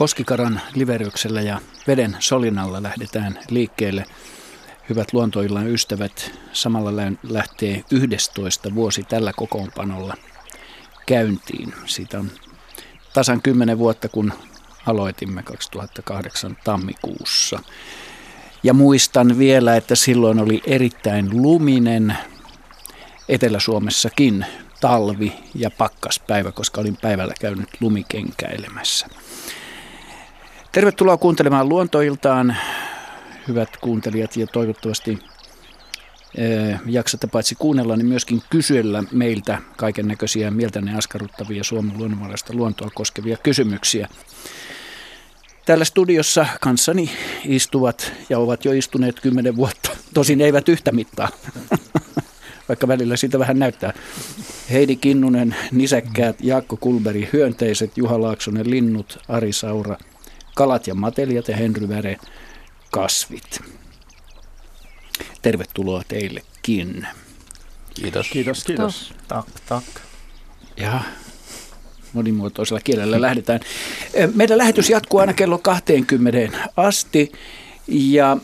Koskikaran liveryksellä ja veden solinalla lähdetään liikkeelle. Hyvät luontoillan ystävät, samalla lähtee 11 vuosi tällä kokoonpanolla käyntiin. Siitä on tasan 10 vuotta, kun aloitimme 2008 tammikuussa. Ja muistan vielä, että silloin oli erittäin luminen Etelä-Suomessakin talvi- ja pakkaspäivä, koska olin päivällä käynyt lumikenkäilemässä. Tervetuloa kuuntelemaan Luontoiltaan, hyvät kuuntelijat, ja toivottavasti jaksatte paitsi kuunnella, niin myöskin kysellä meiltä kaiken näköisiä mieltänne askarruttavia Suomen luonnonvaraista luontoa koskevia kysymyksiä. Täällä studiossa kanssani istuvat ja ovat jo istuneet 10 vuotta, tosin eivät yhtä mittaa, vaikka välillä siitä vähän näyttää. Heidi Kinnunen, nisäkkäät, Jaakko Kulberi, hyönteiset, Juha Laaksonen, linnut, Ari Saura, kalat ja matelijat ja Henry Väre, kasvit. Tervetuloa teillekin. Kiitos. Kiitos. Tak. Ja monimuotoisella kielellä lähdetään. Meidän lähetys jatkuu aina kello 20 asti. Ja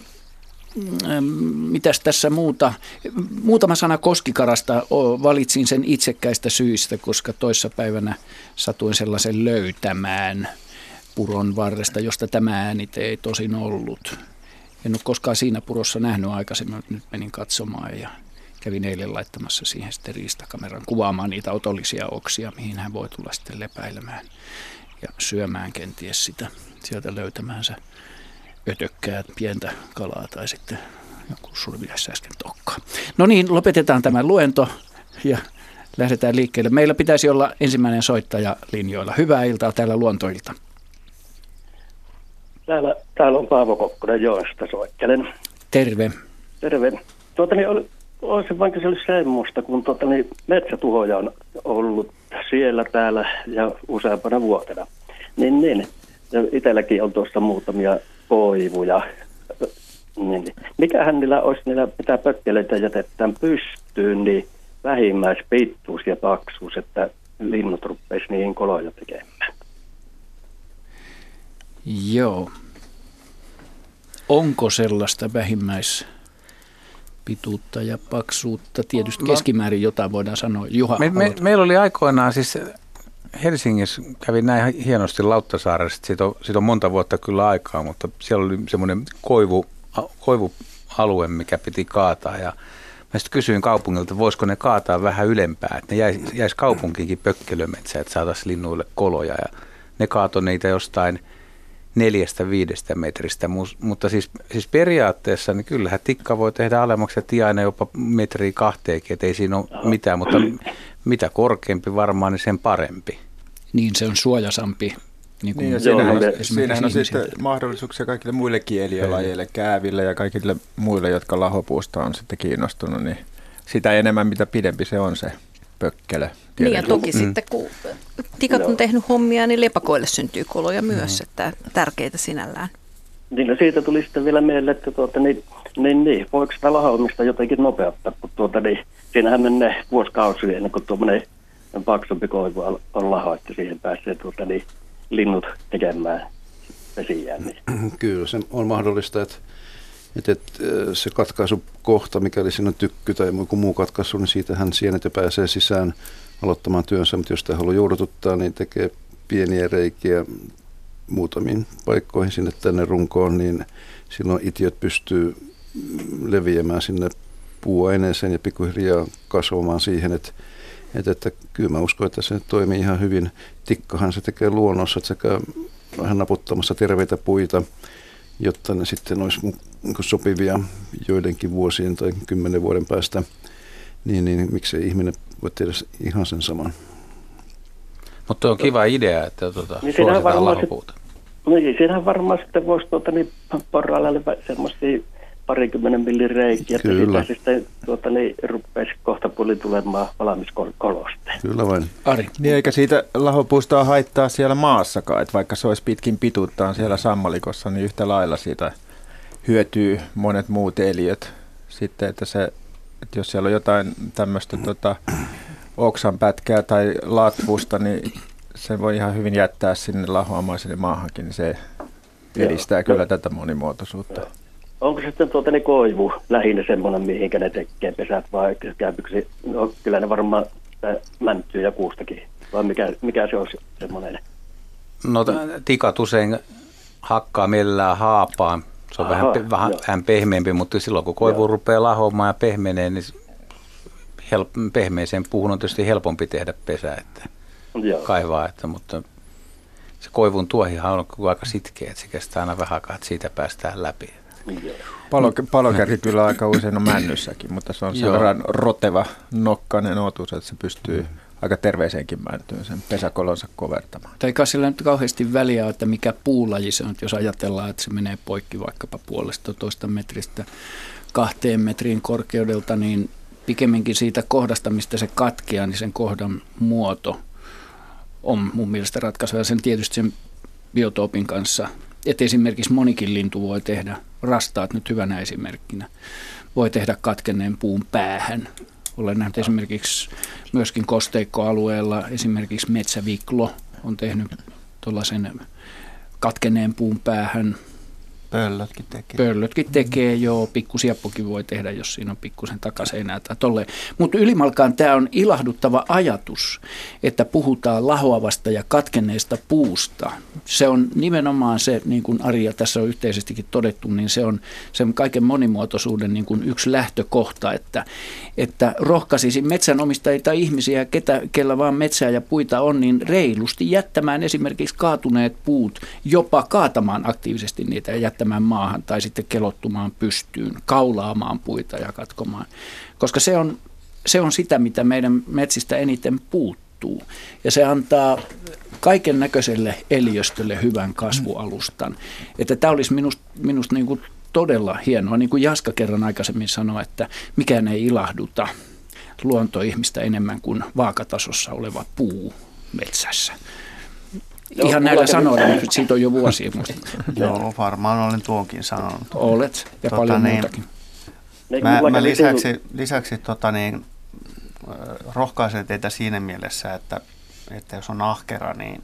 mitäs tässä muuta? Muutama sana Koskikarasta. Valitsin sen itsekkäistä syistä, koska toissapäivänä satuin sellaisen löytämään puron varresta, josta tämä äänite ei tosin ollut. En ole koskaan siinä purossa nähnyt aikaisemmin, nyt menin katsomaan ja kävin eilen laittamassa siihen sitten riistakameran kuvaamaan niitä otollisia oksia, mihin hän voi tulla sitten lepäilemään ja syömään kenties sitä sieltä löytämäänsä ötökkää, pientä kalaa tai sitten joku surviaisi äsken tokkaa. No niin, lopetetaan tämä luento ja lähdetään liikkeelle. Meillä pitäisi olla ensimmäinen soittaja linjoilla. Hyvää iltaa täällä Luontoilta. Täällä on Paavo Kokkonen Joesta, soittelen. Terve. Terve. Olisi vaikka se olisi semmoista, kun metsätuhoja on ollut siellä, täällä ja useampana vuotena. Niin. Ja itselläkin on tuossa muutamia koivuja. Niin. Mikähän niillä olisi, mitä pökkeleitä jätetään pystyyn, niin vähimmäispittuus ja paksuus, että linnut rupeisi niihin koloja tekemään. Joo. Onko sellaista vähimmäispituutta ja paksuutta? Tietysti keskimäärin jotain voidaan sanoa. Juha, meillä oli aikoinaan siis Helsingissä, kävin näin hienosti Lauttasaaressa, siitä on monta vuotta kyllä aikaa, mutta siellä oli semmoinen koivualue, mikä piti kaataa ja mä sitten kysyin kaupungilta, voisiko ne kaataa vähän ylempää, että ne jäisi kaupunkiinkin pökkelömetsä, että saataisiin linnuille koloja ja ne kaatoi niitä jostain 4-5 metristä, mutta siis periaatteessa niin kyllähän tikka voi tehdä alemmaksi ja tiainen jopa 1-2 metriä, että ei siinä ole mitään, mutta mitä korkeampi varmaan, niin sen parempi. Niin, se on suojasampi. Siinähän on sitten mahdollisuuksia kaikille muille kielialajeille, kääville ja kaikille muille, jotka lahopuusta on sitten kiinnostunut, niin sitä enemmän mitä pidempi se on se pökkelö. Niin ja toki sitten kun tikat on tehnyt hommia, niin lepakoille syntyy koloja myös, että tärkeitä sinällään. Niin no siitä tuli sitten vielä mieleen, että voiko sitä lahoamista jotenkin nopeuttaa, kun siinähän menee vuosikausia ennen kuin tuommoinen paksumpi koivu on laho, että siihen pääsee linnut tekemään vesiään. Niin. Kyllä se on mahdollista, että se katkaisukohta, mikäli siinä on tykky tai joku muu katkaisu, niin siitähän sienet jo pääsee sisään aloittamaan työnsä, mutta jos sitä haluaa joudututtaa, niin tekee pieniä reikiä muutamiin paikkoihin sinne tänne runkoon, niin silloin itiöt pystyy leviämään sinne puuaineeseen ja pikkuhiljaa kasvamaan siihen, että kyllä mä uskon, että se toimii ihan hyvin. Tikkahan se tekee luonnossa, että sekä vähän naputtamassa terveitä puita, jotta ne sitten olisi sopivia joidenkin vuosien tai 10 vuoden päästä, niin miksei ihminen voi tehdä ihan sen saman. Mutta on kiva idea, että suositaan lahopuuta. Niin, siinähän varmaan sitten voisi porrailalle semmoisia 20 millin reikiä, että siitä sitten rupeaisi kohta puoli tulemaan valmis kolosta. Kyllä vain. Ari. Niin eikä siitä lahopuusta haittaa siellä maassakaan, että vaikka se olisi pitkin pituuttaan siellä sammalikossa, niin yhtä lailla siitä hyötyy monet muut eliöt. Sitten, että jos siellä on jotain tämmöistä oksanpätkää tai latvusta, niin se voi ihan hyvin jättää sinne lahoamaiselle maahankin, niin se edistää kyllä tätä monimuotoisuutta. Onko sitten koivu lähinnä semmoinen, mihinkä ne tekee pesät, vai käypykö kyllä ne varmaan mäntyy ja kuustakin, vai mikä se on semmoinen? No tikat usein hakkaa mielellään haapaan. Se on vähän pehmeämpi, mutta silloin kun koivu rupeaa lahoamaan ja pehmenee, niin pehmeiseen puuhun on tietysti helpompi tehdä pesä, että kaivaa, mutta se koivun tuohihan on aika sitkeä, että se kestää aina vähän aikaa, että siitä päästään läpi. Palokärki kyllä aika usein on männyssäkin, mutta se on sen verran roteva nokkainen otus, että se pystyy aika terveeseenkin mäntyyn sen pesäkolonsa kovertamaan. Tai kai sillä nyt kauheasti väliä, että mikä puulaji se on, jos ajatellaan, että se menee poikki vaikkapa 1,5 metristä 2 metrin korkeudelta, niin pikemminkin siitä kohdasta, mistä se katkeaa, niin sen kohdan muoto on mun mielestä ratkaiseva sen tietysti sen biotoopin kanssa. Että esimerkiksi monikin lintu voi tehdä, rastaat nyt hyvänä esimerkkinä, voi tehdä katkenneen puun päähän. Olen nähnyt esimerkiksi myöskin kosteikkoalueella, esimerkiksi metsäviklo on tehnyt tuollaisen katkenneen puun päähän. Pöllötkin tekee, joo. Pikkusieppokin voi tehdä, jos siinä on pikkusen takaseinää tai tolleen. Mutta ylimalkaan tämä on ilahduttava ajatus, että puhutaan lahoavasta ja katkenneesta puusta. Se on nimenomaan se, niin kuin Arja tässä on yhteisestikin todettu, niin se on sen kaiken monimuotoisuuden niin kuin yksi lähtökohta, että rohkaisisi metsänomistajia tai ihmisiä, kellä vaan metsää ja puita on, niin reilusti jättämään esimerkiksi kaatuneet puut, jopa kaatamaan aktiivisesti niitä ja jättämään maahan tai sitten kelottumaan pystyyn, kaulaamaan puita ja katkomaan. Koska se on sitä, mitä meidän metsistä eniten puuttuu. Ja se antaa kaiken näköiselle eliöstölle hyvän kasvualustan. Että tämä olisi minusta niin kuin todella hienoa. Niin kuin Jaska kerran aikaisemmin sanoi, että mikään ei ilahduta luontoihmistä enemmän kuin vaakatasossa oleva puu metsässä. Ihan näillä sanoilla, mutta siitä on jo vuosia musta. Joo, varmaan olen tuonkin sanonut. Olet, ja paljon muutakin. Mä lisäksi rohkaisen teitä siinä mielessä, että jos on ahkera, niin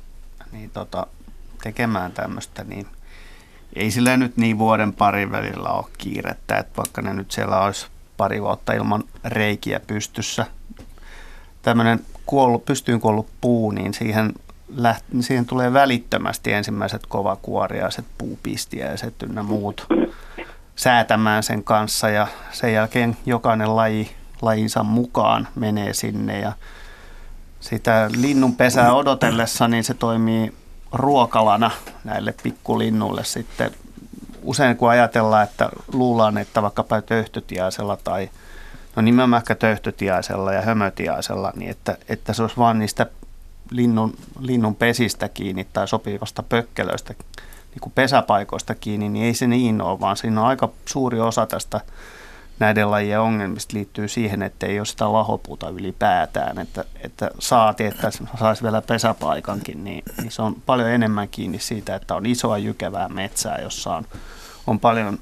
tekemään tämmöistä, niin ei sillä nyt niin vuoden parin välillä ole kiirettä, että vaikka ne nyt siellä olisi pari vuotta ilman reikiä pystyssä. Tämmöinen pystyyn kuollut puu, niin siihen tulee välittömästi ensimmäiset kovakuoriaiset puupistiäiset ynnä muut säätämään sen kanssa, ja sen jälkeen jokainen lajinsa mukaan menee sinne, ja sitä linnun pesää odotellessa niin se toimii ruokalana näille pikkulinnuille sitten. Usein kun ajatellaan, että luullaan, että vaikkapa töyhtötiaisella tai nimenomaan ehkä töyhtötiaisella ja hömötiaisella, niin että se olisi vaan niistä linnun pesistä kiinni tai sopivasta pökkelöistä, niin kuin pesäpaikoista kiinni, niin ei se niin ole, vaan siinä on aika suuri osa tästä näiden lajien ongelmista liittyy siihen, että ei ole sitä lahopuuta ylipäätään, että saati, että saisi vielä pesäpaikankin, niin se on paljon enemmän kiinni siitä, että on isoa jykevää metsää, jossa on paljon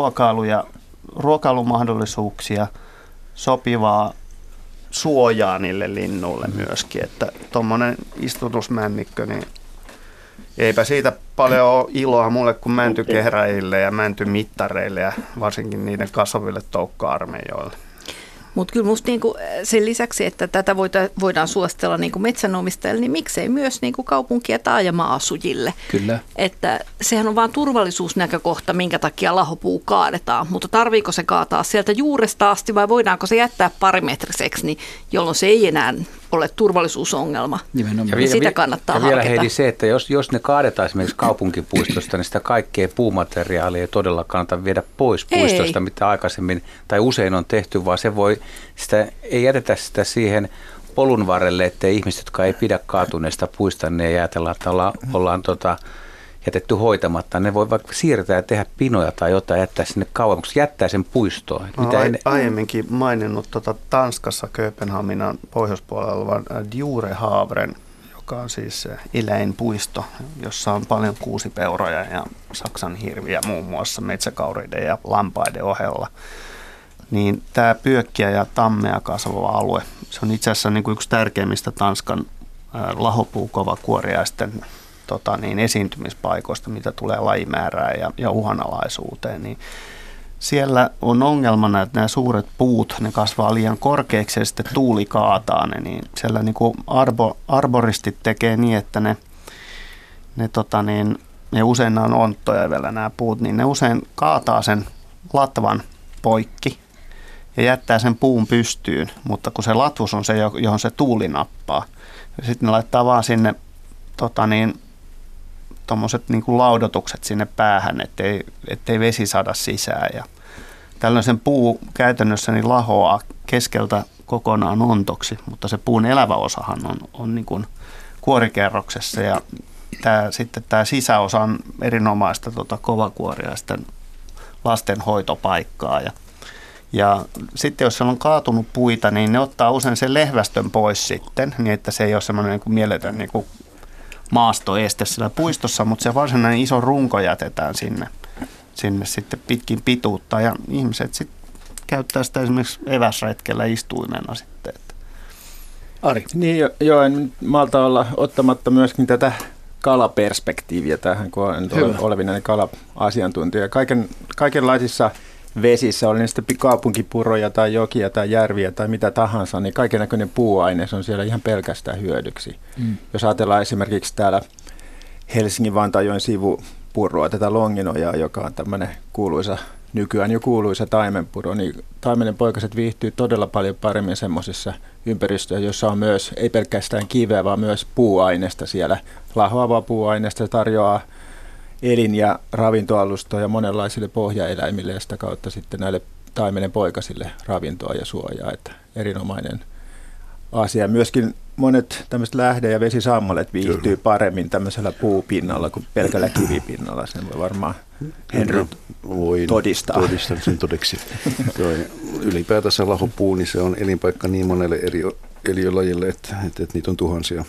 ruokailumahdollisuuksia, sopivaa suojaa niille linnuille myöskin, että tuommoinen istutusmännikkö, niin eipä siitä paljon ole iloa mulle kuin mäntykehräjille ja mäntymittareille ja varsinkin niiden kasvaville toukka-armeijoille. Mutta kyllä musta niinku sen lisäksi, että tätä voidaan suositella niinku metsänomistajille, niin miksei myös niinku kaupunki- ja taajama-asujille. Kyllä. Että sehän on vain turvallisuusnäkökohta, minkä takia lahopuu kaadetaan, mutta tarviiko se kaataa sieltä juuresta asti vai voidaanko se jättää parimetriseksi, niin jolloin se ei enää ole turvallisuusongelma. Ja sitä kannattaa harkita. Ja vielä Heidi se, että jos ne kaadetaan esimerkiksi kaupunkipuistosta, niin sitä kaikkea puumateriaalia ei todella kannata viedä pois puistosta, mitä aikaisemmin tai usein on tehty, vaan sitä ei jätetä sitä siihen polun varrelle, ettei ihmiset, jotka ei pidä kaatuneista puista, niin ei ajatella, että ollaan jätetty hoitamatta. Ne voi vaikka siirtää ja tehdä pinoja tai jotain, jättää sinne kauemmaksi, jättää sen puistoon. Aiemminkin maininnut Tanskassa Kööpenhaminan pohjoispuolella olevan Djurehavren, joka on siis eläinpuisto, jossa on paljon kuusipeuroja ja Saksan hirviä muun muassa metsäkauriiden ja lampaiden ohella. Niin tämä pyökkiä ja tammea kasvava alue, se on itse asiassa niin kuin yksi tärkeimmistä Tanskan lahopuukovakuoriaisten esiintymispaikoista, mitä tulee lajimäärään ja uhanalaisuuteen, niin siellä on ongelmana, että nämä suuret puut, ne kasvaa liian korkeaksi ja sitten tuuli kaataa ne, niin siellä niin kuin arboristit tekee niin, että ne usein on onttoja vielä nämä puut, niin ne usein kaataa sen latvan poikki ja jättää sen puun pystyyn, mutta kun se latvus on se, johon se tuuli nappaa, ja sitten ne laittaa vaan sinne tuommoiset niin kuin laudotukset sinne päähän, ettei vesi saada sisään. Ja tällöin sen puu käytännössä niin lahoaa keskeltä kokonaan ontoksi, mutta se puun elävä osahan on niin kuin kuorikerroksessa ja sitten tämä sisäosa on erinomaista kovakuoriaisten lastenhoitopaikkaa. Ja sitten jos siellä on kaatunut puita, niin ne ottaa usein sen lehvästön pois sitten, niin että se ei ole semmoinen niin kuin mieletön niin kuin maastoeste siellä puistossa, mutta se varsinainen iso runko jätetään sinne sitten pitkin pituutta ja ihmiset sitten käyttää sitä esimerkiksi eväsretkellä istuimena sitten. Ari. Niin joo, en malta olla ottamatta myöskin tätä kalaperspektiiviä tähän, kun olen olevinainen kala-asiantuntija. Kaikenlaisissa vesissä, oli ne sitten kaupunkipuroja tai jokia tai järviä tai mitä tahansa, niin kaikennäköinen puuaines on siellä ihan pelkästään hyödyksi. Jos ajatellaan esimerkiksi täällä Helsingin Vantaanjoen sivupurroa, tätä Longinojaa, joka on tämmöinen nykyään jo kuuluisa taimenpuro, niin taimenen poikaset viihtyy todella paljon paremmin semmoisissa ympäristöissä, jossa on myös, ei pelkästään kiveä, vaan myös puuainesta siellä. Lahoavaa puuainesta tarjoaa elin- ja ravintoalustoja monenlaisille pohjaeläimille ja sitä kautta sitten näille taimenen poikasille ravintoa ja suojaa, että erinomainen asia. Myöskin monet tämmöiset lähde- ja vesisammalet viihtyy paremmin tämmöisellä puupinnalla kuin pelkällä kivipinnalla. Sen voi varmaan Henry todistaa. Todistan sen todeksi. Ylipäätänsä lahopuu, niin se on elinpaikka niin monelle eri eliölajille, että niitä on tuhansia.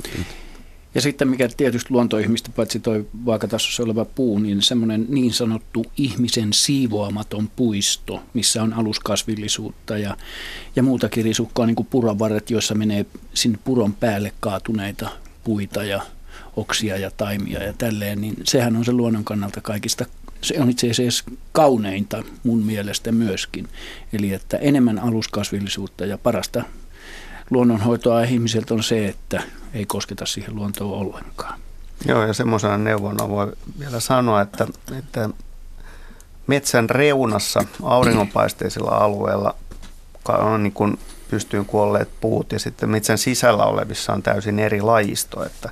Ja sitten mikä tietysti luontoihmistä, paitsi tuo vaakatasossa oleva puu, niin semmoinen niin sanottu ihmisen siivoamaton puisto, missä on aluskasvillisuutta ja muutakin risukkaa, niin kuin puronvarret, joissa menee sinne puron päälle kaatuneita puita ja oksia ja taimia ja tälleen, niin sehän on se luonnon kannalta kaikista, se on itse asiassa kauneinta mun mielestä myöskin. Eli että enemmän aluskasvillisuutta ja parasta luonnonhoitoa ihmiseltä on se, että ei kosketa siihen luontoon ollenkaan. Joo, ja semmoisena neuvona voi vielä sanoa, että metsän reunassa auringonpaisteisilla alueilla on niin kuin pystyyn kuolleet puut ja sitten metsän sisällä olevissa on täysin eri lajisto, että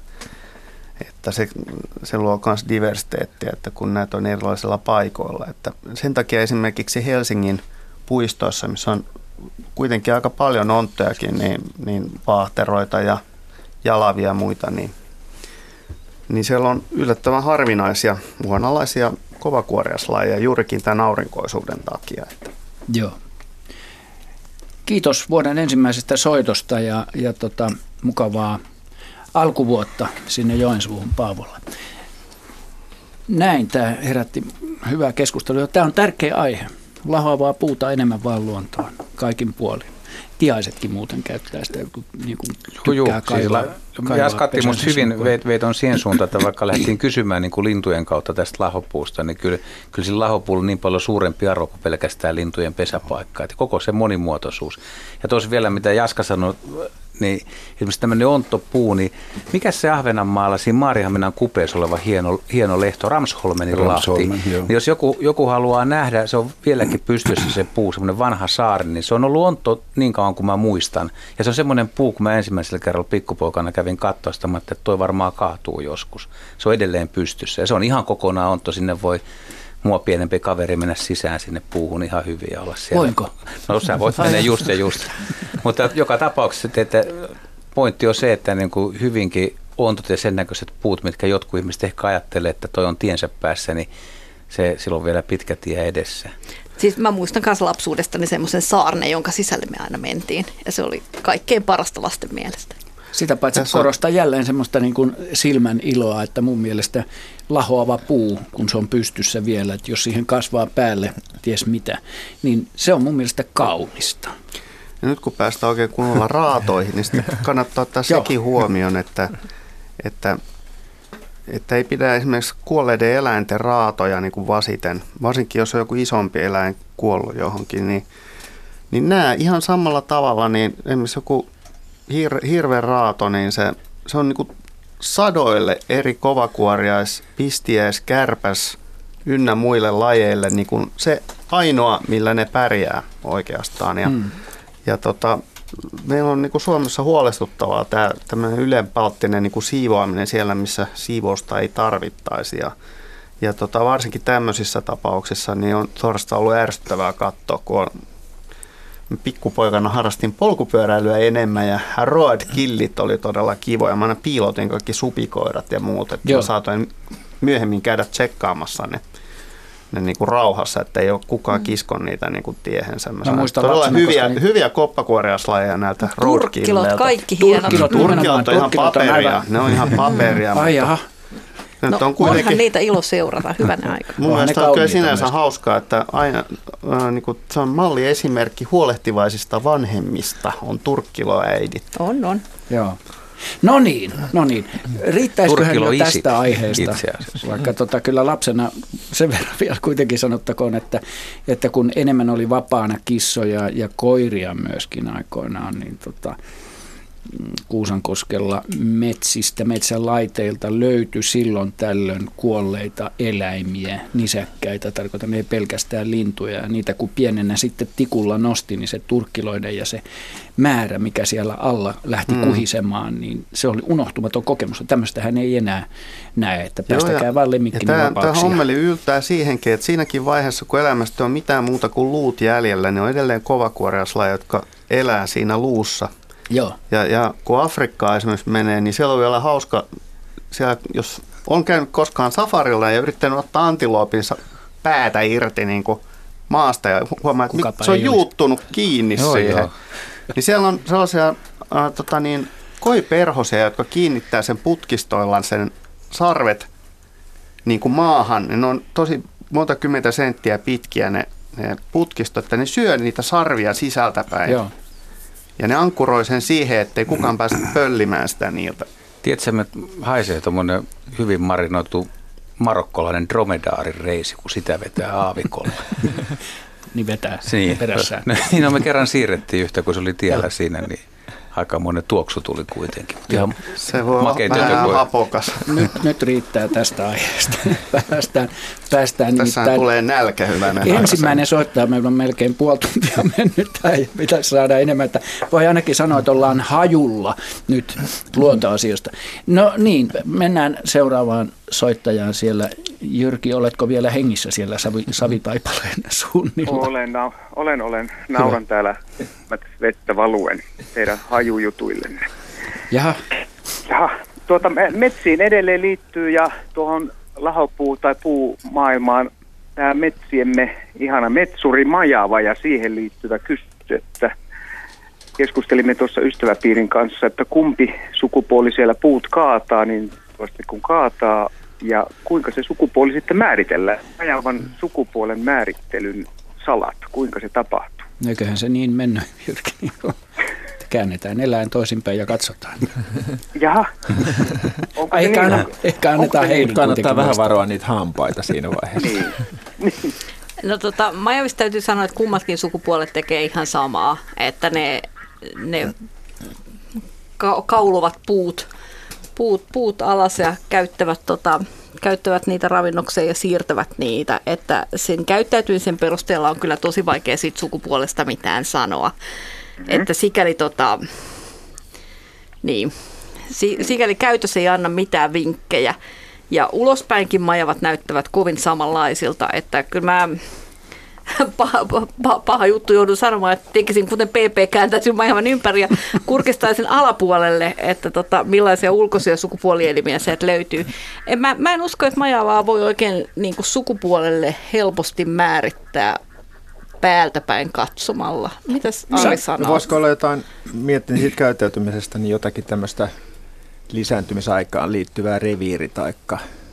se luo myös diversiteettiä, että kun näitä on erilaisilla paikoilla. Että sen takia esimerkiksi Helsingin puistoissa, missä on kuitenkin aika paljon onttojakin, niin vaahteroita ja jalavia ja muita, niin siellä on yllättävän harvinaisia uhanalaisia kovakuoriaislajeja juurikin tämän aurinkoisuuden takia. Joo. Kiitos vuoden ensimmäisestä soitosta ja mukavaa alkuvuotta sinne Joensuuhun, Paavolle. Näin, tämä herätti hyvää keskustelua. Tämä on tärkeä aihe. Lahoavaa puuta enemmän vaan luontoon, kaikin puolin. Tiaisetkin muuten käyttää sitä, niin kuin tykkää kaivaa. Jaskatti musta hyvin veiton siihen suuntaan, että vaikka lähdettiin kysymään niin kuin lintujen kautta tästä lahopuusta, niin kyllä sillä lahopuulla on niin paljon suurempi arvo kuin pelkästään lintujen pesäpaikka. Että koko se monimuotoisuus. Ja tuossa vielä, mitä Jaska sanoi, niin esimerkiksi tämmöinen onttopuu, niin mikä se Ahvenanmaalla siinä Maarianhaminan kupeessa oleva hieno lehto, Ramsholmenin lahti, niin jos joku haluaa nähdä, se on vieläkin pystyssä se puu, semmoinen vanha saari, niin se on ollut ontto niin kauan kuin mä muistan. Ja se on semmoinen puu, kun mä ensimmäisellä kerralla pikkupoikana kävin katsoa sitä, että toi varmaan kaatuu joskus. Se on edelleen pystyssä ja se on ihan kokonaan ontto, sinne voi mua pienempi kaveri mennä sisään sinne puuhun ihan hyvin ja olla siellä. Voinko? No sä voit mennä just. Mutta joka tapauksessa että pointti on se, että niin kuin hyvinkin ontot ja sen näköiset puut, mitkä jotkut ihmiset ehkä ajattelee, että toi on tiensä päässä, niin silloin vielä pitkä tie edessä. Siis mä muistan myös lapsuudestani semmoisen saarnen, jonka sisälle me aina mentiin ja se oli kaikkein parasta lasten mielestä. Sitä paitsi korostaa jälleen semmoista niin kuin silmän iloa, että mun mielestä lahoava puu, kun se on pystyssä vielä, että jos siihen kasvaa päälle ties mitä, niin se on mun mielestä kaunista. Ja nyt kun päästään oikein kunnolla raatoihin, niin sitten kannattaa ottaa sekin huomioon, että ei pidä esimerkiksi kuolleiden eläinten raatoja niin kuin vasiten, varsinkin jos on joku isompi eläin kuollut johonkin, niin nämä ihan samalla tavalla, niin esimerkiksi joku hirven raato, niin se on niin kuin sadoille eri kovakuoriais, pistiäis, kärpäs ynnä muille lajeille niin kuin se ainoa, millä ne pärjää oikeastaan. Ja meillä on niin kuin Suomessa huolestuttavaa tämmöinen ylenpalttinen niin kuin siivoaminen siellä, missä siivousta ei tarvittaisi. Ja varsinkin tämmöisissä tapauksissa niin on suorastaan ollut ärsyttävää katsoa, kun pikkupoikana harrastin polkupyöräilyä enemmän ja roadkillit oli todella kivoja. Mä aina piilotin kaikki supikoirat ja muut, että mä saatoin myöhemmin käydä tsekkaamassa ne niin kuin rauhassa, että ei ole kukaan kiskon niitä niin kuin tiehensä. Mä todella hyviä koppakuoriaislajeja näiltä roadkilleilta. Turkkilot, kaikki hienot. Turkkilot on ihan paperia. Ne on ihan paperia. Ai jaha. Onhan niitä ilo seurata hyvänä aikana. Mun mielestä on kyllä sinänsä hauskaa, että aina niin kuin, se on malliesimerkki huolehtivaisista vanhemmista, on turkkiloäidit. On. Joo. No niin. Riittäisiköhän jo tästä aiheesta, vaikka kyllä lapsena sen verran vielä kuitenkin sanottakoon, että kun enemmän oli vapaana kissoja ja koiria myöskin aikoinaan, niin Kuusankoskella metsälaiteilta löytyi silloin tällöin kuolleita eläimiä, nisäkkäitä, tarkoitan ei pelkästään lintuja. Ja niitä kun pienenä sitten tikulla nosti, niin se turkkiloiden ja se määrä, mikä siellä alla lähti kuhisemaan, niin se oli unohtumaton kokemus. Tämmöistähän ei enää näe, että päästäkää vaan lemmikkinivapauksia. Tämä hommeli yltää siihenkin, että siinäkin vaiheessa, kun elämästä on mitään muuta kuin luut jäljellä, niin on edelleen kovakuoriaislajeja, jotka elää siinä luussa. Joo. Ja kun Afrikkaan esimerkiksi menee, niin siellä on vielä hauska, siellä, jos on käynyt koskaan safarilla ja yrittänyt ottaa antiloopin päätä irti niin kuin maasta ja huomaa, että se on juuttunut kiinni siihen. Joo. Niin siellä on sellaisia koiperhosia, jotka kiinnittää sen putkistoillaan sen sarvet niin kuin maahan. Ne on tosi monta kymmentä senttiä pitkiä ne putkistot, että ne syö niitä sarvia sisältäpäin. Joo. Ja ne ankkuroi sen siihen, ettei kukaan pääse pöllimään sitä niiltä. Tiedätkö, että haisee tuommoinen hyvin marinoitu marokkolainen dromedaarireisi, kun sitä vetää aavikolla. Niin vetää perässään. No me kerran siirrettiin yhtä, kun se oli tiellä siinä, niin aika monen tuoksu tuli kuitenkin. Ihan se voi olla vähän hapokas. Nyt riittää tästä aiheesta. Päästään tässä tulee nälkä hyvänä. Ensimmäinen soittaa, meillä on melkein puoli tuntia mennyt tai pitäisi saada enemmän. Että voi ainakin sanoa, että ollaan hajulla nyt luontoasioista. No niin, mennään seuraavaan soittajaan siellä. Jyrki, oletko vielä hengissä siellä savitaipaleen suunnilla? Olen. Nauran täällä vettä valuen teidän hajujutuillenne. Jaha. Metsiin edelleen liittyy ja tuohon lahopuu- tai puumaailmaan tämä metsiemme ihana metsurimajava ja siihen liittyvä kysymys, että keskustelimme tuossa ystäväpiirin kanssa, että kumpi sukupuoli siellä puut kaataa, niin vasta kun kaataa ja kuinka se sukupuoli sitten määritellään. Majavan sukupuolen määrittelyn salat, kuinka se tapahtuu. Eiköhän se niin mennä, Jyrki, käännetään eläin toisinpäin ja katsotaan. Jaha. Ehkä annetaan heille. Kannattaa vähän varoa niitä hampaita siinä vaiheessa. Niin. No majavista täytyy sanoa, että kummatkin sukupuolet tekee ihan samaa, että ne kauluvat puut alas ja käyttävät niitä ravinnokseen ja siirtävät niitä, että sen käyttäytymisen perusteella on kyllä tosi vaikea siitä sukupuolesta mitään sanoa. Että sikäli käytös ei anna mitään vinkkejä. Ja ulospäinkin majavat näyttävät kovin samanlaisilta, että kyllä mä paha juttu joudun sanomaan, että tekisin kuten PP kääntäisin majavan ympäri ja kurkistaisin alapuolelle, että millaisia ulkoisia sukupuolielimiä sieltä löytyy. Mä en usko, että majavaa voi oikein niin kuin sukupuolelle helposti määrittää päältä päin katsomalla. Mitäs Ari sanoo? Voisiko olla jotain, miettinyt siitä käyttäytymisestä, niin jotakin tämmöistä lisääntymisaikaan liittyvää reviiri taikka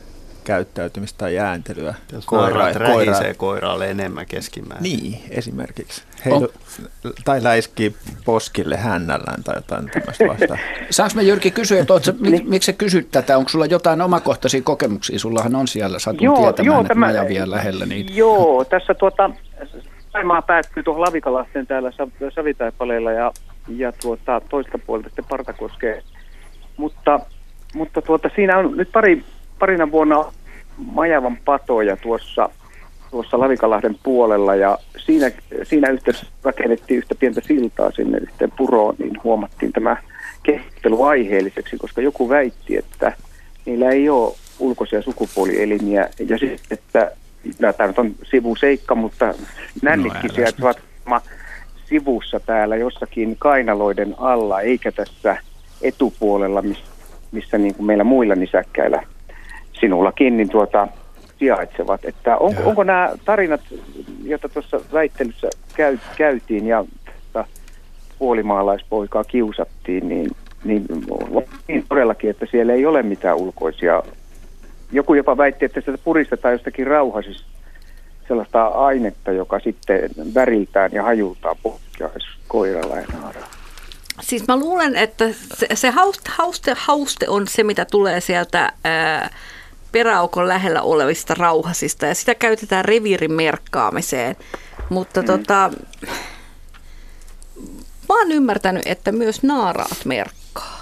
käyttäytymistä tai jääntelyä. Koirat rähisee koiraalle enemmän keskimäärin. Niin, esimerkiksi. Tai läiskii poskille hännällään tai jotain tämmöistä vastaan. Saanko mä Jyrki kysyä, että miksi sä kysyt tätä? Onko sulla jotain omakohtaisia kokemuksia? Sullahan on siellä, satun tietämään, että majavia lähellä niitä. Joo, tässä Saimaa päättyy tuohon Lavikalasteen täällä Savitaipaleella ja toista puolta sitten Partakoskeen. Mutta siinä on nyt parina vuonna majavan patoja tuossa Lavikalahden puolella ja siinä yhteydessä rakennettiin yhtä pientä siltaa sinne yhteen puroon, niin huomattiin tämä keskustelu aiheelliseksi, koska joku väitti, että niillä ei ole ulkoisia sukupuolielimiä ja sitten, että tämä on sivuseikka, mutta nännitkin sijaitsevat sivussa täällä jossakin kainaloiden alla, eikä tässä etupuolella, missä niin kuin meillä muilla nisäkkäillä, sinullakin, niin sijaitsevat. Että onko nämä tarinat, joita tuossa väittelyssä käytiin ja puolimaalaispoikaa kiusattiin, niin todellakin, että siellä ei ole mitään ulkoisia. Joku jopa väitti, että sitä puristetaan jostakin rauhasista sellaista ainetta, joka sitten väriltään ja hajultaan pohjaisi koiralla ja naaralla. Siis mä luulen, että se hauste on se, mitä tulee sieltä peräaukon lähellä olevista rauhasista, ja sitä käytetään reviirin merkkaamiseen. Mutta mä oon ymmärtänyt, että myös naaraat merkkaa.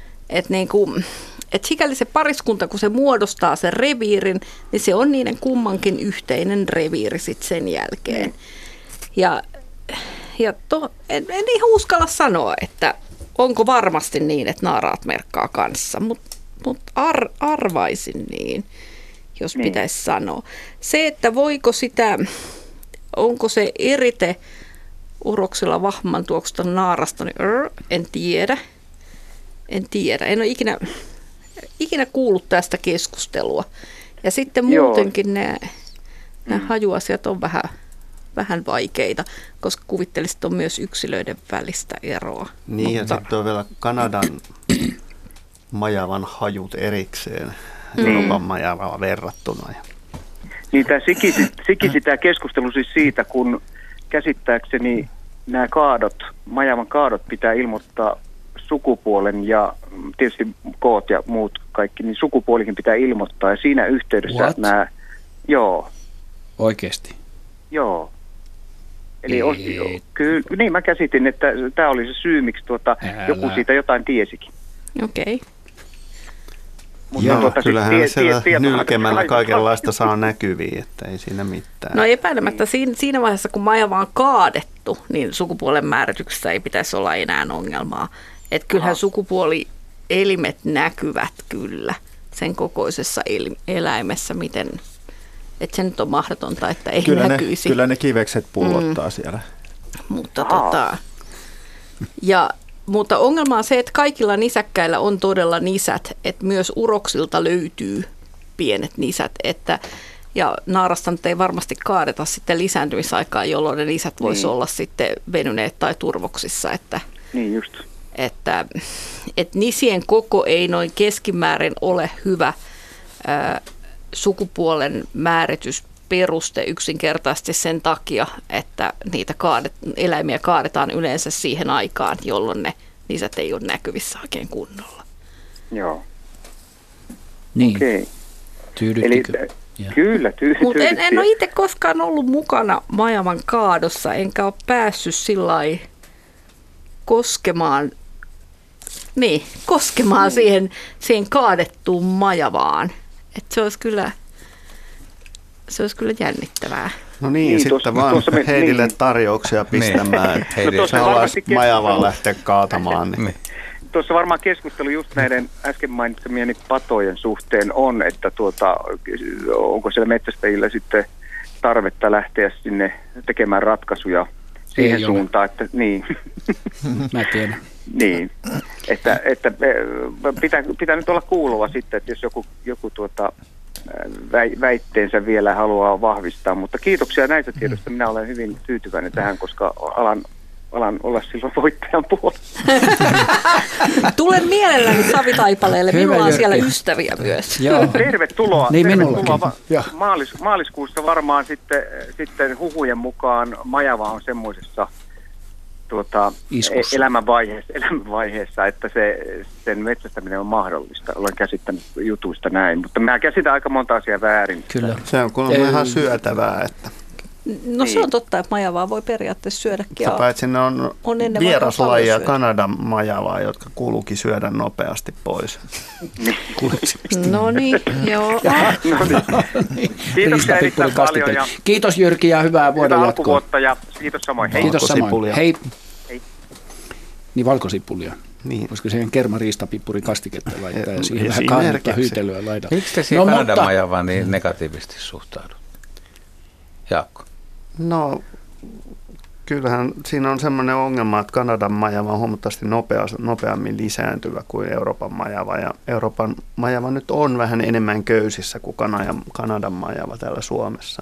Että sikäli se pariskunta, kun se muodostaa sen reviirin, niin se on niiden kummankin yhteinen reviiri sitten sen jälkeen. En ihan uskalla sanoa, että onko varmasti niin, että naaraat merkkaa kanssa, mutta arvaisin niin, jos pitäisi sanoa. Se, että onko se erite uroksilla vahvan tuoksusta naarasta, niin en tiedä. En ole ikinä kuullut tästä keskustelua. Ja sitten muutenkin nämä hajuasiat on vähän vaikeita, koska kuvittelisit, että on myös yksilöiden välistä eroa. Niin, ja sitten on vielä Kanadan majavan hajut erikseen Euroopan majavaan verrattuna. Niin tämä sikisi tämä keskustelu siis siitä, kun käsittääkseni nämä majavan kaadot pitää ilmoittaa sukupuolen ja tietysti koot ja muut kaikki, niin sukupuolikin pitää ilmoittaa ja siinä yhteydessä nämä, Oikeasti? Joo. Eli kyllä, niin mä käsitin, että tämä oli se syy, miksi joku siitä jotain tiesikin. Okei. Mutta kyllähän siellä nylkemällä kaikenlaista saa näkyviin, että ei siinä mitään. No epäilemättä siinä vaiheessa, kun majava on kaadettu, niin sukupuolen määrityksessä ei pitäisi olla enää ongelmaa. Että kyllähän sukupuolielimet näkyvät kyllä sen kokoisessa eläimessä, miten, että se nyt on mahdotonta, että ei näkyisi. Kyllä ne kivekset pullottaa siellä. Mutta ongelma on se, että kaikilla nisäkkäillä on todella nisät, että myös uroksilta löytyy pienet nisät, ja naarasta nyt ei varmasti kaadeta sitten lisääntymisaikaa, jolloin ne nisät voisi olla sitten venyneet tai turvoksissa. Niin just. Että nisien koko ei noin keskimäärin ole hyvä sukupuolen määritysperuste yksinkertaisesti sen takia, että niitä eläimiä kaadetaan yleensä siihen aikaan, jolloin ne nisät ei ole näkyvissä oikein kunnolla. Joo. Niin. Okei. Tyydyttikö? Kyllä, Mutta en ole itse koskaan ollut mukana majavan kaadossa, enkä ole päässyt sillai koskemaan siihen kaadettuun majavaan. Että se olisi kyllä jännittävää. No niin sitten vaan Heidille tarjouksia pistämään. Se haluaisi majavaan lähteä kaatamaan. Niin. Tuossa varmaan keskustelu just näiden äsken mainitsemieni patojen suhteen on, että onko siellä metsästäjillä sitten tarvetta lähteä sinne tekemään ratkaisuja siihen suuntaan, että niin. Mä tiedän. Niin, että pitää nyt olla kuuluva sitten, että jos joku väitteensä vielä haluaa vahvistaa, mutta kiitoksia näistä tiedosta. Minä olen hyvin tyytyväinen tähän, koska alan alan olla silloin voittajan puolella. Tulen mielelläni Savi Taipaleelle. Hyvä, Minulla on siellä Jyrki. ystäviä myös. Joo. Tervetuloa. Niin Tervetuloa. minullakin. Maaliskuussa varmaan sitten huhujen mukaan Majava on semmoisessa elämänvaiheessa, että sen metsästäminen on mahdollista. Olen käsittänyt jutuista näin, mutta mä käsitän aika monta asiaa väärin. Kyllä. Se on kuulemma ihan syötävää, että No se on totta, että majavaa voi periaatteessa syödäkin. paitsi ne on ennen vieraslajia vanhaan Kanadan majavaa, jotka kuuluukin syödä nopeasti pois. No niin, joo. Kiitoksia erittäin paljon. Ja kiitos Jyrki ja hyvää vuoden hyvää jatkoa. alkuvuotta ja kiitos samoin. Hei. Kiitos samoin. Hei. Hei. Niin valkosipulia. Niin. Voisiko siihen kermariistapippuri kastiketta laittaa ja siihen vähän kaannetta hyytelyä laidalla. Miksi te siihen Kanadan majavaan niin negatiivisesti suhtaudut? Jaakko. No, kyllähän siinä on semmoinen ongelma, että Kanadan majava on huomattavasti nopeammin lisääntyvä kuin Euroopan majava. Ja Euroopan majava nyt on vähän enemmän köysissä kuin Kanadan majava täällä Suomessa.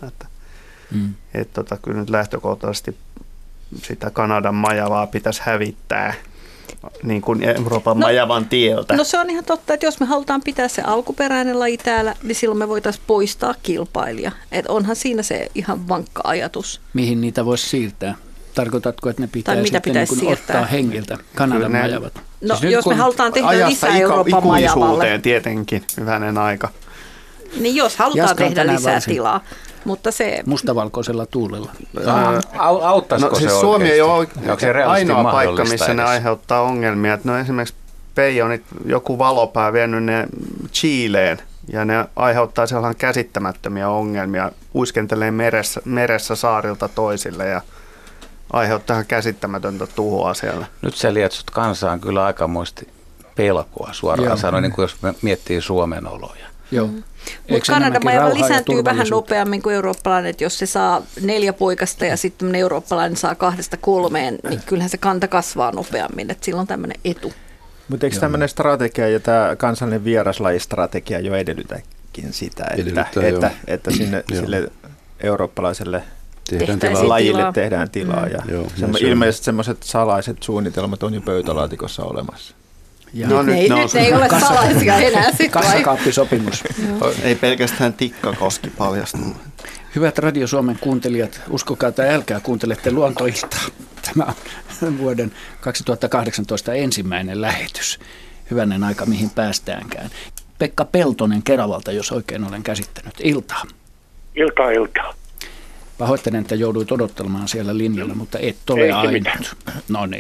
Kyllä nyt lähtökohtaisesti sitä Kanadan majavaa pitäisi hävittää niin kuin Euroopan majavan tieltä. No se on ihan totta, että jos me halutaan pitää se alkuperäinen laji täällä, niin silloin me voitaisiin poistaa kilpailija. Että onhan siinä se ihan vankka ajatus. Mihin niitä voisi siirtää? Tarkoitatko, että ne pitää sitten niin ottaa hengiltä Kanadan majavat? No siis jos me halutaan tehdä lisää Euroopan majavalle. Tietenkin, hyvänen aika. Niin jos halutaan tehdä lisää tilaa. Mutta se mustavalkoisella tuulella. Auttaisiko siis se Suomi ei ole ainoa paikka, missä ne aiheuttaa ongelmia. Että no esimerkiksi peijonit, joku valopää vienyt ne Chileen ja ne aiheuttaa sellainen käsittämättömiä ongelmia. Uiskentelee meressä saarilta toisille ja aiheuttaa käsittämätöntä tuhoa siellä. Nyt sä lietsut kansaan kyllä aikamoisesti pelkoa suoraan sanoen, niin kuin jos miettii Suomen oloja. Joo. Mutta Kanadan majava lisääntyy vähän nopeammin kuin eurooppalainen, että jos se saa 4 poikasta ja sitten eurooppalainen saa 2-3, niin kyllähän se kanta kasvaa nopeammin, että sillä on tämmöinen etu. Mutta eikö tämmöinen strategia ja tämä kansallinen vieraslajistrategia jo edellytäkin sitä, että sille eurooppalaiselle lajille tehdään tilaa ja ilmeisesti semmoiset salaiset suunnitelmat on jo pöytälaatikossa olemassa. No, nyt ne ei ole salaisia enää. Kassakaappisopimus. Ei pelkästään Tikkakoski paljastunut. Hyvät Radio Suomen kuuntelijat, uskokaa tai älkää, kuuntelette Luontoiltaa. Tämä on vuoden 2018 ensimmäinen lähetys. Hyvänen aika, mihin päästäänkään. Pekka Peltonen Keravalta, jos oikein olen käsittänyt. Iltaa. Iltaa. Pahoittelen, että jouduit odottelemaan siellä linjalla, mutta et ole ainut. No niin.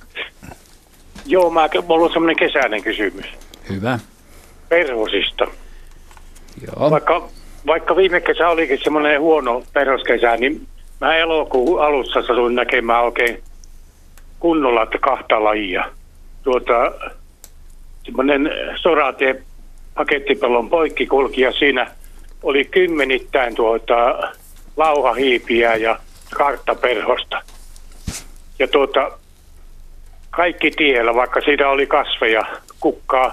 Joo, mulla on semmoinen kesäinen kysymys. Hyvä. Perhosista. Joo. Vaikka viime kesä olikin semmoinen huono perhoskesä, niin mä elokuun alussa satuin näkemään oikein kunnolla 2 lajia. Semmoinen soratie pakettipellon poikkikulki ja siinä oli kymmenittäin lauhahiipiä ja karttaperhosta. Ja kaikki tiellä, vaikka siinä oli kasveja, kukkaa,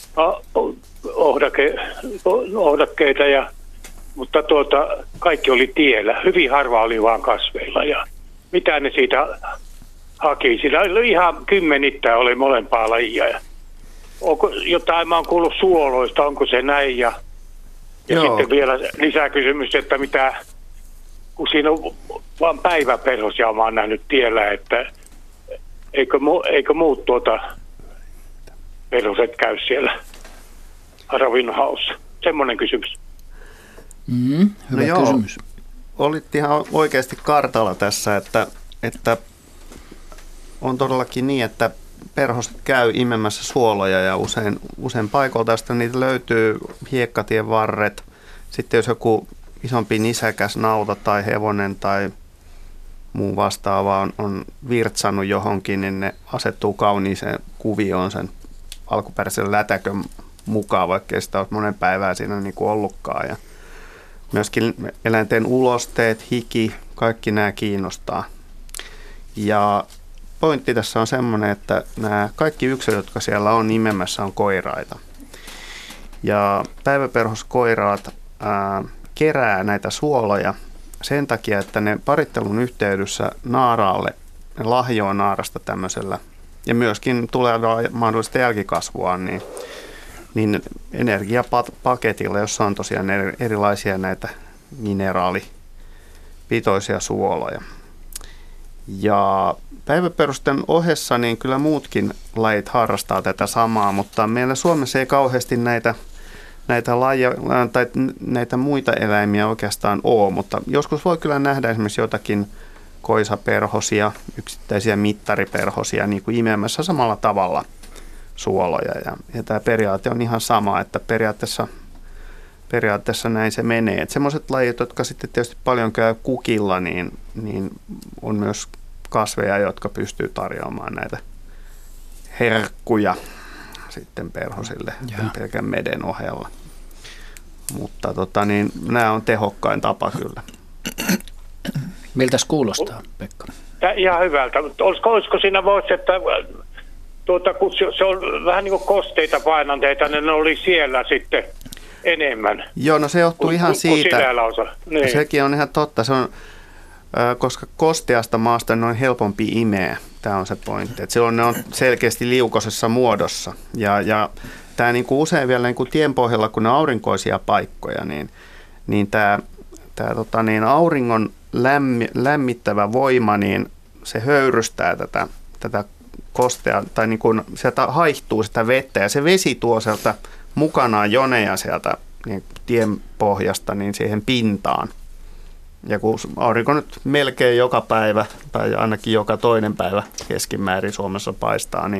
ohdakkeita, mutta kaikki oli tiellä. Hyvin harva oli vaan kasveilla ja mitä ne siitä haki. Siinä oli ihan kymmenittäin oli molempaa lajia. Onko jotain, mä oon kuullut suoloista, onko se näin? Ja sitten vielä lisäkysymys, että kun siinä on vaan päiväperhosia mä oon nähnyt tiellä, että eikö muut perhoset käy siellä ravinnohaussa? Semmoinen kysymys. Hyvä kysymys. Olit ihan oikeasti kartalla tässä, että on todellakin niin, että perhoset käy imemässä suoloja ja usein paikoilta, josta niitä löytyy hiekkatien varret. Sitten jos joku isompi nisäkäs nauta tai hevonen tai muu vastaava on virtsannut johonkin, niin ne asettuu kauniiseen kuvioon sen alkuperäisen lätäkön mukaan, vaikka ei sitä ole monen päivää siinä niin kuin ollutkaan. Ja myöskin eläinten ulosteet, hiki, kaikki nämä kiinnostaa. Ja pointti tässä on semmoinen, että nämä kaikki yksilöt, jotka siellä on imemässä, on koiraita. Ja päiväperhoskoiraat kerää näitä suoloja sen takia, että ne parittelun yhteydessä naaraalle lahjoa naarasta tämmöisellä ja myöskin tulevaa mahdollista jälkikasvua, niin energiapaketilla, jossa on tosiaan erilaisia näitä mineraalipitoisia suoloja. Ja päiväperusten ohessa niin kyllä muutkin lajit harrastaa tätä samaa, mutta meillä Suomessa ei kauheasti näitä muita eläimiä oikeastaan ole, mutta joskus voi kyllä nähdä esimerkiksi jotakin koisaperhosia, yksittäisiä mittariperhosia niin kuin imemässä samalla tavalla suoloja. Ja tämä periaate on ihan sama, että periaatteessa näin se menee. Semmoiset lajit, jotka sitten tietysti paljon käy kukilla, niin on myös kasveja, jotka pystyy tarjoamaan näitä herkkuja sitten perhosille pelkän meden ohella. Mutta nämä on tehokkain tapa kyllä. Miltäs kuulostaa, Pekka? Ihan hyvältä. Olisiko siinä voisi, että kun se on vähän niin kuin kosteita painanteita, niin ne oli siellä sitten enemmän. Joo, no se johtuu ihan siitä. Niin. Sekin on ihan totta. Se on, koska kosteasta maasta ne on helpompi imeä. Tämä on se pointti. Että silloin ne on selkeästi liukosessa muodossa. Ja tämä niin kuin usein vielä niin kuin tien pohjalla, kun ne on aurinkoisia paikkoja, niin tämä auringon lämmittävä voima, niin se höyrystää tätä kostea, tai niin kuin sieltä haihtuu sitä vettä, ja se vesi tuo sieltä mukanaan joneja sieltä niin tien pohjasta niin siihen pintaan. Ja kun aurinko nyt melkein joka päivä, tai ainakin joka toinen päivä keskimäärin Suomessa paistaa,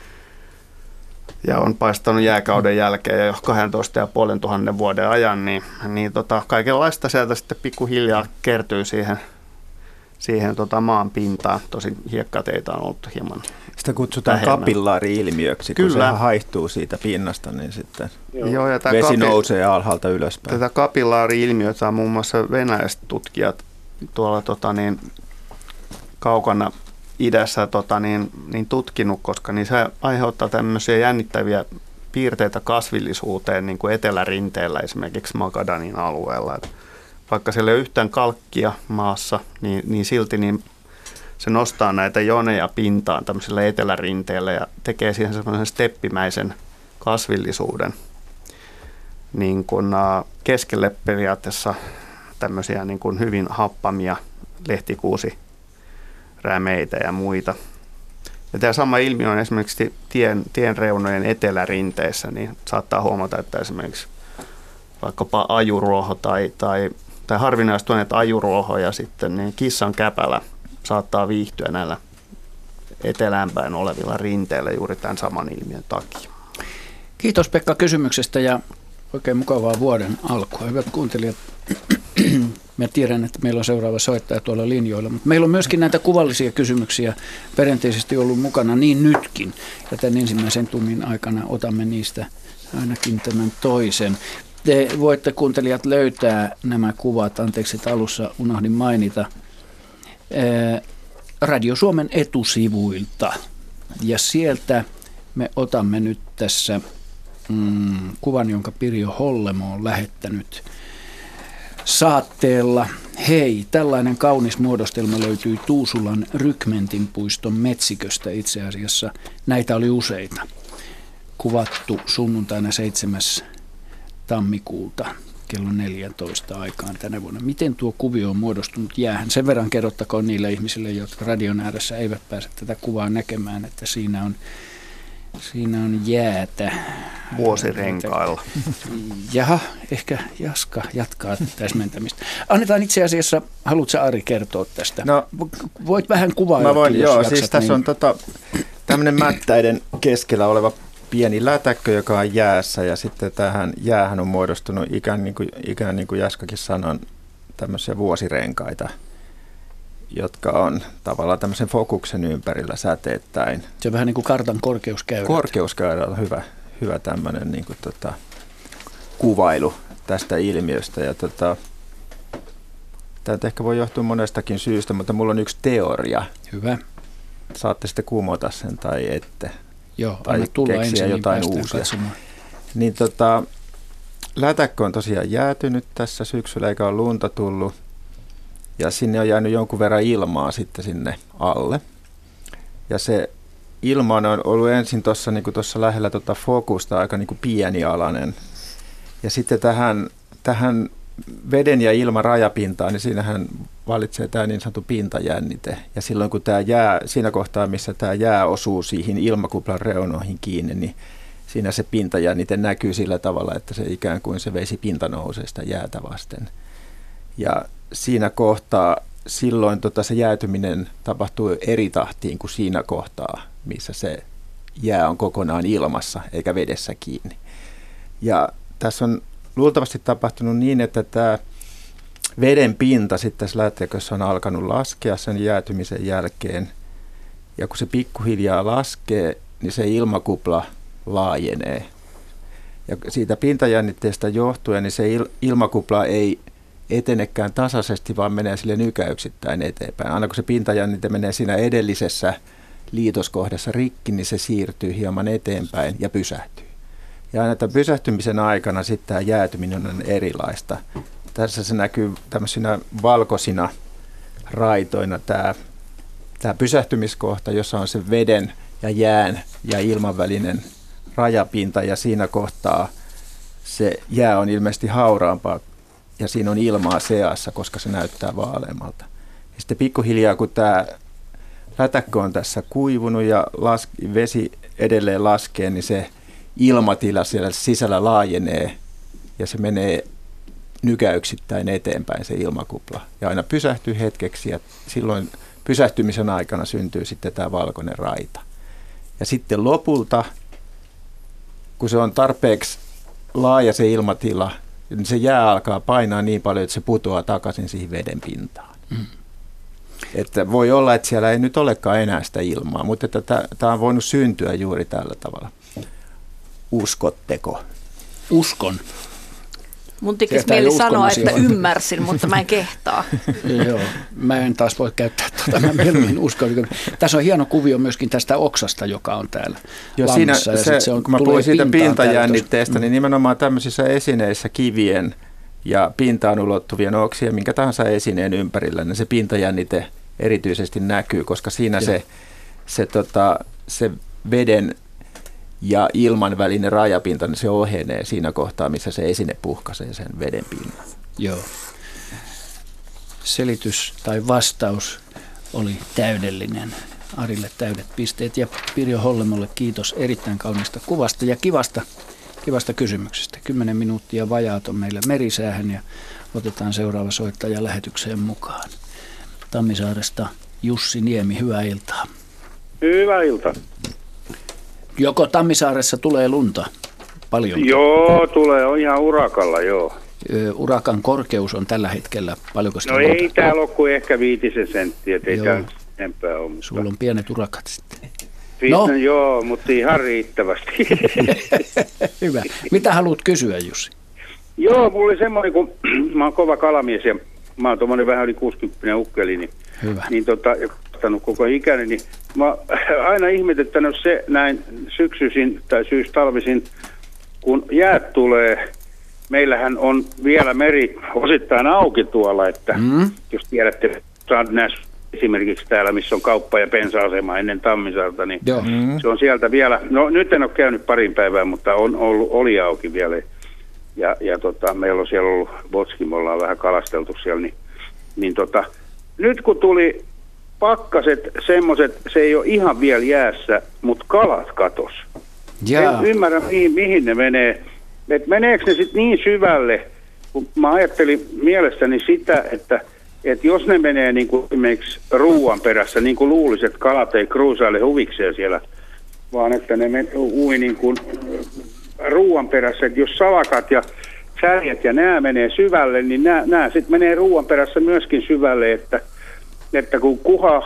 ja on paistanut jääkauden jälkeen jo 12,500 vuoden ajan, niin kaikenlaista sieltä sitten pikkuhiljaa kertyy siihen maan pintaan. Tosin hiekkateitä on ollut hieman sitä kutsutaan kapillaari-ilmiöksi, kun se haihtuu siitä pinnasta, niin sitten vesi nousee alhaalta ylöspäin. Tätä kapillaari-ilmiötä on muun muassa venäläiset tutkijat tuolla kaukana idässä tutkinut, koska niin se aiheuttaa tämmöisiä jännittäviä piirteitä kasvillisuuteen niin kuin etelärinteellä, esimerkiksi Magadanin alueella. Et vaikka siellä ei ole yhtään kalkkia maassa, niin silti se nostaa näitä joneja pintaan tämmöisellä etelärinteellä ja tekee siihen semmoisen steppimäisen kasvillisuuden niin kuin keskelle periaatteessa tämmöisiä niin kuin hyvin happamia lehtikuusirämeitä ja muita. Ja tämä sama ilmiö on esimerkiksi tien reunojen etelärinteissä, niin saattaa huomata, että esimerkiksi vaikkapa ajuruoho tai harvinaistuneet ajuruoho ja sitten niin kissan käpälä saattaa viihtyä näillä eteläänpäin olevilla rinteillä juuri tämän saman ilmiön takia. Kiitos Pekka kysymyksestä ja oikein mukavaa vuoden alkua. Hyvät kuuntelijat, mä tiedän, että meillä on seuraava soittaja tuolla linjoilla, mutta meillä on myöskin näitä kuvallisia kysymyksiä perinteisesti ollut mukana niin nytkin. Ja tämän ensimmäisen tunnin aikana otamme niistä ainakin tämän toisen. Te voitte kuuntelijat löytää nämä kuvat, anteeksi että alussa unohdin mainita, Radio Suomen etusivuilta. Ja sieltä me otamme nyt tässä kuvan, jonka Pirjo Hollemo on lähettänyt saatteella. Hei, tällainen kaunis muodostelma löytyy Tuusulan Rykmentin puiston metsiköstä itse asiassa. Näitä oli useita. Kuvattu sunnuntaina 7. tammikuuta kello 14 aikaan tänä vuonna. Miten tuo kuvio on muodostunut jäähän? Sen verran kerrottakoon niille ihmisille, jotka radion ääressä eivät pääse tätä kuvaa näkemään, että siinä on jäätä. Vuosirenkailla. Jaha, ehkä Jaska jatkaa täsmentämistä. Annetaan itse asiassa, haluatko Ari kertoa tästä? No, voit vähän kuvailla. Mä voin, jos joo, jaksat, siis tässä on tämmöinen mättäiden keskellä oleva pieni lätäkkö, joka on jäässä, ja sitten tähän jäähän on muodostunut ikään niin kuin Jaskakin sanoi, tämmöisiä vuosirenkaita, jotka on tavallaan tämmöisen fokuksen ympärillä säteettäin. Se on vähän niin kuin kartan korkeuskäyrät. Korkeuskäyrät on hyvä tämmöinen niin kuin kuvailu tästä ilmiöstä. Ja tämä ehkä voi johtua monestakin syystä, mutta mulla on yksi teoria. Hyvä. Saatte sitten kumota sen tai ette. Joo, tai keksiä jotain uusia. Niin lätäkkö on tosiaan jäätynyt tässä syksyllä, eikä ole lunta tullut. Ja sinne on jäänyt jonkun verran ilmaa sitten sinne alle. Ja se ilma on ollut ensin tuossa niin lähellä fokusta aika niin kuin pienialainen. Ja sitten tähän veden ja ilman rajapintaan, niin siinähän valitsee tämä niin sanottu pintajännite. Ja silloin kun tämä jää, siinä kohtaa missä tämä jää osuu siihen ilmakuplan reunoihin kiinni, niin siinä se pintajännite näkyy sillä tavalla, että se ikään kuin se vesipinta nousee sitä jäätä vasten. Ja siinä kohtaa silloin se jäätyminen tapahtuu eri tahtiin kuin siinä kohtaa, missä se jää on kokonaan ilmassa eikä vedessä kiinni. Ja tässä on luultavasti tapahtunut niin, että tämä veden pinta sitten tässä lähteekössä on alkanut laskea sen jäätymisen jälkeen. Ja kun se pikkuhiljaa laskee, niin se ilmakupla laajenee. Ja siitä pintajännitteestä johtuen, niin se ilmakupla ei etenekään tasaisesti, vaan menee sille nykäyksittäin eteenpäin. Aina kun se pintajännite menee siinä edellisessä liitoskohdassa rikki, niin se siirtyy hieman eteenpäin ja pysähtyy. Ja aina tämän pysähtymisen aikana sitten tämä jäätyminen on erilaista. Tässä se näkyy tämmöisinä valkoisina raitoina tämä pysähtymiskohta, jossa on se veden ja jään ja ilman välinen rajapinta, ja siinä kohtaa se jää on ilmeisesti hauraampaa ja siinä on ilmaa seassa, koska se näyttää vaaleammalta. Ja sitten pikkuhiljaa, kun tämä lätäkkö on tässä kuivunut ja vesi edelleen laskee, niin se ilmatila siellä sisällä laajenee ja se menee nykäyksittäin eteenpäin se ilmakupla. Ja aina pysähtyy hetkeksi ja silloin pysähtymisen aikana syntyy sitten tämä valkoinen raita. Ja sitten lopulta, kun se on tarpeeksi laaja se ilmatila, niin se jää alkaa painaa niin paljon, että se putoaa takaisin siihen veden pintaan. Että voi olla, että siellä ei nyt olekaan enää sitä ilmaa, mutta tämä on voinut syntyä juuri tällä tavalla. Uskotteko? Uskon. Mun tekisi mieli sanoa, että ymmärsin, mutta mä en kehtaa. Joo, mä en taas voi käyttää mä mieluummin uskon. Tässä on hieno kuvio myöskin tästä oksasta, joka on täällä lammissa. Kun mä puhuin siitä pintajännitteestä, niin nimenomaan tämmöisissä esineissä kivien ja pintaan ulottuvien oksien, minkä tahansa esineen ympärillä, niin se pintajännite erityisesti näkyy, koska siinä se veden ja ilman välinen rajapinta, niin se ohenee siinä kohtaa, missä se esine puhkaisee sen veden pinnan. Joo. Selitys tai vastaus oli täydellinen. Arille täydet pisteet ja Pirjo Hollemolle kiitos erittäin kaunista kuvasta ja kivasta kysymyksestä. 10 minuuttia vajaat on meillä merisäähän ja otetaan seuraava soittaja lähetykseen mukaan. Tammisaaresta Jussi Niemi, hyvää iltaa. Hyvää iltaa. Joko Tammisaaressa tulee lunta? Paljon? Joo, tulee. On ihan urakalla, joo. Urakan korkeus on tällä hetkellä. Paljonko sitä lunta? Ei täällä ole kuin ehkä 5 senttiä, ettei täällä enempää ole. Mutta... Sulla on pienet urakat sitten. No. Joo, mutta ihan riittävästi. Hyvä. Mitä haluat kysyä, Jussi? Joo, mulla oli semmoinen, kun mä oon kova kalamies ja mä oon tommonen vähän yli 60 ukkeli, niin, hyvä. Niin koko ikäni, niin mä oon aina ihmetyttänyt se näin syksyisin tai syystalvisin, kun jäät tulee, meillähän on vielä meri osittain auki tuolla, että jos tiedätte, esimerkiksi täällä, missä on kauppa- ja bensa-asema ennen Tammisaarta, niin se on sieltä vielä, no nyt en ole käynyt parin päivää, mutta oli auki vielä. Ja meillä on siellä ollut botski, me ollaan vähän kalasteltu siellä, niin nyt kun tuli pakkaset semmoiset, se ei ole ihan vielä jäässä, mutta kalat katos. En ymmärrä, mihin ne menee. Et meneekö ne sitten niin syvälle, kun mä ajattelin mielestäni sitä, että jos ne menee niin kuin esimerkiksi ruuan perässä, niin kuin luulisi, että kalat ei kruusaile huvikseen siellä, vaan että ne ui niin kuin ruuan perässä, että jos salakat ja särjet ja nämä menee syvälle, niin nämä sitten menee ruuan perässä myöskin syvälle, että kun kuha,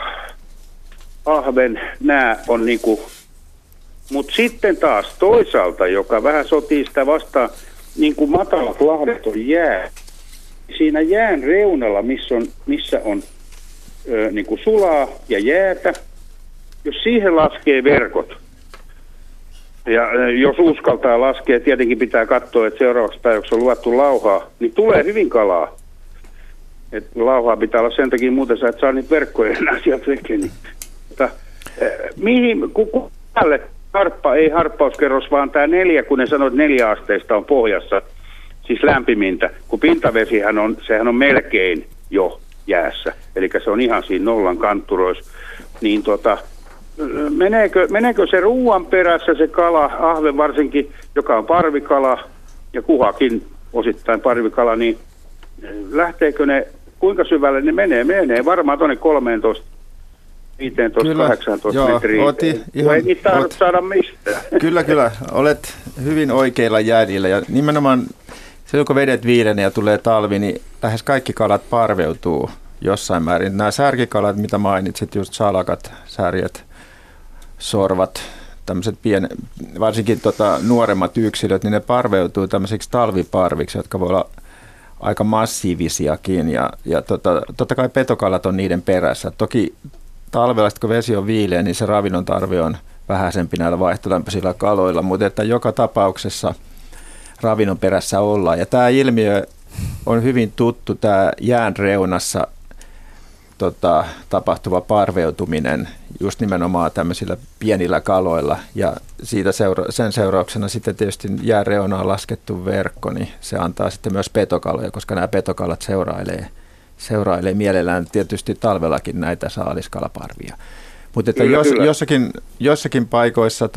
ahven, nämä on niin kuin, mutta sitten taas toisaalta, joka vähän sotii sitä vastaan, niin kuin matalat lahdet on jää, siinä jään reunalla, missä on niin kuin sulaa ja jäätä, jos siihen laskee verkot, ja jos uskaltaa laskea, tietenkin pitää katsoa, että seuraavaksi päiväksi on luvattu lauhaa, niin tulee hyvin kalaa. Et lauhaa pitää olla sen takia muuten, että saa niitä verkkoja enää sieltä vekeä. Niin. Mihin, kun tälle ei harppauskerros, vaan tämä 4, kun ne sanoo, että 4 asteista on pohjassa, siis lämpimintä, kun sehän on melkein jo jäässä, eli se on ihan siinä nollan kantturoissa, niin meneekö se ruuan perässä se kala, ahve varsinkin, joka on parvikala, ja kuhakin osittain parvikala, niin lähteekö ne, kuinka syvälle ne menee? Menee varmaan tuonne 13, 15, kyllä, 18 metriä. Ei niitä tarvitse saada mistään. Kyllä. Olet hyvin oikeilla jäljillä. Ja nimenomaan silloin, kun vedet viilenee ja tulee talvi, niin lähes kaikki kalat parveutuu jossain määrin. Nämä särkikalat, mitä mainitsit, just salakat, särjet, sorvat, tämmöiset varsinkin nuoremmat yksilöt, niin ne parveutuu tämmöisiksi talviparviksi, jotka voi olla aika massiivisiakin. Ja totta kai petokalat on niiden perässä. Toki talvella, kun vesi on viileä, niin se ravinnon tarve on vähäisempi näillä vaihtolämpöisillä kaloilla, mutta että joka tapauksessa ravinnon perässä ollaan. Ja tämä ilmiö on hyvin tuttu, tämä jään reunassa tapahtuva parveutuminen just nimenomaan tämmöisillä pienillä kaloilla. Ja siitä sen seurauksena sitten tietysti jään reunaan laskettu verkko, niin se antaa sitten myös petokaloja, koska nämä petokalat seurailee mielellään tietysti talvellakin näitä saaliskalaparvia. Mutta että jossakin paikoissa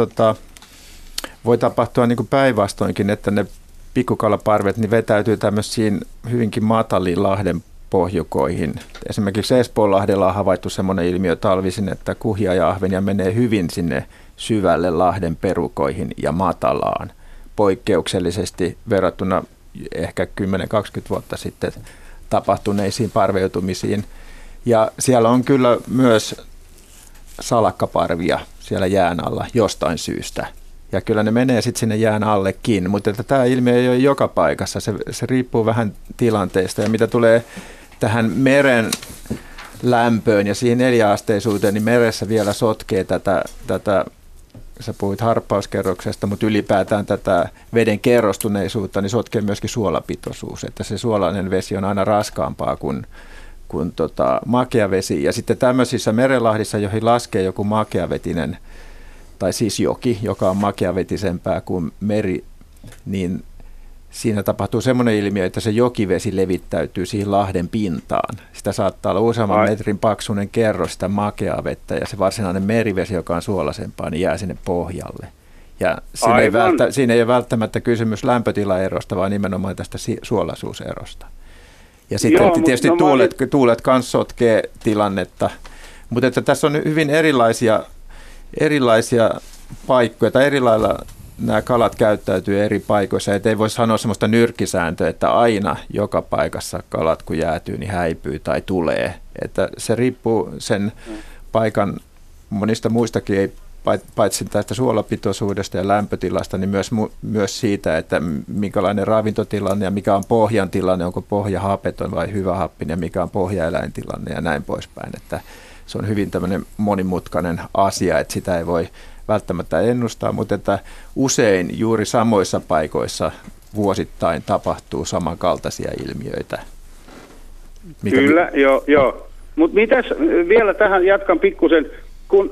voi tapahtua niin kuin päinvastoinkin, että ne pikkukalaparvet niin vetäytyy tämmöisiin hyvinkin mataliin lahden pohjukoihin. Esimerkiksi Espoonlahdella on havaittu semmoinen ilmiö talvisin, että kuhia ja ahvenia menee hyvin sinne syvälle lahden perukoihin ja matalaan, poikkeuksellisesti verrattuna ehkä 10-20 vuotta sitten tapahtuneisiin parveutumisiin. Ja siellä on kyllä myös salakkaparvia siellä jään alla jostain syystä. Ja kyllä ne menee sitten sinne jään allekin, mutta että tämä ilmiö ei ole joka paikassa. Se riippuu vähän tilanteesta. Ja mitä tulee tähän meren lämpöön ja siihen 4-asteisuuteen, niin meressä vielä sotkee tätä sä puhuit harppauskerroksesta, mutta ylipäätään tätä veden kerrostuneisuutta, niin sotkee myöskin suolapitoisuus. Että se suolainen vesi on aina raskaampaa kuin makea vesi. Ja sitten tämmöisissä merenlahdissa, joihin laskee joku makeavetinen, tai siis joki, joka on makeavetisempää kuin meri, niin siinä tapahtuu semmoinen ilmiö, että se jokivesi levittäytyy siihen lahden pintaan. Sitä saattaa olla useamman metrin paksuinen kerros sitä makeaa vettä, ja se varsinainen merivesi, joka on suolaisempaa, niin jää sinne pohjalle. Ja siinä ei ole välttämättä kysymys lämpötilaerosta, vaan nimenomaan tästä suolaisuuserosta. Ja sitten tietysti tuulet kanssa sotkee tilannetta, mutta että tässä on hyvin erilaisia paikkoja, tai eri lailla nämä kalat käyttäytyy eri paikoissa, et ei voi sanoa sellaista nyrkkisääntöä, että aina joka paikassa kalat kun jäätyy, niin häipyy tai tulee. Että se riippuu sen paikan monista muistakin, ei paitsi tästä suolapitoisuudesta ja lämpötilasta, niin myös siitä, että minkälainen ravintotilanne ja mikä on pohjan tilanne, onko pohja hapeton vai hyvä happinen, ja mikä on pohjaeläintilanne ja näin poispäin. Että se on hyvin tämmöinen monimutkainen asia, että sitä ei voi välttämättä ennustaa, mutta että usein juuri samoissa paikoissa vuosittain tapahtuu samankaltaisia ilmiöitä. Kyllä, joo. Mutta mitäs vielä tähän jatkan pikkusen, kun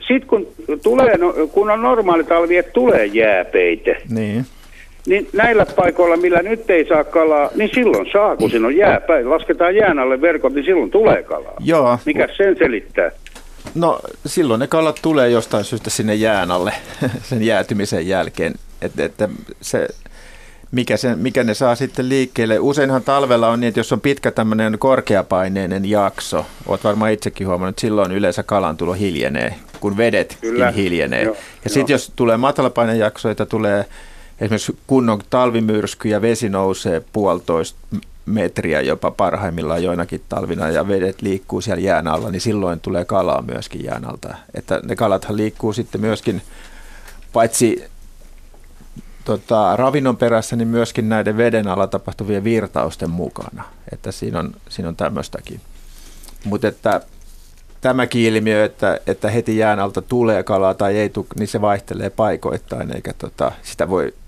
on normaali talvi, että tulee jääpeite, niin näillä paikoilla, millä nyt ei saa kalaa, niin silloin saa, kun siinä on jääpäin. Lasketaan jään alle verkot, niin silloin tulee kalaa. Joo. Mikä sen selittää? No silloin ne kalat tulee jostain syystä sinne jään alle sen jäätymisen jälkeen, että se, mikä ne saa sitten liikkeelle. Useinhan talvella on niin, että jos on pitkä tämmöinen korkeapaineinen jakso, olet varmaan itsekin huomannut, että silloin yleensä kalantulo hiljenee, kun vedetkin hiljenee. Ja sitten jos tulee matalapainejakso, että tulee esimerkiksi kunnon talvimyrsky ja vesi nousee 1,5 metriä jopa parhaimmillaan joinakin talvina ja vedet liikkuu siellä jään alla, niin silloin tulee kalaa myöskin jään alta. Että ne kalathan liikkuu sitten myöskin paitsi ravinnon perässä, niin myöskin näiden veden alla tapahtuvien virtausten mukana. Että siinä on tämmöistäkin. Mutta että tämäkin ilmiö, että heti jään alta tulee kalaa tai ei tule, niin se vaihtelee paikoittain, eikä sitä voi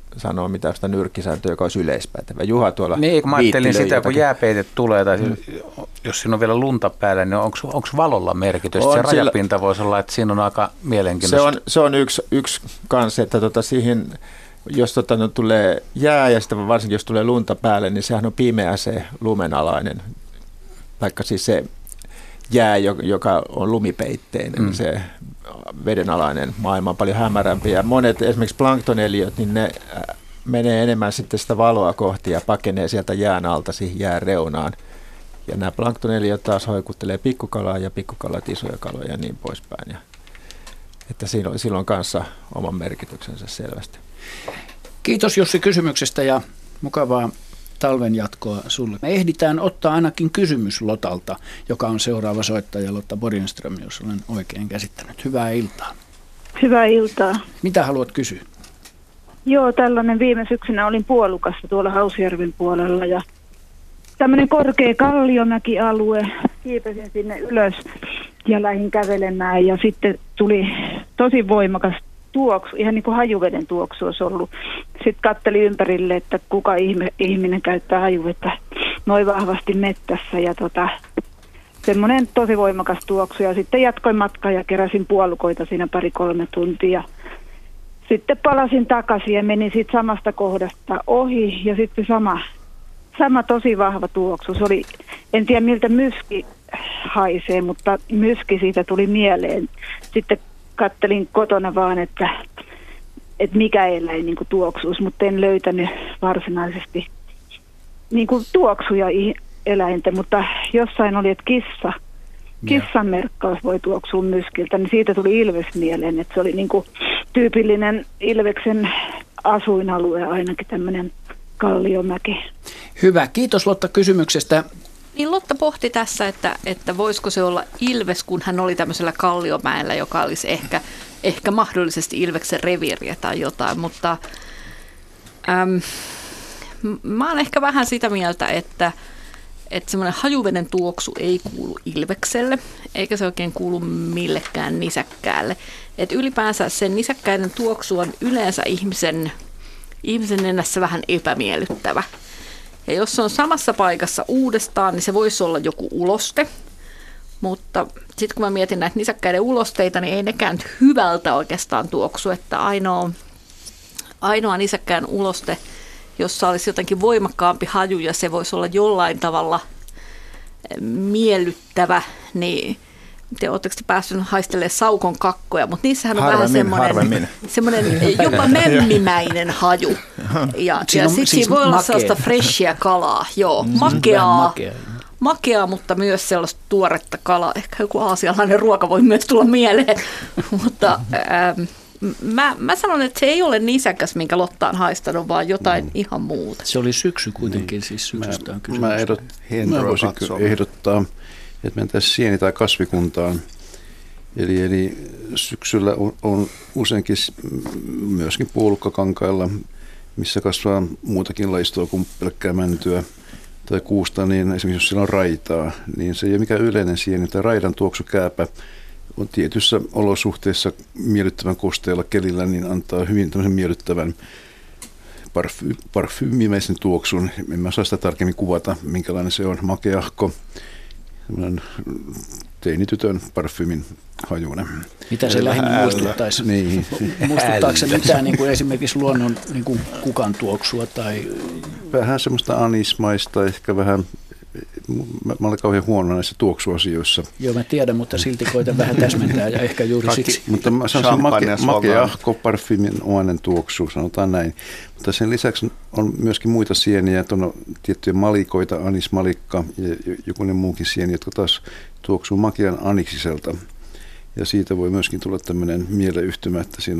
sanoa mitään sitä nyrkkisääntöä, joka olisi yleispätevä. Juha tuolla niin, kun mä ajattelin sitä, jotakin. kun jääpeite tulee, tai jos siinä on vielä lunta päällä, niin onko valolla merkitystä? Se rajapinta voisi olla, että siinä on aika mielenkiintoista. Se on yksi kanssa, että siihen, jos tulee jää ja sitten varsinkin jos tulee lunta päälle, niin sehän on pimeä se lumenalainen, vaikka siis se jää, joka on lumipeitteinen, se vedenalainen maailma on paljon hämärämpi. Ja monet esimerkiksi planktoneliöt, niin ne menee enemmän sitten sitä valoa kohti ja pakenee sieltä jään alta siihen jään reunaan. Ja nämä planktoneliöt taas hoikuttelee pikkukalaa ja pikkukalat isoja kaloja ja niin poispäin. Ja, että silloin kanssa oman merkityksensä selvästi. Kiitos Jussi kysymyksestä ja mukavaa talven jatkoa sulle. Me ehditään ottaa ainakin kysymys Lotalta, joka on seuraava soittaja Lotta Borgenström, jos olen oikein käsittänyt. Hyvää iltaa. Hyvää iltaa. Mitä haluat kysyä? Joo, tällainen viime syksynä olin Puolukassa tuolla Hausjärven puolella ja tämmöinen korkea kalliomäkialue. Kiipesin sinne ylös ja lähdin kävelemään ja sitten tuli tosi voimakas tuoksu, ihan niin kuin hajuveden tuoksu olisi ollut. Sitten katselin ympärille, että kuka ihminen käyttää hajuvettä noin vahvasti mettässä ja semmoinen tosi voimakas tuoksu. Ja sitten jatkoin matkaa ja keräsin puolukoita siinä 2-3 tuntia. Sitten palasin takaisin ja menin siitä samasta kohdasta ohi ja sitten sama tosi vahva tuoksu. Se oli, en tiedä miltä myski haisee, mutta myski siitä tuli mieleen. Sitten kattelin kotona vaan, että mikä eläin niin kuin tuoksuisi, mutta en löytänyt varsinaisesti niin kuin tuoksuja eläinten, mutta jossain oli, että kissan merkkaus voi tuoksua myskiltä, niin siitä tuli ilves mieleen, että se oli niin kuin tyypillinen ilveksen asuinalue, ainakin tämmöinen kalliomäki. Hyvä, kiitos Lotta kysymyksestä. Niin Lotta pohti tässä, että voisiko se olla ilves, kun hän oli tämmöisellä kalliomäellä, joka olisi ehkä mahdollisesti ilveksen reviiriä tai jotain, mutta mä oon ehkä vähän sitä mieltä, että semmoinen hajuveden tuoksu ei kuulu ilvekselle, eikä se oikein kuulu millekään nisäkkäälle. Että ylipäänsä sen nisäkkäiden tuoksu on yleensä ihmisen nenässä vähän epämiellyttävä. Ja jos se on samassa paikassa uudestaan, niin se voisi olla joku uloste. Mutta sitten kun mä mietin näitä nisäkkäiden ulosteita, niin ei nekään hyvältä oikeastaan tuoksu. Että ainoa nisäkkään uloste, jossa olisi jotenkin voimakkaampi haju ja se voisi olla jollain tavalla miellyttävä, niin te oletteko te päässeet haistelemaan saukon kakkoja, mutta niissähän on vähän semmoinen jopa memmimäinen haju. Ja sitten siinä voi olla sellaista freshia kalaa, joo, makeaa, mutta myös sellaista tuoretta kalaa. Ehkä joku aasialainen ruoka voi myös tulla mieleen, mutta mä sanon, että se ei ole nisäkäs, minkä Lotta on haistanut, vaan jotain ihan muuta. Se oli syksy kuitenkin, siis syksystä on kysymys. Mä voisin ehdottaa, että mentäisiin sieni- tai kasvikuntaan. Eli syksyllä on useinkin myöskin puolukkakankailla, missä kasvaa muutakin lajistoa kuin pelkkää mäntyä tai kuusta, niin esimerkiksi jos siellä on raitaa, niin se ei ole mikään yleinen sieni. Tämä raidan tuoksukääpä on tietyissä olosuhteissa miellyttävän kosteella kelillä, niin antaa hyvin tämmöisen miellyttävän parfyymimäisen tuoksun. En mä osaa sitä tarkemmin kuvata, minkälainen se on. Makeahko, semmoinen teinitytön parfyymin hajuinen. Mitä se lähinnä muistuttaisi? Niin. Muistuttaako se mitään niin kuin esimerkiksi luonnon niin kuin kukan tuoksua? Tai vähän semmoista anismaista, ehkä vähän. Mä olen kauhean huono näissä tuoksuasioissa. Joo, mä tiedän, mutta silti koitan vähän täsmentää ja ehkä juuri siksi. Mutta mä sanon makeahko, parfyymin omainen tuoksu, sanotaan näin. Mutta sen lisäksi on myöskin muita sieniä, on tiettyjä malikoita, anismalikka ja jokunen muukin sieni, jotka taas tuoksuu makean aniksiselta. Ja siitä voi myöskin tulla tämmöinen mieleyhtymä, että siinä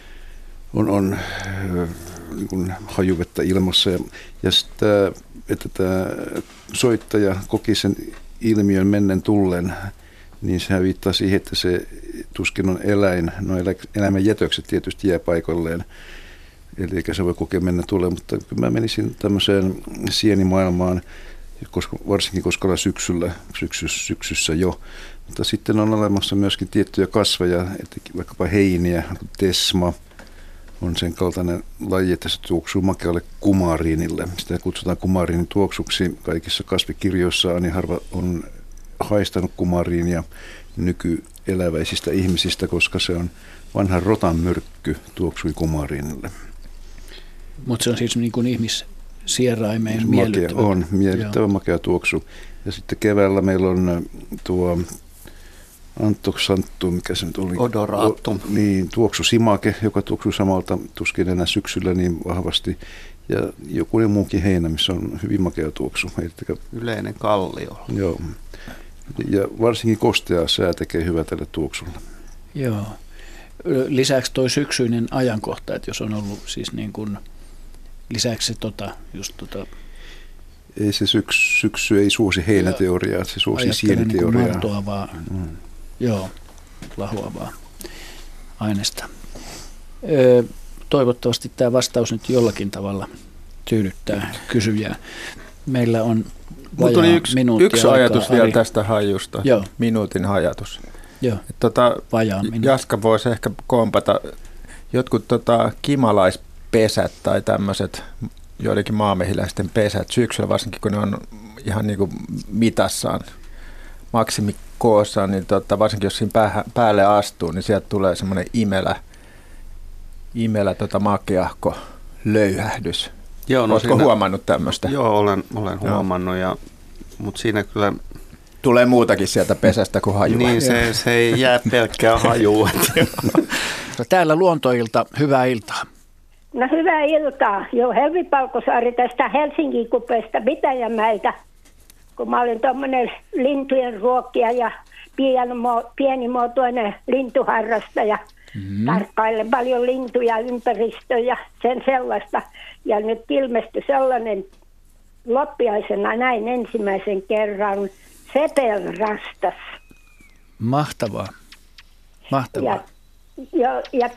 on niin kuin hajuvettä ilmassa. Ja sitä, että tämä soittaja koki sen ilmiön mennen tullen, niin sehän viittaa siihen, että se tuskin on eläin. No eläimen jätökset tietysti jää paikoilleen, eli se voi kokea mennä tulleen, mutta kyllä mä menisin tämmöiseen sienimaailmaan, varsinkin koska ollaan syksyssä jo. Mutta sitten on olemassa myöskin tiettyjä kasveja, että vaikkapa heiniä, tesma, on sen kaltainen laji, että se tuoksuu makealle kumariinille. Sitä kutsutaan kumariinin tuoksuksi. Kaikissa kasvikirjoissa niin harva on haistanut kumariinia nykyeläväisistä ihmisistä, koska se on vanha rotan myrkky tuoksui kumariinille. Mutta se on siis niin kuin ihmissieraimeen miellyttävä. On miellyttävä makea tuoksu. Ja sitten keväällä meillä on tuo Antoxanttum, mikä se nyt oli? Odoratum. Niin, tuoksusimake, joka tuoksuu samalta tuskin enää syksyllä niin vahvasti. Ja joku muukin heinä, missä on hyvin makea tuoksu. Yleinen kallio. Joo. Ja varsinkin kostea sää tekee hyvää tälle tuoksulle. Joo. Lisäksi toi syksyinen ajankohta, että jos on ollut siis niin kuin, lisäksi se Ei se syksy ei suosi heinäteoriaa, se suosi sieniteoriaa. Niin martoavaa, joo, lahoavaa aineesta. Toivottavasti tämä vastaus nyt jollakin tavalla tyydyttää kysyjää. Meillä on vajaa minuutti. Yksi ajatus vielä tästä hajusta, joo. Minuutin hajatus. Joo. Jaska voisi ehkä kompata jotkut kimalaispesät tai tämmöiset joidenkin maamehiläisten pesät syksyllä, varsinkin kun ne on ihan niin kuin mitassaan, maksimikoossaan, niin varsinkin jos siinä päälle astuu, niin sieltä tulee semmoinen imelä makeahko löyhähdys. Joo, oletko huomannut tämmöistä? Joo, olen huomannut, mutta siinä kyllä tulee muutakin sieltä pesästä kuin hajua. Niin, se ei jää pelkkää hajua. Täällä Luontoilta, hyvää iltaa. No hyvää iltaa. Joo, Helvi Palkosaari tästä Helsingin kupeesta Pitäjänmäeltä, kun mä olin tuommoinen lintujen ruokkija ja pienimuotoinen lintuharrastaja. Tarkkailen paljon lintuja, ympäristöä ja sen sellaista. Ja nyt ilmestyi sellainen loppiaisena näin ensimmäisen kerran sepelrastas. Mahtavaa. Ja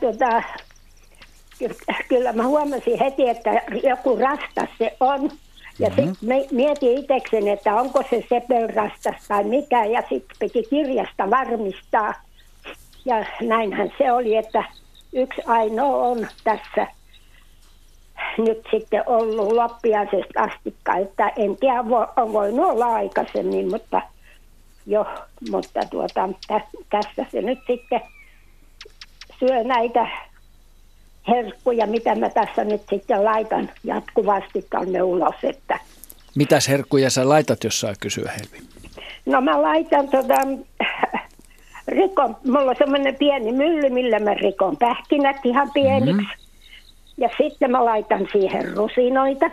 kyllä mä huomasin heti, että joku rastas se on. Ja sitten mietin itsekseni, että onko se sepelrastas tai mikä. Ja sitten piti kirjasta varmistaa. Ja näinhän se oli, että yksi ainoa on tässä nyt sitten ollut loppiaisesta astikka. Että en tiedä, on voinut olla aikaisemmin, mutta tässä se nyt sitten syö näitä herkkuja, mitä mä tässä nyt sitten laitan jatkuvasti tonne ulos. Että. Mitäs herkkuja sä laitat, jos saa kysyä, Helvi? No mä laitan mulla on semmoinen pieni mylly, millä mä rikon pähkinät ihan pieniksi. Ja sitten mä laitan siihen rusinoita.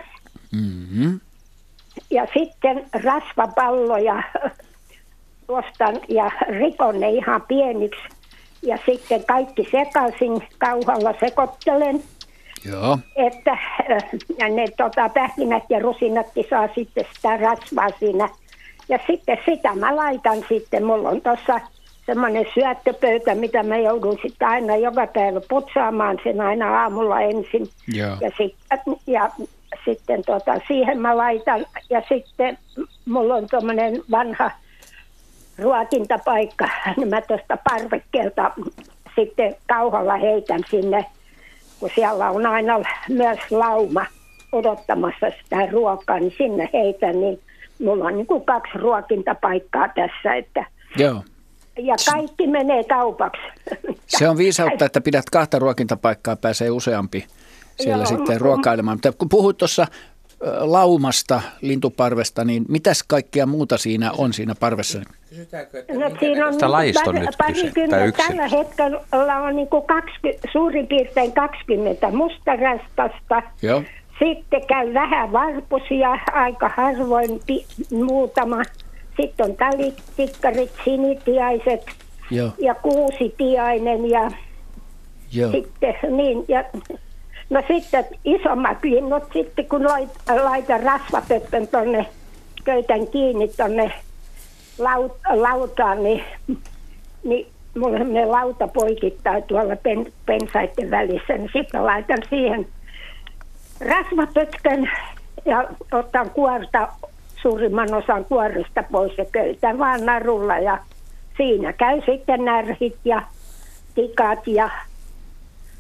Ja sitten rasvapalloja ostan ja rikon ne ihan pieniksi. Ja sitten kaikki sekaisin, kauhalla sekoittelen. Joo. Että ne pähkinät ja rusinatkin saa sitten sitä rasvaa siinä. Ja sitten sitä mä laitan sitten. Mulla on tuossa semmoinen syöttöpöytä, mitä mä joudun sitten aina joka päivä putsaamaan sen aina aamulla ensin. Joo. Ja sitten siihen mä laitan. Ja sitten mulla on tommoinen vanha ruokintapaikka, niin mä tuosta parvekkeelta sitten kauhalla heitän sinne, kun siellä on aina myös lauma odottamassa sitä ruokaa, niin sinne heitän, niin mulla on niin kuin 2 ruokintapaikkaa tässä, että joo. Ja kaikki menee kaupaksi. Se on viisautta, että pidät 2 ruokintapaikkaa, pääsee useampi siellä sitten ruokailemaan. Mutta kun puhuit tuossa laumasta, lintuparvesta, niin mitäs kaikkea muuta siinä on siinä parvessa? No, siinä on lajista nyt kyse, tai yksilöstä? Tällä hetkellä on niin kuin suurin piirtein 20 mustarastasta. Joo. Sitten käy vähän varpusia, aika harvoin muutama. Sitten on talitikkarit, sinitiaiset. Joo. Ja kuusitiainen ja joo. Sitten niin ja no sitten isommat linnut sitten kun laitan rasvapöppön tuonne, köytän kiinni tuonne lautaan, niin mulla on lauta poikittaa tuolla pensaiden välissä, niin sitten laitan siihen rasvapötkön ja otan suurimman osan kuoresta pois ja köytän vaan narulla ja siinä käy sitten närhit ja tikat ja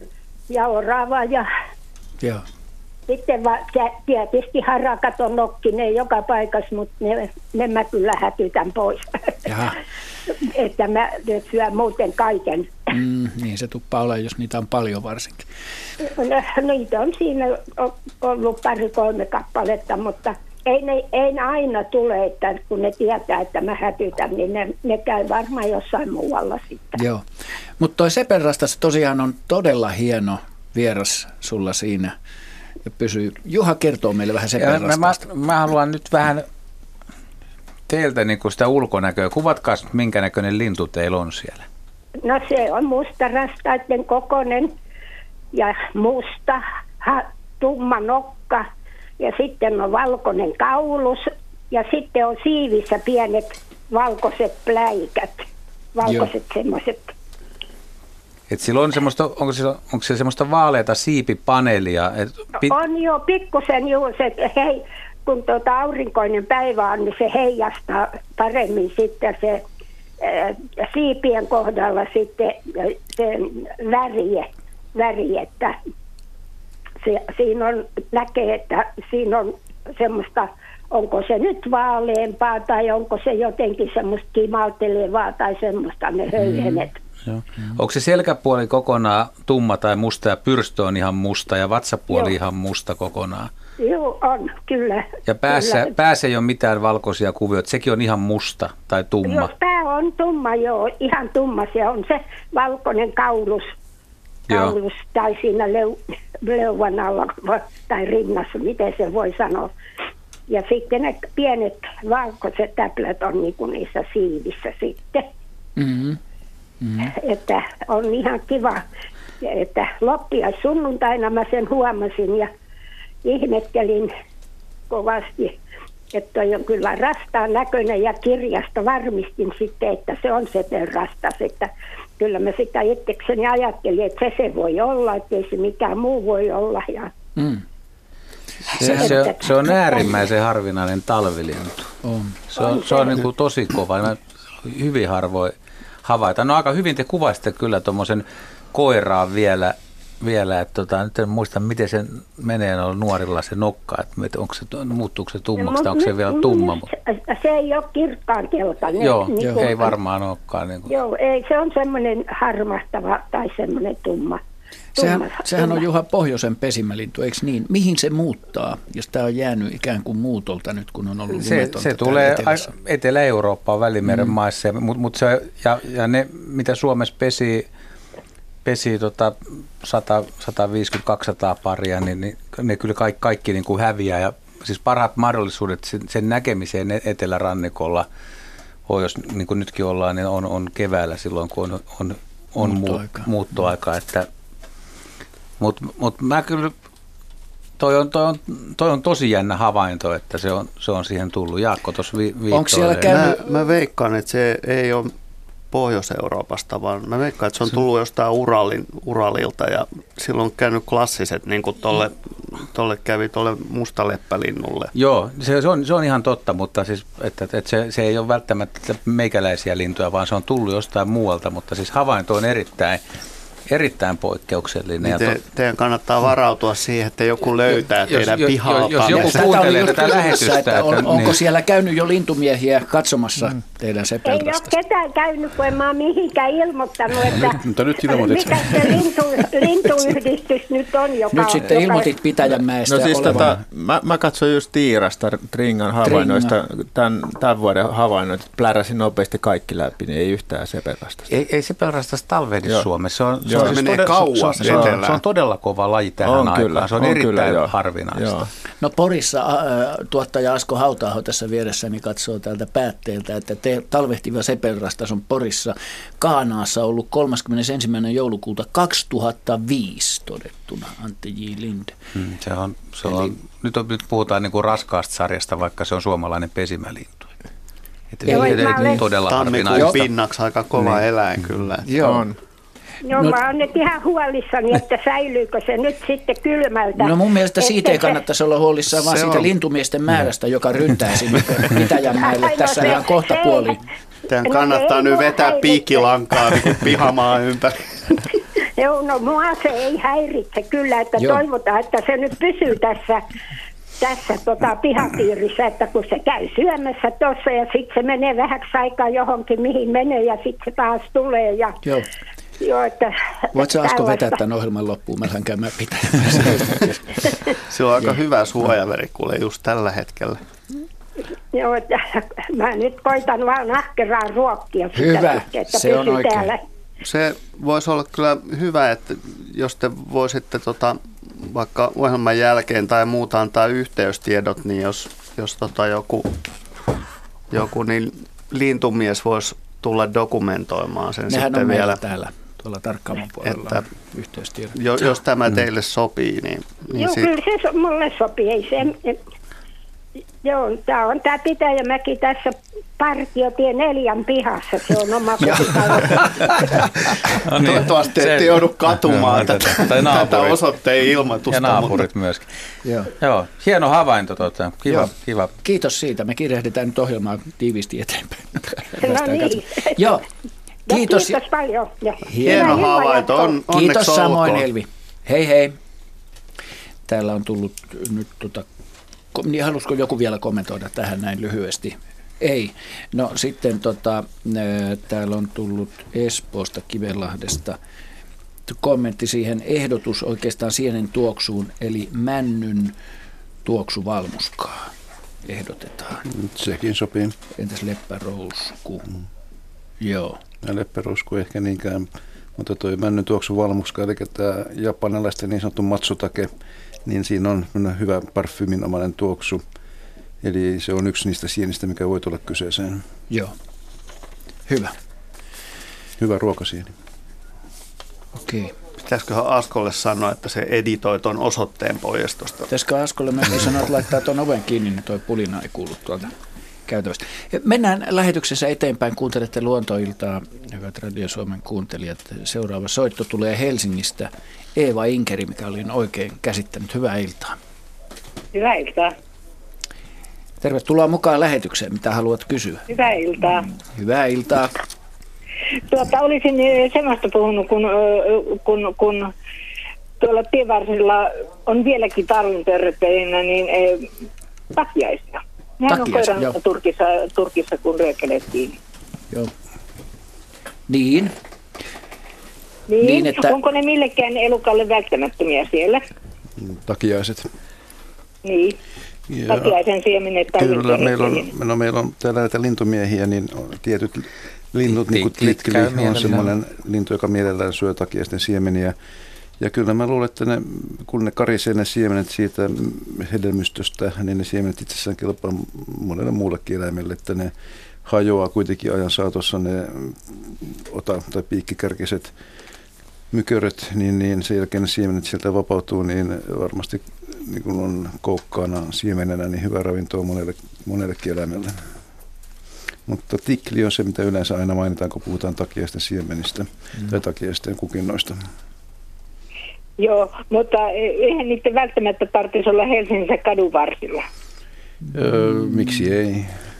ja orava ja Joo. sitten tietysti harakat on nokkinen joka paikassa, mutta ne mä kyllä hätytän pois. Jaha. Että mä syön muuten kaiken. Niin se tuppaa olla, jos niitä on paljon varsinkin. No, niitä on siinä ollut 2-3 kappaletta, mutta ei ne aina tule, että kun ne tietää, että mä hätytän, niin ne käy varmaan jossain muualla sitten. Joo, mutta toi sepenrastas tosiaan on todella hieno vieras sulla siinä ja pysyy. Juha kertoo meille vähän sepenrastasta. Mä haluan nyt vähän teiltä niin sitä ulkonäköä. Kuvatkaa, minkä näköinen lintu teillä on siellä. No se on mustarastaiden kokoinen ja musta, tumma nokka ja sitten on valkoinen kaulus ja sitten on siivissä pienet valkoiset pläikät, valkoiset semmoiset. Et sillä on semmoista, onko se semmoista vaaleata siipipaneelia? On jo pikkusen se, kun aurinkoinen päivä on, niin se heijastaa paremmin sitten se siipien kohdalla sitten sen väri, että siinä on, näkee, että siinä on semmoista, onko se nyt vaaleampaa tai onko se jotenkin semmoista kimaltelevaa tai semmoista ne höyhenet. Onko se selkäpuoli kokonaan tumma tai musta ja pyrstö on ihan musta ja vatsapuoli ihan musta kokonaan? Joo, on, kyllä. Ja päässä ei ole mitään valkoisia kuvioita, sekin on ihan musta tai tumma? Joo, pää on tumma, ihan tumma. Se on se valkoinen kaulus tai siinä leuvan alla tai rinnassa, miten se voi sanoa. Ja sitten ne pienet valkoiset täplät on niin kuin niissä siivissä sitten. Että on ihan kiva, että loppiaissunnuntaina mä sen huomasin ja ihmettelin kovasti, että toi on kyllä rastaan näköinen ja kirjasta varmistin sitten, että se on sepenrastas, että kyllä mä sitä itsekseni ajattelin, että se voi olla, ettei se mikään muu voi olla. Ja se on äärimmäisen harvinainen talvilintu. Se on niin kuin tosi kova. Mä hyvin harvoin havaitaan. No aika hyvin te kuvasitte kyllä tuommoisen koiraan vielä että nyt en muista, miten se menee nuorilla se nokka, että muuttuuko se tummaksi tai onko se vielä tumma? Se ei ole kirkkaan keltainen. Joo, ei varmaan olekaan. Niin kuin. Joo, ei, se on semmoinen harmahtava tai semmoinen tumma. Sehän on Juha pohjoisen pesimälintu, eikö niin? Mihin se muuttaa, jos tämä on jäänyt ikään kuin muutolta nyt, kun on ollut lumetonta? Se tulee Etelä-Eurooppaan Välimeren maissa, mutta ja ne, mitä Suomessa pesi 150-200 paria, niin ne kyllä kaikki niin kuin häviää. Ja siis parhaat mahdollisuudet sen näkemiseen Etelärannikolla, jos niin kuin nytkin ollaan, niin on keväällä silloin, kun on muuttoaika. Mutta mä kyllä, toi on tosi jännä havainto, että se on siihen tullut. Jaakko tuossa viittoi. Mä veikkaan, että se ei ole Pohjois-Euroopasta, vaan mä veikkaan, että se on tullut jostain Uralilta ja silloin on käynyt klassiset, niin kuin tolle mustaleppälinnulle. Joo, se on ihan totta, mutta siis, että se ei ole välttämättä meikäläisiä lintuja, vaan se on tullut jostain muualta, mutta siis havainto on erittäin poikkeuksellinen. Niin teidän kannattaa varautua siihen, että joku löytää teidän pihalta. Jos joku kuuntelee tätä lähetystä. Onko siellä käynyt jo lintumiehiä katsomassa teidän sepenrastasta? Ei ole ketään käynyt, kun en mä ole mihinkään ilmoittanut, että mikä se lintuyhdistys nyt on. Nyt sitten ilmoitit Pitäjänmäestä. No siis mä katsoin just Tiirasta, Tringan havainnoista, tämän vuoden havainnoita, että pläräsin nopeasti kaikki läpi, niin ei yhtään sepenrastasta. Ei sepenrastasta talvehdi Suomessa. Se menee kauas etelään. Se on todella kova laji tähän aikaan. Se on erittäin harvinaista. Joo. No Porissa tuottaja Asko Hauta-aho tässä vieressäni katsoo täältä päätteeltä, että talvehtiva sepenrastas on Porissa Kaanaassa ollut 31. joulukuuta 2005 todettuna, Antti J. Lind. Nyt puhutaan niin kuin raskaasta sarjasta, vaikka se on suomalainen pesimälintu. Todella harvinaista. Pinnaksi aika kova eläin kyllä. Joo. No mä oon nyt ihan huolissani, että säilyykö se nyt sitten kylmältä. No mun mielestä siitä ei kannattaisi olla huolissaan, vaan siitä lintumiesten määrästä, joka ryntää sinne Pitäjänmäelle tässä ihan kohta puoliin. Teidän kannattaa nyt vetää piikkilankaa niin pihamaan ympäri. Joo, no mua se ei häiritse kyllä, että toivotaan, että se nyt pysyy tässä pihapiirissä, että kun se käy syömässä tuossa ja sitten se menee vähäksi aikaa johonkin, mihin menee ja sitten se taas tulee. Ja, joo, että voitko Asko vetää tämän ohjelman loppuun? Mä lähden käymään pitää. Se on aika hyvä suojaveri kuule just tällä hetkellä. Joo, että mä nyt koitan vaan ahkeraan ruokkia sitä. Hyvä, että se on oikein. täällä. Se voisi olla kyllä hyvä, että jos te voisitte vaikka ohjelman jälkeen tai muuta antaa yhteystiedot, niin jos joku niin lintumies voisi tulla dokumentoimaan sen. Nehän sitten on vielä meillä täällä tuolla Tarkkaamon puolella yhteystiedot. Jos tämä teille sopii, niin joo, kyllä se mulle sopii. Ei se, joo, tämä Pitäjämäki tässä Partiotie 4 pihassa, se on oma kotitalo. Toivottavasti ette joudu katumaan tätä osoitteen ilmoitusta. Ja naapurit myöskin. Joo, hieno havainto. Kiva. Kiitos siitä. Me kiirehditään nyt ohjelmaa tiiviisti eteenpäin. No niin. Joo. Kiitos paljon. Hieno havainto. Kiitos samoin, Elvi. Hei hei. Täällä on tullut nyt niin halusko joku vielä kommentoida tähän näin lyhyesti? Ei. No sitten täällä on tullut Espoosta, Kivenlahdesta kommentti siihen, ehdotus oikeastaan sienen tuoksuun, eli männyn tuoksuvalmuskaa ehdotetaan. Sekin sopii. Entäs leppärousku? Joo. Leppärousku ehkä niinkään, mutta toi männyn tuoksuvalmuskaa, eli tämä japanilaisten niin sanottu matsutake, niin siinä on hyvä parfyminomainen tuoksu. Eli se on yksi niistä sienistä, mikä voi tulla kyseeseen. Joo. Hyvä. Hyvä ruokasieni. Okei. Pitäisiköhän Askolle sanoa, että se editoi tuon osoitteen pois tuosta? Pitäisikö Askolle myöskin sanoa, että laittaa tuon oven kiinni, niin tuo pulina ei kuulu tuolta käytävästä. Mennään lähetyksessä eteenpäin. Kuuntelette Luontoiltaa, hyvät Radio Suomen kuuntelijat. Seuraava soitto tulee Helsingistä. Eeva Inkeri, mikä olin oikein käsittänyt. Hyvää iltaa. Hyvää iltaa. Tervetuloa mukaan lähetykseen. Mitä haluat kysyä? Hyvää iltaa. Hyvää iltaa. Olisin semmoista puhunut, kun tuolla tienvarsilla on vieläkin tarvintöröpeinä, niin takiaisia. Nehän on koiran Turkissa, kun ryökelettiin. Joo. Niin. Niin, että onko ne millekään elukalle välttämättömiä siellä? Takiaiset. Niin. Takiaisen siemenet. Kyllä, meillä on täällä näitä lintumiehiä, niin tietyt linnut, niin kuin tlitkeli on semmoinen lintu, joka mielellään syö takiaisten siemeniä. Ja kyllä mä luulen, että kun ne karisee ne siemenet siitä hedelmystöstä, niin ne siemenet itsessään kelpaa monelle muullekin eläimelle, että ne hajoaa kuitenkin ajan saatossa ne tai piikkikärkiset myköröt, niin sen jälkeen ne siemenet sieltä vapautuu, niin varmasti niin kun on koukkaana siemenenä, niin hyvä ravintoa monellekin eläimelle. Mutta tikli on se, mitä yleensä aina mainitaan, kun puhutaan takiaisten siemenistä tai takiaisten kukinnoista. Joo, mutta eihän niiden välttämättä tarvitsisi olla Helsingissä kadunvarsilla. Miksi ei?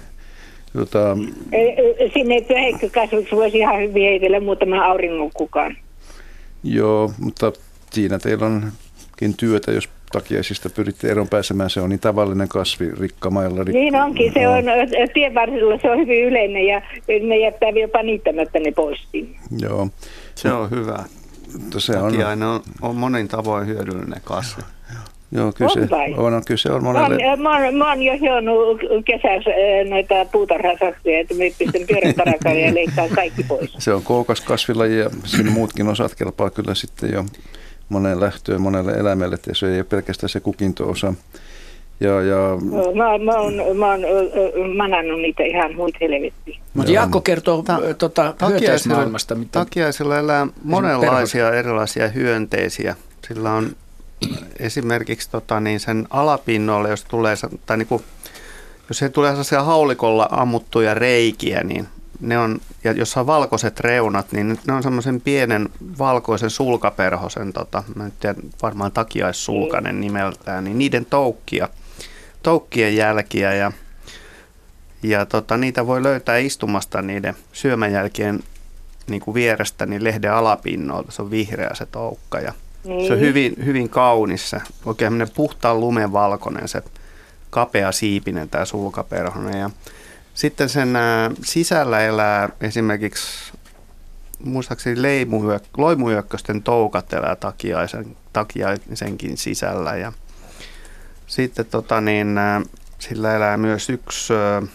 Sinne pöheikkykasvuksi voisi ihan hyvin heitellä muutaman auringon kukaan. Joo, mutta siinä teillä onkin työtä, jos takiaisista pyritte eron pääsemään. Se on niin tavallinen kasvi rikkamailla. Niin onkin, se on tienvarsilla, se on hyvin yleinen ja ne jättää jopa niittämättä ne pois. Joo. Se on hyvä. Takiainen on monin tavoin hyödyllinen kasvi. Joo, kyse on monelle. Mä oon jo hionnut kesässä noita puutarhasaksia, että me pistän pyörän parakalle ja leikkaan kaikki pois. Se on kookas kasvilaji ja siinä muutkin osat kelpaa kyllä sitten jo moneen lähtöön, monelle eläimelle, että se ei ole pelkästään se kukinto-osa. Mä oon manannut niitä ihan huit helvettiin. Mutta Jaakko kertoo hyönteismaailmasta. Takiaisilla elää monenlaisia erilaisia hyönteisiä. Sillä on esimerkiksi sen alapinnoille, jos tulee, tai niin kuin, jos se tulee sellaisia haulikolla ammuttuja reikiä, niin ne on, ja jos on valkoiset reunat, niin ne on semmoisen pienen valkoisen sulkaperhosen, mä en tiedä, varmaan takiaissulkanen nimeltään, niin niiden toukkien jälkiä ja niitä voi löytää istumasta niiden syömänjälkien niin kuin vierestä niin lehden alapinnoilta. Se on vihreä se toukka ja se on hyvin, hyvin kaunis se. Oikein puhtaan lumen valkoinen se kapea siipinen tämä sulkaperhonen. Ja sitten sen sisällä elää esimerkiksi muistaakseni loimuyökkösten toukat elää takiaisenkin sisällä. Ja sitten sillä elää myös yksi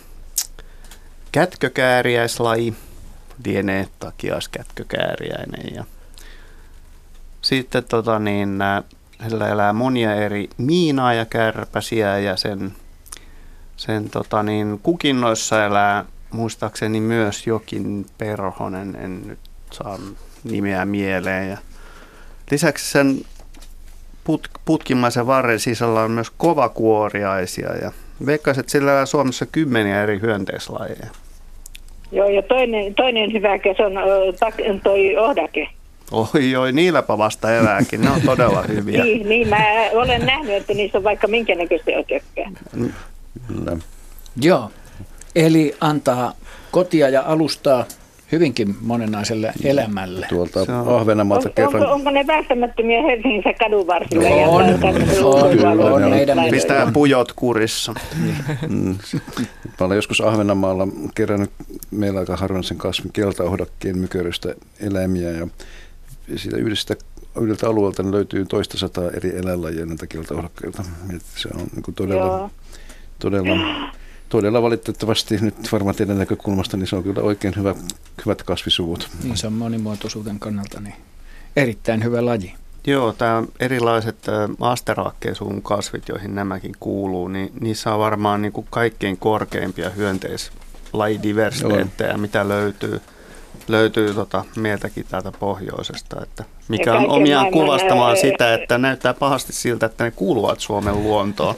kätkökääriäislaji, lienee takiaiskätkökääriäinen. Ja sitten sillä elää monia eri miinaa ja kärpäsiä ja sen kukinnoissa elää muistaakseni myös jokin perhonen, en nyt saa nimeä mieleen. Ja lisäksi sen putkimaisen varren sisällä on myös kovakuoriaisia ja veikkaisin, että sillä elää Suomessa 10 eri hyönteislajeja. Joo, ja toinen hyvä se on toi ohdake. Oi, niilläpä vasta elääkin. Ne on todella hyviä. niin, mä olen nähnyt, että niissä on vaikka minkä näköistä ötökkää. Joo, eli antaa kotia ja alustaa hyvinkin monenaiselle elämälle. Tuolta Ahvenanmaalta kerran. Onko ne välttämättömiä Helsingissä kadun varsilla? On. Pistää pujot kurissa. Mä olen joskus Ahvenanmaalla kerännyt meillä aika harvinaisen kasvin keltaohdakkeen mykörystä eläimiä ja siitä yhdeltä alueelta löytyy 200 eri eläinlajia näitä keltaohdakkeilta. Se on niin todella valitettavasti nyt varmaan teidän näkökulmasta, niin se on kyllä oikein hyvät kasvisuvut. Niin se on monimuotoisuuden kannalta niin erittäin hyvä laji. Joo, tämä erilaiset asteraakkeen kasvit, joihin nämäkin kuuluu, niin niissä on varmaan niin kuin kaikkein korkeimpia hyönteislajidiversiteettejä, mitä löytyy meiltäkin täältä pohjoisesta, että mikä on omiaan kuvastamaan sitä, että näyttää pahasti siltä, että ne kuuluvat Suomen luontoon.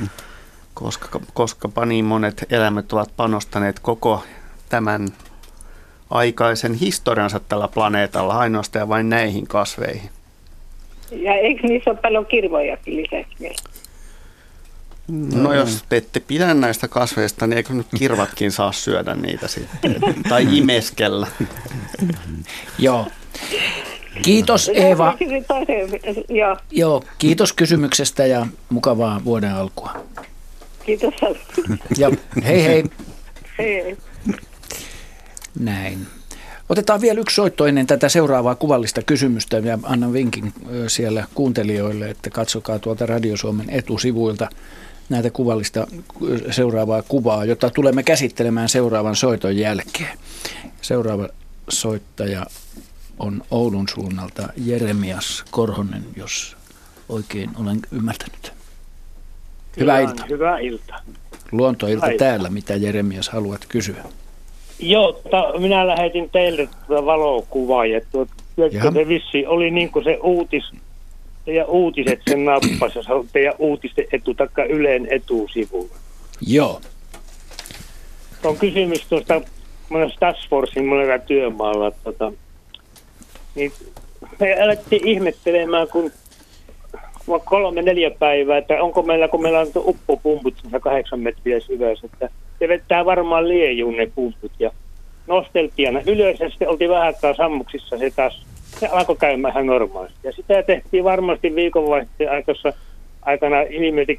Koska niin monet eläimet ovat panostaneet koko tämän aikaisen historiansa tällä planeetalla ainoastaan ja vain näihin kasveihin. Ja eikö niissä ole paljon kirvojakin lisäksi vielä? No jos te ette pidä näistä kasveista, niin eikö nyt kirvatkin saa syödä niitä sitten? Tai imeskellä. Joo. Kiitos Eeva. Joo, kiitos kysymyksestä ja mukavaa vuoden alkua. Kiitos. Ja hei hei. Hei. Näin. Otetaan vielä yksi soitto ennen tätä seuraavaa kuvallista kysymystä ja annan vinkin siellä kuuntelijoille, että katsokaa tuolta Radio Suomen etusivuilta näitä kuvallista seuraavaa kuvaa, jota tulemme käsittelemään seuraavan soiton jälkeen. Seuraava soittaja on Oulun suunnalta Jeremias Korhonen, jos oikein olen ymmärtänyt. Hyvää iltaa. Hyvää iltaa. Luontoilta täällä, mitä Jeremias haluat kysyä? Joo, minä lähetin teille valokuvaa ja se vissi oli niin kuin se teidän uutiset sen nappasi, se on teidän uutisten taikka Ylen etusivulla. Joo. On kysymys tuosta Task Forcein monella työmaalla. Niin me alettiin ihmettelemään, kun 3-4 päivää, että onko meillä, kun meillä on uppopumput 8 metriä syvässä, että se vettää varmaan liejuun ne pumput ja nosteltiin aina ylös ja sitten oltiin vähän aikaa sammuksissa se alkoi käymään ihan normaalisti. Ja sitä tehtiin varmasti viikonvaihteen aikana ilmeisesti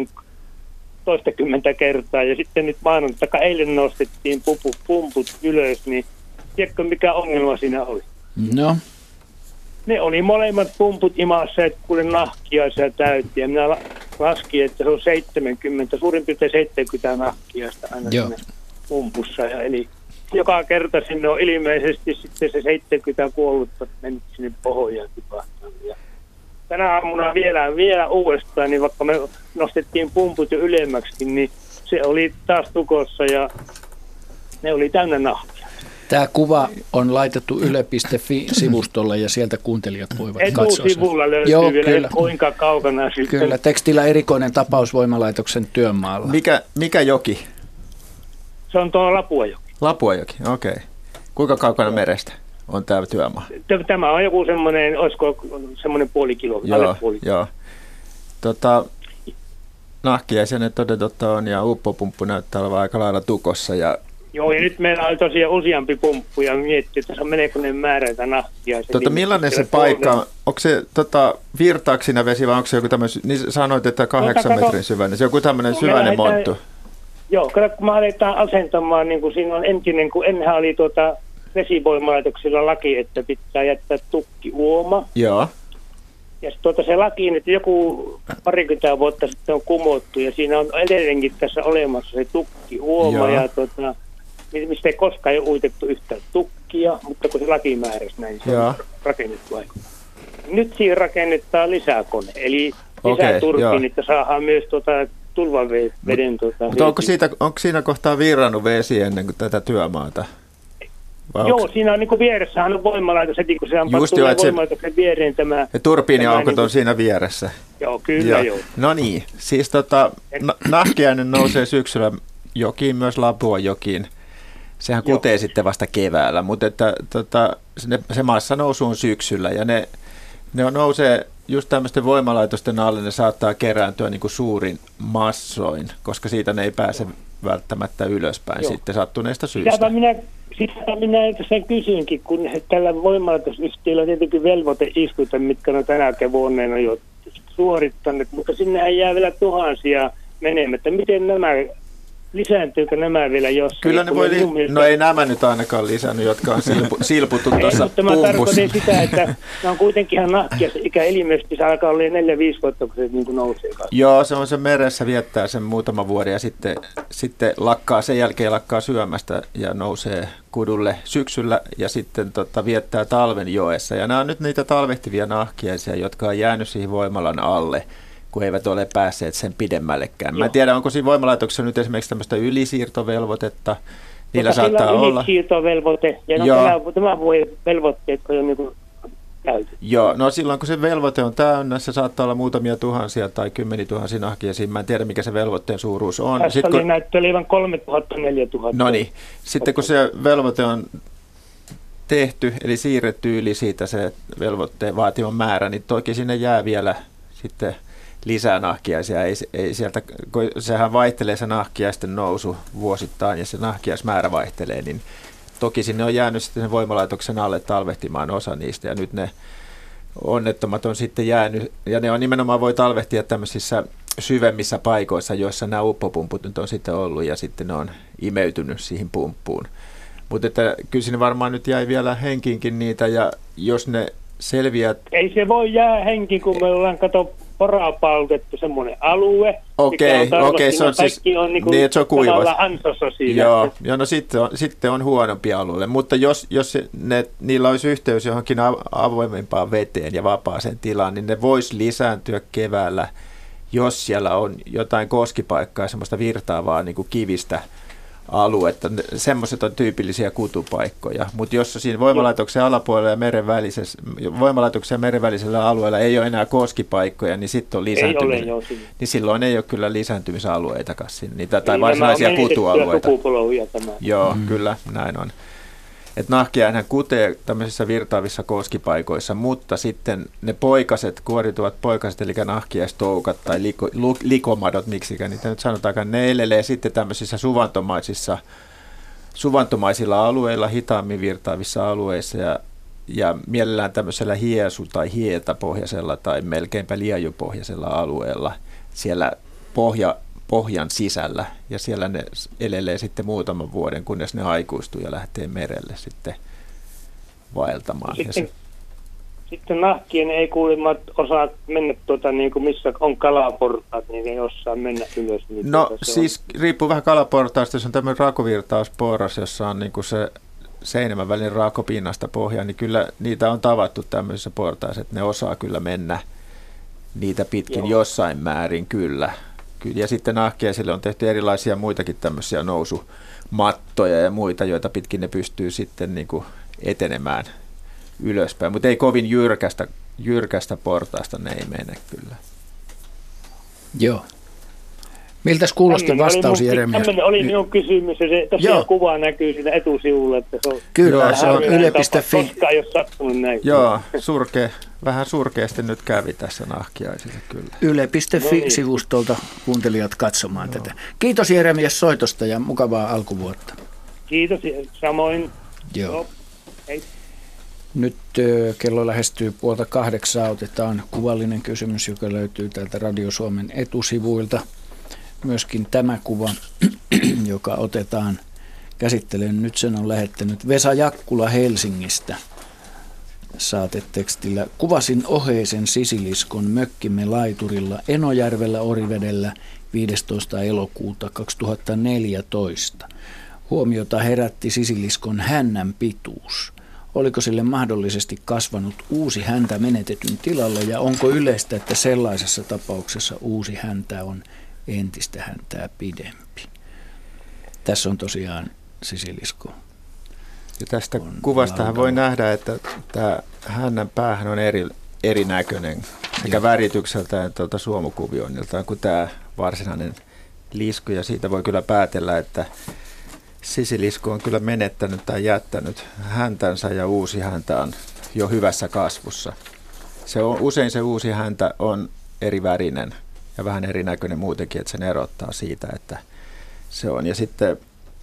10 kertaa ja sitten nyt eilen nostettiin pumput ylös, niin tiedätkö mikä ongelma siinä oli? No. Ne oli molemmat pumput imassa, että kuule nahkiaisia täytti. Ja minä laskin, että se on 70, suurin piirtein 70 nahkiaista aina siinä pumpussa. Ja eli joka kerta sinne on ilmeisesti sitten se 70 kuollutta mennyt sinne pohjaan tipahtaan. Ja tänä aamuna vielä uudestaan, niin vaikka me nostettiin pumput jo ylemmäksi, niin se oli taas tukossa ja ne oli täynnä nahkia. Tämä kuva on laitettu yle.fi-sivustolle ja sieltä kuuntelijat voivat katsoa. Etusivulla löytyy vielä, kyllä. Kuinka kaukana sitten. Kyllä, tekstillä erikoinen tapaus voimalaitoksen työmaalla. Mikä joki? Se on tuo Lapuajoki. Lapuajoki, okei. Kuinka kaukana merestä on tämä työmaa? Tämä on joku semmoinen, olisiko semmoinen puoli kiloa, alle puoli kiloa. Joo. Nahkiaisia ne toden totta on ja uppopumppu näyttää olevan aika lailla tukossa ja Joo, ja nyt meillä on tosiaan useampi pumppu ja miettii, että se on melkoinen määrä tätä nahkia. Millainen se paikka on? Onko se virtaako siinä vesi vai onko se joku tämmöinen, niin sanoit, että 8 metrin syväinen, se on joku tämmöinen syväinen monttu? Joo, kun me aletaan asentamaan, niin kuin siinä on entinen, kun ennenhän oli vesivoimalaitoksilla laki, että pitää jättää tukkiuoma. Joo. Ja se laki, että joku 20 vuotta sitten on kumottu ja siinä on edelleenkin tässä olemassa se tukkiuoma ja mistä ei koskaan ole uitettu yhtään tukkia, mutta kun se laki määräsi näin, se on rakennettu aika. Nyt siinä rakennetaan lisäkone, eli lisäturbiin, että saadaan myös tulvaveden. Mutta onko siinä kohtaa virrannut vesi ennen kuin tätä työmaata? Joo, siinä on niin kuin vieressähän on voimalaitos, heti kun se on voimalaitoksen viereen tämä. Ja turbiiniaukot on siinä vieressä. Joo, kyllä joo. No niin, siis nahkiainen nousee syksyllä jokiin, myös Lapuan jokiin. Sehän kutee sitten vasta keväällä, mutta että, se maassa nousu on syksyllä ja ne nousee just tämmöisten voimalaitosten alle, ne saattaa kerääntyä niin kuin suurin massoin, koska siitä ne ei pääse välttämättä ylöspäin sitten sattuneesta syystä. Sitä minä sen kysynkin, kun tällä voimalaitosyhtiöllä on tietenkin velvoiteistuita, mitkä on tänä vuonna jo suorittaneet, mutta sinnehän jää vielä tuhansia menemättä. Miten lisääntyykö nämä vielä jossain? Kyllä ne voi, no ei nämä nyt ainakaan lisännyt, jotka on silputtu tuossa pumpussa. Mä tarkoitan sitä, että ne on kuitenkin ihan nahkia, ikä ilmeisesti se alkaa olla 4-5 vuotta, kun se niin kuin nousee. Joo, se meressä viettää sen muutama vuoden ja sitten sen jälkeen lakkaa syömästä ja nousee kudulle syksyllä ja sitten viettää talven joessa. Ja nämä on nyt niitä talvehtivia nahkiaisia, jotka on jäänyt siihen voimalan alle, kun eivät ole päässeet sen pidemmällekään. Mä en tiedä, onko siinä voimalaitoksessa nyt esimerkiksi tämmöistä ylisiirtovelvoitetta. Niillä saattaa olla. Ylisiirtovelvoite ja tämä voi velvoitteet on jo niin kuin käytetty. Joo, no silloin kun se velvoite on täynnä, se saattaa olla muutamia tuhansia tai 10 000 nahkia. Mä en tiedä, mikä se velvoitteen suuruus on. Tässä oli näyttelyivän 3 000, 4 000. No niin, sitten kun se velvoite on tehty, eli siirretty yli siitä se velvoitteen vaatiman määrä, niin toki sinne jää vielä sitten lisää nahkiaisia. Ei sieltä, kun sehän vaihtelee se nahkiaisten nousu vuosittain ja se nahkiaismäärä vaihtelee, niin toki sinne on jäänyt sitten sen voimalaitoksen alle talvehtimaan osa niistä ja nyt ne onnettomat on sitten jäänyt ja ne on nimenomaan voi talvehtia tämmöisissä syvemmissä paikoissa, joissa nämä uppopumput nyt on sitten ollut ja sitten ne on imeytynyt siihen pumppuun. Mutta kyllä sinne varmaan nyt jäi vielä henkiinkin niitä ja jos ne selviää. Ei se voi jää henkiin, kun me ollaan porapautettu semmoinen alue. Okei, se on siis niin, että se on kuivas. Joo, no sitten on huonompi alue, mutta jos niillä olisi yhteys johonkin avoimempaan veteen ja vapaaseen tilaan, niin ne voisi lisääntyä keväällä, jos siellä on jotain koskipaikkaa, semmoista virtaavaa niin kuin kivistä aluetta. Semmoiset on tyypillisiä kutupaikkoja, mutta jos siinä voimalaitoksen alapuolella ja voimalaitoksen ja meren välisellä alueella ei ole enää koskipaikkoja, niin sitten on lisääntyminen. Niin silloin ei ole kyllä lisääntymisalueitakaan niitä tai varsinaisia kutualueita. Joo, kyllä, näin on. Että nahkiainhan kutee tämmöisissä virtaavissa koskipaikoissa, mutta sitten ne kuorituvat poikaset, eli nahkiaistoukat tai likomadot, miksikään niitä nyt sanotaankaan, ne elelee sitten tämmöisissä suvantomaisilla alueilla, hitaammin virtaavissa alueissa ja mielellään tämmöisellä hiesu- tai hietapohjaisella tai melkeinpä liejupohjaisella alueella siellä pohjan sisällä ja siellä ne elelee sitten muutaman vuoden, kunnes ne aikuistuu ja lähtee merelle sitten vaeltamaan. Sitten nahkien ei kuulemma osaa mennä niin kuin missä on kalaportaat, niin ei osaa mennä ylös. Niin no siis riippuu vähän kalaportaasta, jos on tämmöinen raakovirtausporras, jossa on niin kuin se seinämän välinen raakopinnasta pohja, niin kyllä niitä on tavattu tämmöisissä portaissa, että ne osaa kyllä mennä niitä pitkin jossain määrin kyllä. Ja sitten nahkiaisille on tehty erilaisia muitakin tämmöisiä nousumattoja ja muita, joita pitkin ne pystyy sitten niin kuin etenemään ylöspäin. Mutta ei kovin jyrkästä portaasta ne ei mene kyllä. Joo. Miltäs kuulosti vastaus, Jeremia? Tämmöinen oli minun kysymys ja se tosiaan kuva näkyy siinä etusivulla. Että se on kyllä, se on yle.fi. Koskaan ei ole sattunut näin. Joo, vähän surkeasti nyt kävi tässä nahkiaisille kyllä. Yle.fi-sivustolta kuuntelijat katsomaan tätä. Kiitos Jeremias soitosta ja mukavaa alkuvuotta. Kiitos, samoin. Joo. Hei. Nyt kello lähestyy 7:30. Otetaan kuvallinen kysymys, joka löytyy täältä Radio Suomen etusivuilta. Myöskin tämä kuva, joka otetaan käsittelyyn. Nyt sen on lähettänyt Vesa Jakkula Helsingistä saatetekstillä. Kuvasin oheisen sisiliskon mökkimme laiturilla Enojärvellä Orivedellä 15. elokuuta 2014. Huomiota herätti sisiliskon hännän pituus. Oliko sille mahdollisesti kasvanut uusi häntä menetetyn tilalle ja onko yleistä, että sellaisessa tapauksessa uusi häntä on entistä häntää pidempi? Tässä on tosiaan sisilisko. Ja tästä kuvastahan voi nähdä, että tämä hännän päähän on erinäköinen sekä väritykseltään että suomukuvioinniltaan kuin tämä varsinainen lisku. Ja siitä voi kyllä päätellä, että sisilisko on kyllä menettänyt tai jättänyt häntänsä ja uusi häntä on jo hyvässä kasvussa. Usein se uusi häntä on eri värinen ja vähän erinäköinen muutenkin, että sen erottaa siitä, että se on. Ja sitten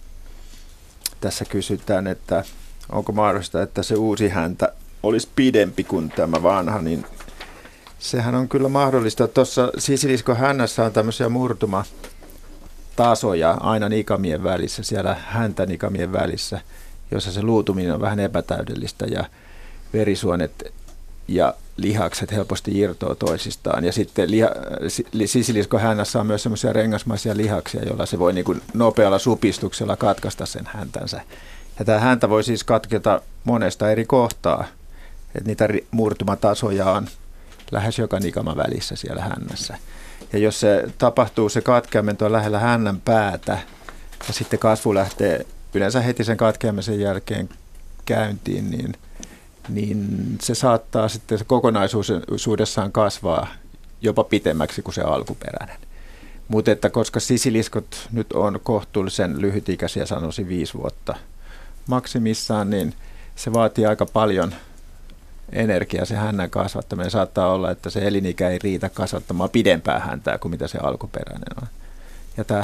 tässä kysytään, että onko mahdollista, että se uusi häntä olisi pidempi kuin tämä vanha, niin sehän on kyllä mahdollista. Tuossa sisiliskon hännässä on tämmöisiä murtumatasoja aina nikamien välissä, siellä häntänikamien välissä, jossa se luutuminen on vähän epätäydellistä ja verisuonet ja lihakset helposti irtoaa toisistaan. Ja sitten sisiliskon hännässä on myös semmoisia rengasmaisia lihaksia, joilla se voi niin kuin nopealla supistuksella katkaista sen häntänsä. Ja tämä häntä voi siis katketa monesta eri kohtaa. Että niitä murtumatasoja on lähes joka nikaman välissä siellä hännässä. Ja jos se tapahtuu, se katkeamento on lähellä hännän päätä ja sitten kasvu lähtee yleensä heti sen katkeamisen jälkeen käyntiin, niin se saattaa sitten kokonaisuudessaan kasvaa jopa pitemmäksi kuin se alkuperäinen. Mutta että koska sisiliskot nyt on kohtuullisen lyhytikäisiä, sanoisin 5 vuotta maksimissaan, niin se vaatii aika paljon energiaa se hännän kasvattaminen. Saattaa olla, että se elinikä ei riitä kasvattamaan pidempää häntää kuin mitä se alkuperäinen on. Ja tämä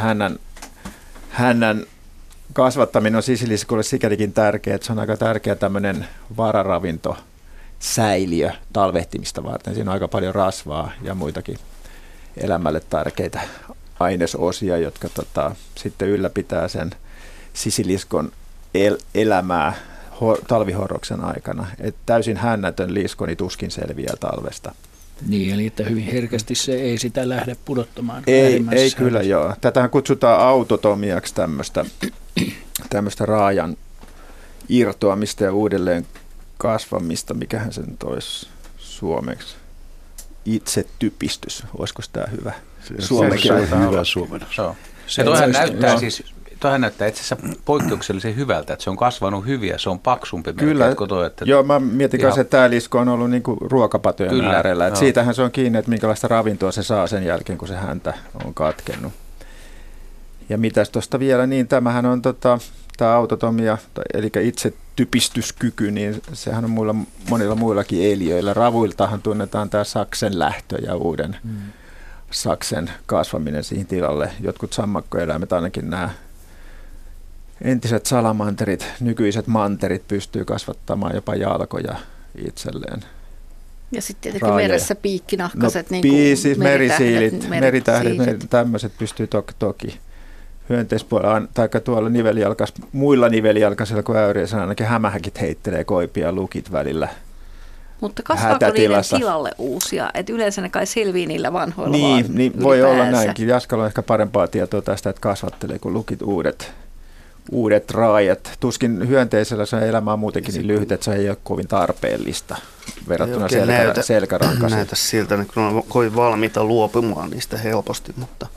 hännän kasvattaminen on sisiliskolle sikälikin tärkeä, että se on aika tärkeä tämmöinen vararavintosäiliö talvehtimista varten. Siinä on aika paljon rasvaa ja muitakin elämälle tärkeitä ainesosia, jotka sitten ylläpitää sen sisiliskon elämää talvihorroksen aikana. Et täysin hännätön lisko niin tuskin selviää talvesta. Niin, eli että hyvin herkästi se ei sitä lähde pudottamaan. Ei kyllä joo. Tätähän kutsutaan autotomiaksi tämmöistä raajan irtoamista ja uudelleen kasvamista. Mikähän se nyt olisi suomeksi? Itsetypistys. Olisiko tämä hyvä suomeksi? Hyvä suomennos. Tuohan näyttää itse asiassa poikkeuksellisen hyvältä, että se on kasvanut hyvin ja se on paksumpi. Kyllä, joo, mä mietin kanssa, että tämä lisko on ollut niinku ruokapatojen äärellä. Että siitähän se on kiinni, että minkälaista ravintoa se saa sen jälkeen, kun se häntä on katkennut. Ja mitäs tuosta vielä, niin tämähän on tämä autotomia, eli itsetypistyskyky, niin sehän on monilla muillakin eliöillä. Ravuiltahan tunnetaan tämä saksen lähtö ja uuden saksen kasvaminen siihen tilalle. Jotkut sammakkoeläimet, ainakin nämä entiset salamanterit, nykyiset manterit pystyy kasvattamaan jopa jalkoja itselleen. Ja sitten tietenkin meressä piikkinahkaset, siis meritähdet, tämmöiset pystyy toki. Hyönteispuolella tai tuolla muilla nivelijalkaisilla kuin äyriäisellä ainakin hämähäkit heittelee koipia lukit välillä. Mutta kasvaako niiden tilalle uusia? Et yleensä ne kai selvii niillä vanhoilla niin voi olla näinkin. Jaskalla on ehkä parempaa tietoa tästä, että kasvattelee kuin lukit uudet raajat. Tuskin hyönteisellä se elämä on muutenkin niin lyhyt, että se ei ole kovin tarpeellista verrattuna selkärankasiin. Näytä siltä, kun on kovin valmiita luopumaan niistä helposti.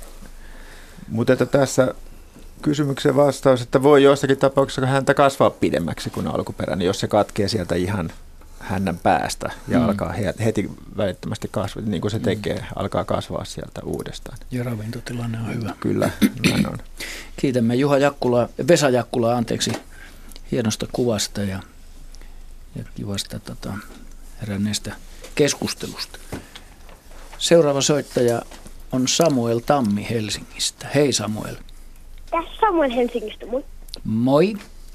Mutta että tässä kysymyksen vastaus, että voi joissakin tapauksissa häntä kasvaa pidemmäksi kuin alkuperäinen, jos se katkee sieltä ihan hännän päästä ja alkaa heti välittömästi kasvaa, niin kuin se tekee, alkaa kasvaa sieltä uudestaan. Ja ravintotilanne on hyvä. Kyllä, näin on. Kiitämme Vesa Jakkulaa, hienosta kuvasta ja kivasta heränneestä keskustelusta. Seuraava soittaja on Samuel Tammi Helsingistä. Hei Samuel. Tässä Samuel Helsingistä, moi. Moi.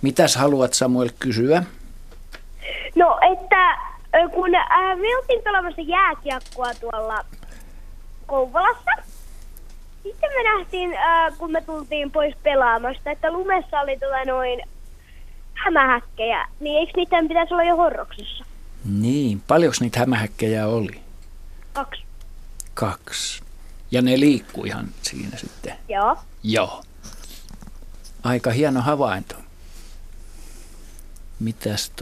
Mitäs haluat, Samuel, kysyä? No, että kun me oltiin pelaamassa jääkiekkoa tuolla Kouvolassa, sitten me nähtiin, kun me tultiin pois pelaamasta, että lumessa oli hämähäkkejä, niin eikö niitä pitäisi olla jo horroksessa? Niin, paljonko niitä hämähäkkejä oli? 2. Ja ne liikkuu ihan siinä sitten? Joo. Aika hieno havainto. Mitäs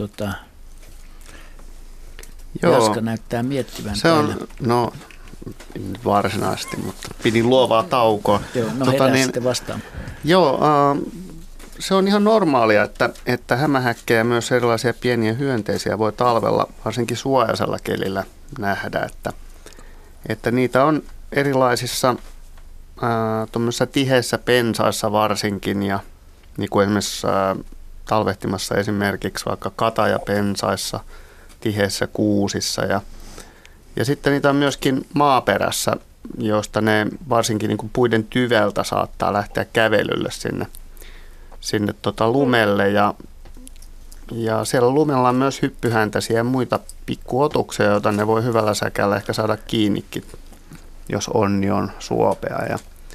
Jaska näyttää miettivän se on, no varsinaisesti, mutta pidin luovaa taukoa. Joo, sitten vastaan. Joo, se on ihan normaalia, että hämähäkkejä ja myös erilaisia pieniä hyönteisiä voi talvella, varsinkin suojaisella kelillä nähdä, että niitä on erilaisissa tiheissä pensaissa varsinkin, ja niin kuin esimerkiksi talvehtimassa esimerkiksi vaikka katajapensaissa, tiheissä kuusissa, ja sitten niitä on myöskin maaperässä, josta ne varsinkin niin kuin puiden tyveltä saattaa lähteä kävelylle sinne lumelle, ja siellä lumella on myös hyppyhäntäisiä ja muita pikkuotuksia, joita ne voi hyvällä säkällä ehkä saada kiinnikin, jos onni on suopea.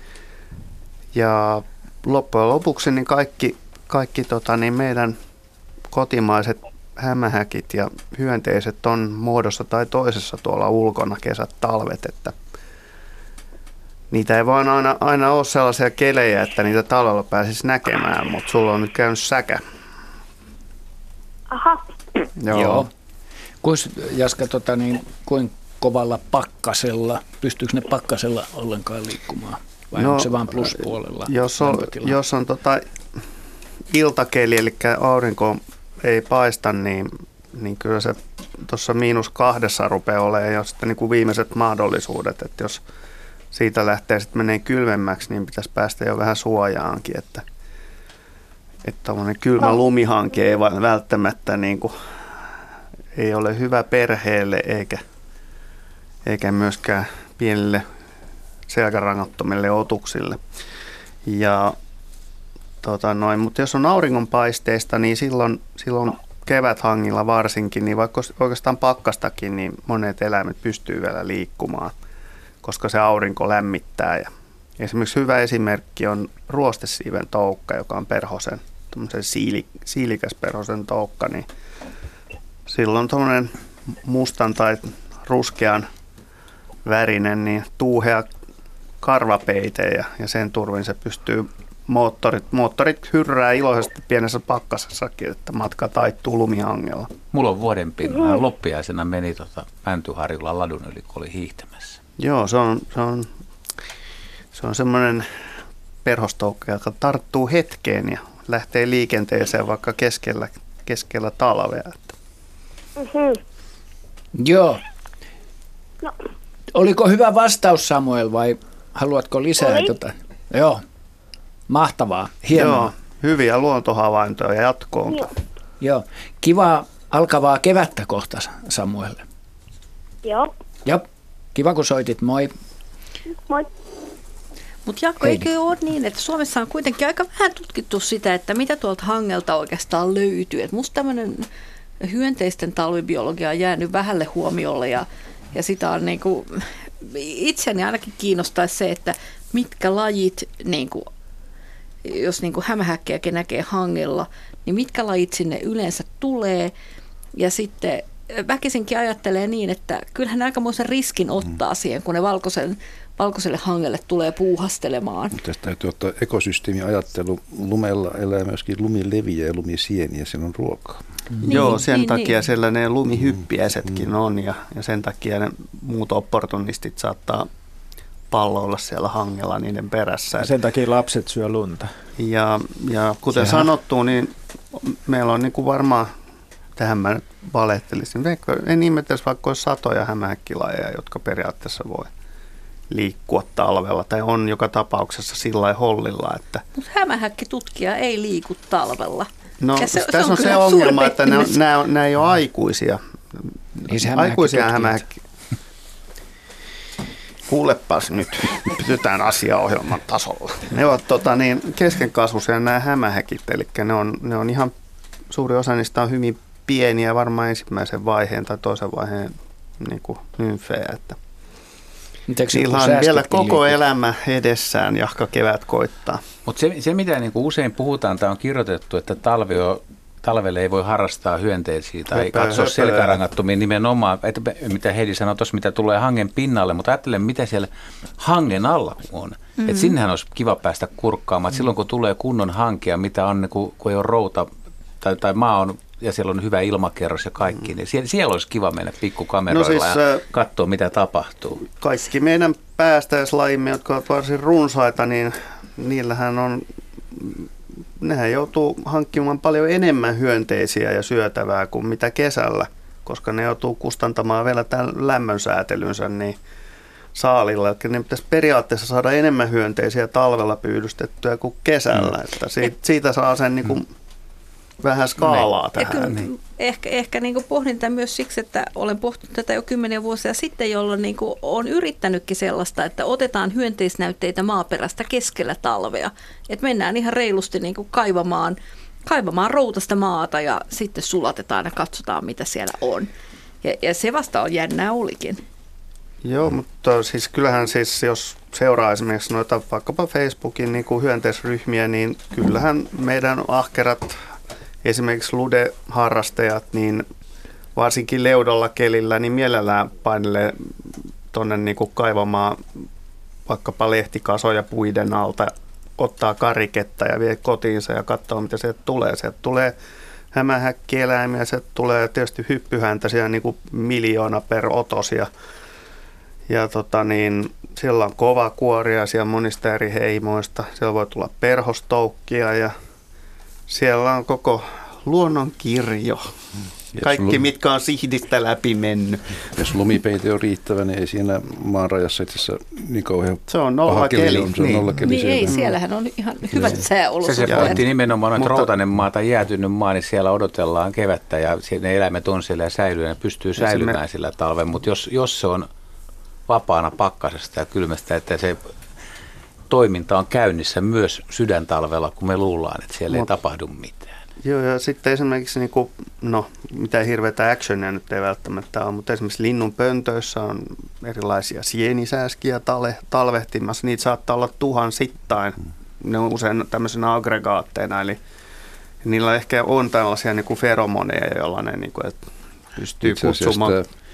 Ja loppujen lopuksi niin kaikki meidän kotimaiset hämähäkit ja hyönteiset on muodossa tai toisessa tuolla ulkona kesät, talvet, että niitä ei vaan aina ole sellaisia kelejä, että niitä talvella pääsisi näkemään, mutta sulla on nyt käynyt säkä. Aha. Joo. Jaska, kuin kovalla pakkasella, pystyykö ne pakkasella ollenkaan liikkumaan? Vai onko se vaan pluspuolella? Jos on iltakeli, eli aurinko ei paista, niin kyllä se tuossa -2 rupeaa olemaan jo sitten niin kuin viimeiset mahdollisuudet, että jos siitä lähtee sitten menee kylmemmäksi, niin pitäisi päästä jo vähän suojaankin, että tämmöinen kylmä lumihanke ei välttämättä niin kuin, ei ole hyvä perheelle eikä myöskään pienille selkärangattomille otuksille. Ja mutta jos on auringonpaisteista, niin silloin keväthangilla varsinkin, niin vaikka oikeastaan pakkastakin, niin monet eläimet pystyy vielä liikkumaan, koska se aurinko lämmittää. Ja esimerkiksi hyvä esimerkki on ruostesiiven toukka, joka on perhosen, siilikäs perhosen toukka, niin silloin tuommoinen mustan tai ruskean värinen, niin tuuhea karvapeite ja sen turvin se pystyy moottorit hyrrää iloisesti pienessä pakkasessakin, että matka taittuu lumihangella. Mulla on vuoden pinnan. Loppiaisena meni Mäntyharjulla ladun yli, kun oli hiihtämässä. Joo, se on semmoinen perhostoukka, joka tarttuu hetkeen ja lähtee liikenteeseen vaikka keskellä talvea. Joo. No. Oliko hyvä vastaus, Samuel, vai haluatko lisää jotain? Joo. Mahtavaa, hienoa. Joo, hyviä luontohavaintoja jatkoon. Joo, kivaa alkavaa kevättä kohta, Samuel. Joo, kiva kun soitit, moi. Moi. Mutta Jaakko, eikö ole niin, että Suomessa on kuitenkin aika vähän tutkittu sitä, että mitä tuolta hangelta oikeastaan löytyy. Et musta tämmöinen hyönteisten talvibiologia on jäänyt vähälle huomiolle ja sitä on niinku, itseäni ainakin kiinnostaisi se, että mitkä lajit, niinku, jos niinku hämähäkkejäkin näkee hangella, niin mitkä lajit sinne yleensä tulee. Ja sitten väkisinkin ajattelee niin, että kyllähän aikamoisen riskin ottaa siihen, kun ne valkoiselle hangelle tulee puuhastelemaan. Tästä täytyy ottaa ekosysteemiajattelu. Lumella elää myöskin lumileviä ja lumisieniä, siellä on ruokaa. Joo, sen takia siellä ne lumihyppiäisetkin on ja sen takia ne muut opportunistit saattaa palloilla siellä hangella niiden perässä. Ja sen takia lapset syö lunta. Ja kuten sanottu, niin meillä on niin kuin varmaan, tähän mä nyt valehtelisin, en ihmettelisi vaikka olisi satoja hämähäkkilajeja, jotka periaatteessa voi liikkua talvella, tai on joka tapauksessa sillä lailla hollilla. Että mutta hämähäkkitutkija ei liiku talvella. No tässä on se ongelma, että nämä ei ole aikuisia. Aikuisia hämähäkki. kuulepas nyt, pysytään asiaohjelman tasolla. Ne ovat keskenkasvuisia nämä hämähäkit, eli ne on ihan, suuri osa niistä on hyvin pieniä, varmaan ensimmäisen vaiheen tai toisen vaiheen niin kuin nymfejä, että niillä on vielä koko elämä edessään, jahka kevät koittaa. Mutta se mitä niin kuin usein puhutaan, tämä on kirjoitettu, että talvelle ei voi harrastaa hyönteisiä tai katsoa selkärangattomia nimenomaan, että mitä Heidi sanoi tuossa, mitä tulee hangen pinnalle, mutta ajattelen, mitä siellä hangen alla on. Mm-hmm. Että sinnehän olisi kiva päästä kurkkaamaan. Silloin kun tulee kunnon hankea, mitä on, kun ei ole routa tai maa on, ja siellä on hyvä ilmakerros ja kaikki, niin siellä olisi kiva mennä pikkukameroilla ja katsoa, mitä tapahtuu. Kaikki meidän päästäjäslajimme, jotka ovat varsin runsaita, niin niillähän on, nehän joutuu hankkimaan paljon enemmän hyönteisiä ja syötävää kuin mitä kesällä, koska ne joutuu kustantamaan vielä tämän lämmönsäätelynsä niin saalilla. Eli ne pitäisi periaatteessa saada enemmän hyönteisiä talvella pyydystettyä kuin kesällä. Että siitä saa sen niin kuin vähän skaalaa tähän. Ehkä niin kuin pohdin tämän myös siksi, että olen pohtinut tätä jo 10 vuosia sitten, jolloin niin kuin olen yrittänytkin sellaista, että otetaan hyönteisnäytteitä maaperästä keskellä talvea. Että mennään ihan reilusti niin kuin kaivamaan routasta maata ja sitten sulatetaan ja katsotaan, mitä siellä on. Ja se vasta on jännää olikin. Joo, mutta siis kyllähän siis, jos seuraa esimerkiksi noita vaikkapa Facebookin niin kuin hyönteisryhmiä, niin kyllähän meidän ahkerat esimerkiksi lude-harrastajat, niin varsinkin leudalla kelillä, niin mielellään painelee tuonne niin kuin kaivamaan vaikkapa lehtikasoja puiden alta, ottaa kariketta ja vie kotiinsa ja katsoo, mitä sieltä tulee. Sieltä tulee hämähäkkieläimiä, sieltä tulee tietysti hyppyhäntäisiä niin kuin 1,000,000 per otos ja siellä on kova kuoria siellä monista eri heimoista. Siellä voi tulla perhostoukkia ja siellä on koko luonnon kirjo. Kaikki, mitkä on sihdistä läpi mennyt. Jos lumipeite on riittävä, niin ei siinä maanrajassa itse asiassa niin kauhean se on nollakeli. Niin ei, siellähän on ihan hyvät sääolosuhteet. Se pointti nimenomaan, että routainen maa tai jäätynyt maa, niin siellä odotellaan kevättä ja ne eläimet on siellä ja säilyy ja ne pystyy säilymään sillä talven. Mutta jos se on vapaana pakkasesta ja kylmästä, että se toiminta on käynnissä myös sydäntalvella, kun me luullaan, että siellä ei tapahdu mitään. Joo, ja sitten esimerkiksi, mitään hirveätä actionia nyt ei välttämättä ole, mutta esimerkiksi linnun pöntöissä on erilaisia sienisääskiä talvehtimassa. Niitä saattaa olla tuhansittain. Ne on usein tämmöisenä aggregaatteina, eli niillä ehkä on tällaisia niin kuin feromoneja, joilla ne niin kuin, pystyy kutsumaan.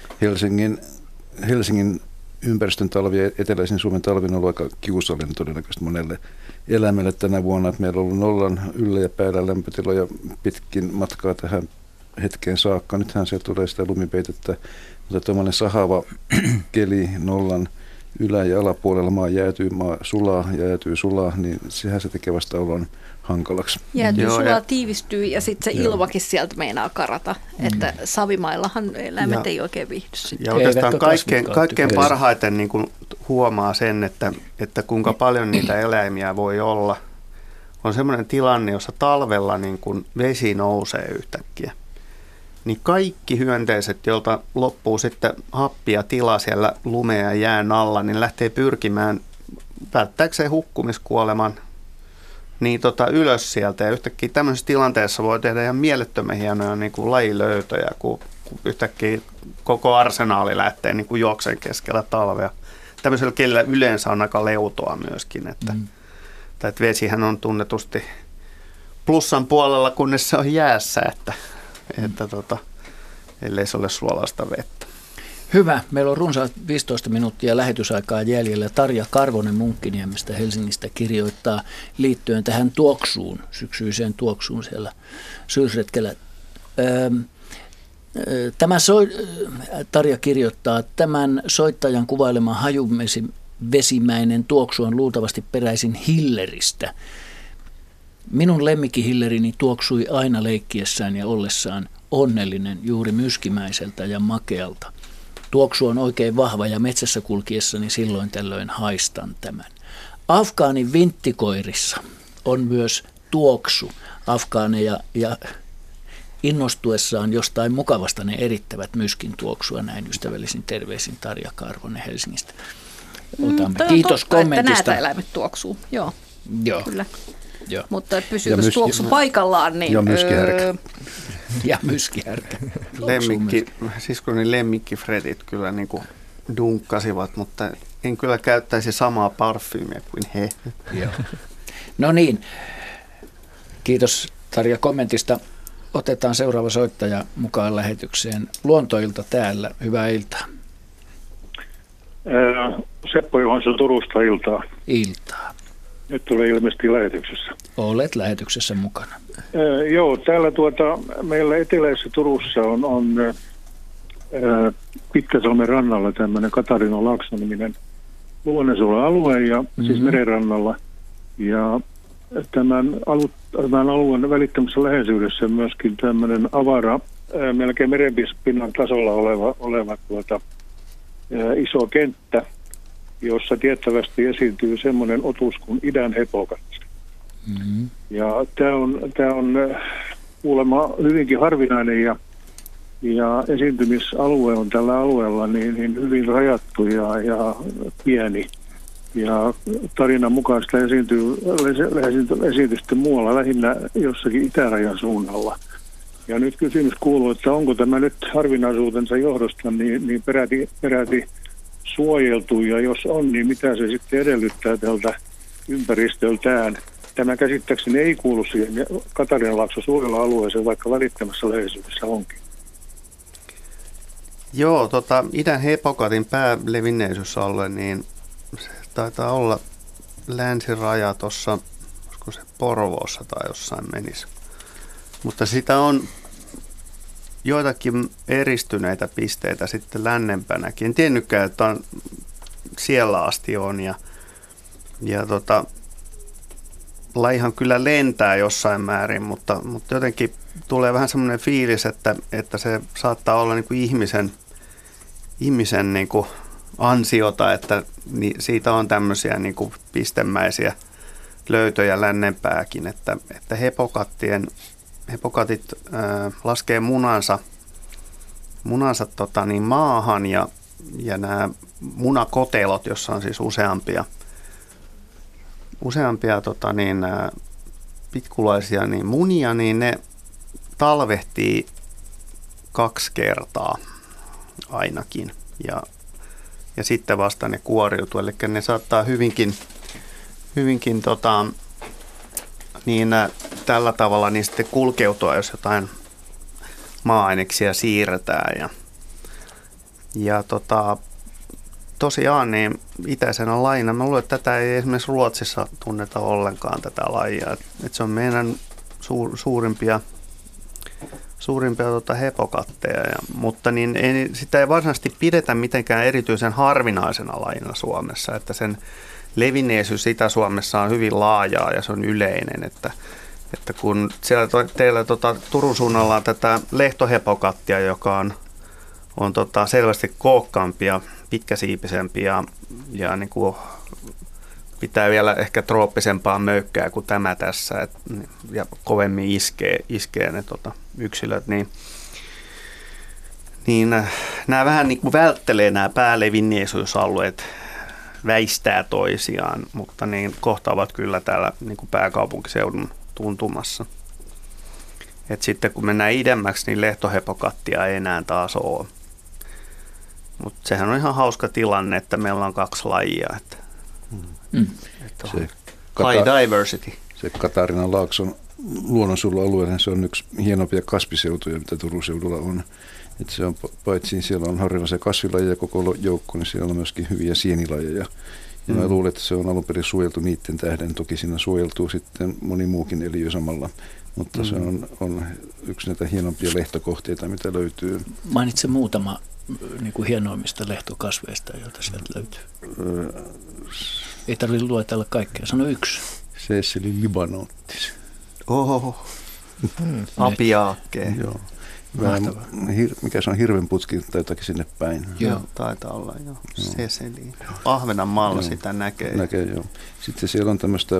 Helsingin ympäristön talvi ja eteläisen Suomen talvi on ollut aika kiusallinen todennäköisesti monelle eläimelle tänä vuonna. Että meillä on ollut 0 yllä ja päällä lämpötiloja pitkin matkaa tähän hetkeen saakka. Nythän siellä tulee sitä lumipeitettä, mutta tuommoinen sahava keli 0 ylä- ja alapuolella maa jäätyy, maa sulaa ja jäätyy sulaa, niin sehän se tekee vasta olon hankalaksi. Jäätyy sulaa, tiivistyy ja sitten se ilmakin sieltä meinaa karata, että savimaillahan eläimet ei oikein viihdy sitten. Ja oikeastaan kaikkein parhaiten niin kuin huomaa sen, että kuinka paljon niitä eläimiä voi olla. On semmoinen tilanne, jossa talvella niin kuin vesi nousee yhtäkkiä. Niin kaikki hyönteiset, joilta loppuu sitten happia tila siellä lumea ja jään alla, niin lähtee pyrkimään välttääkseen hukkumiskuoleman niin ylös sieltä. Ja yhtäkkiä tämmöisessä tilanteessa voi tehdä ihan mielettömän hienoja niin kuin lajilöytöjä, kun yhtäkkiä koko arsenaali lähtee niin kuin juokseen keskellä talvea. Tämmöisellä kelillä yleensä on aika leutoa myöskin, että vesihän on tunnetusti plussan puolella, kunnes se on jäässä, että ellei se ole suolaista vettä. Hyvä. Meillä on runsaat 15 minuuttia lähetysaikaa jäljellä. Tarja Karvonen Munkkiniemestä Helsingistä kirjoittaa liittyen tähän tuoksuun, syksyiseen tuoksuun siellä syysretkellä. Tarja kirjoittaa, tämän soittajan kuvailema hajuvesimäinen tuoksu on luultavasti peräisin hilleristä. Minun lemmikkihillerini tuoksui aina leikkiessään ja ollessaan onnellinen juuri myskimäiseltä ja makealta. Tuoksu on oikein vahva ja metsässä kulkiessani silloin tällöin haistan tämän. Afgaanin vinttikoirissa on myös tuoksu. Afgaaneja ja innostuessaan jostain mukavasta ne erittävät myskin tuoksua. Näin ystävällisin terveisin Tarja Karvonen Helsingistä. otamme. Kiitos kommentista. Että eläimet tuoksuu, joo. Kyllä. Joo. Mutta pysyykö tuoksu paikallaan? Niin, ja myskihärkä. Ja myskihärkä. Siskoni lemmikkifredit kyllä niin kuin dunkkasivat, mutta en kyllä käyttäisi samaa parfyymiä kuin he. Joo. No niin, kiitos Tarja kommentista. Otetaan seuraava soittaja mukaan lähetykseen. Luontoilta täällä. Hyvää iltaa. Seppo Johansson Turusta iltaa. Iltaa. Nyt tulee ilmeisesti lähetyksessä. Olet lähetyksessä mukana. Joo, täällä meillä eteläisessä Turussa on Pitkäsalmen rannalla tämmöinen Katarinan laakso-niminen luonnonsuojelualue, ja siis merenrannalla. Ja tämän alueen välittömässä läheisyydessä myöskin tämmöinen avara, melkein merenpinnan tasolla oleva iso kenttä, jossa tiettävästi esiintyy semmoinen otus kuin idän hepokatti. Mm-hmm. Ja tämä on kuulemma hyvinkin harvinainen ja esiintymisalue on tällä alueella niin hyvin rajattu ja pieni. Ja tarinan mukaan sitä esiintyy sitten muualla, lähinnä jossakin itärajan suunnalla. Ja nyt kysymys kuuluu, että onko tämä nyt harvinaisuutensa johdosta niin peräti suojeltu, ja jos on, niin mitä se sitten edellyttää tältä ympäristöltään. Tämä käsittääkseni ei kuulu siihen Katarinalaakson suojelualueeseen, vaikka välittömässä läheisyydessä onkin. Joo, idän hepokatin päälevinneisyysalue, niin se taitaa olla länsiraja tuossa, olisiko se Porvoossa tai jossain menisi. Mutta sitä on joitakin eristyneitä pisteitä sitten lännempänäkin. En tiennytkään, että on, siellä asti on. Ja lajihan kyllä lentää jossain määrin, mutta jotenkin tulee vähän semmoinen fiilis, että se saattaa olla niin kuin ihmisen niin kuin ansiota, että siitä on tämmöisiä niin kuin pistemäisiä löytöjä lännempääkin, että hepokatit laskee munansa maahan ja nämä munakotelot, jossa on siis useampia pitkulaisia munia, niin ne talvehtii 2 kertaa ainakin ja sitten vasta ne kuoriutuu, eli ne saattaa hyvinkin tällä tavalla niin sitten kulkeutua, jos jotain maa-aineksia siirretään ja tosiaan niin itäisenä lajina, mä luulen, että tätä ei esimerkiksi Ruotsissa tunneta ollenkaan tätä lajia, että se on meidän suurimpia hepokatteja, mutta niin sitä ei varsinaisesti pidetä mitenkään erityisen harvinaisena lajina Suomessa, että sen levinneisyys Itä-Suomessa on hyvin laajaa ja se on yleinen, että kun siellä teillä Turun suunnalla on tätä lehtohepokattia, joka on selvästi kookkaampia, pitkäsiipisempi ja niin kuin pitää vielä ehkä trooppisempaa möykkää kuin tämä tässä ja kovemmin iskee ne yksilöt, niin nämä vähän niin kuin välttelee nämä päälevinneisyysalueet, väistää toisiaan, mutta niin kohtaavat kyllä täällä niin kuin pääkaupunkiseudun tuntumassa. Et sitten kun mennään idemmäksi, niin lehtohepokattia ei enää taas ole. Mutta sehän on ihan hauska tilanne, että meillä on 2 lajia. High diversity. Se Katarinalaakson luonnonsuojelualue, se on yksi hienompia kasviseutuja, mitä Turun seudulla on. Että se on, paitsi siellä on harvinaisia kasvilajeja koko joukko, niin siellä on myöskin hyviä sienilajeja. Ja mä luulen, että se on alun perin suojeltu niiden tähden. Toki siinä suojeltuu sitten moni muukin eliö samalla. Mutta se on yksi näitä hienompia lehtokohteita, mitä löytyy. Mainitse muutama niin kuin hienoimmista lehtokasveista, joita sieltä löytyy. Ei tarvitse luetella kaikkea. Sano yksi. Seseli libanottis. Oho. Apiaakkeen. Joo. Mikä se on, hirvenputki tai jotakin sinne päin. Joo, taitaa olla jo. Seseli. Ahvenanmaalla sitä näkee. Näkee, joo. Sitten siellä on tämmöistä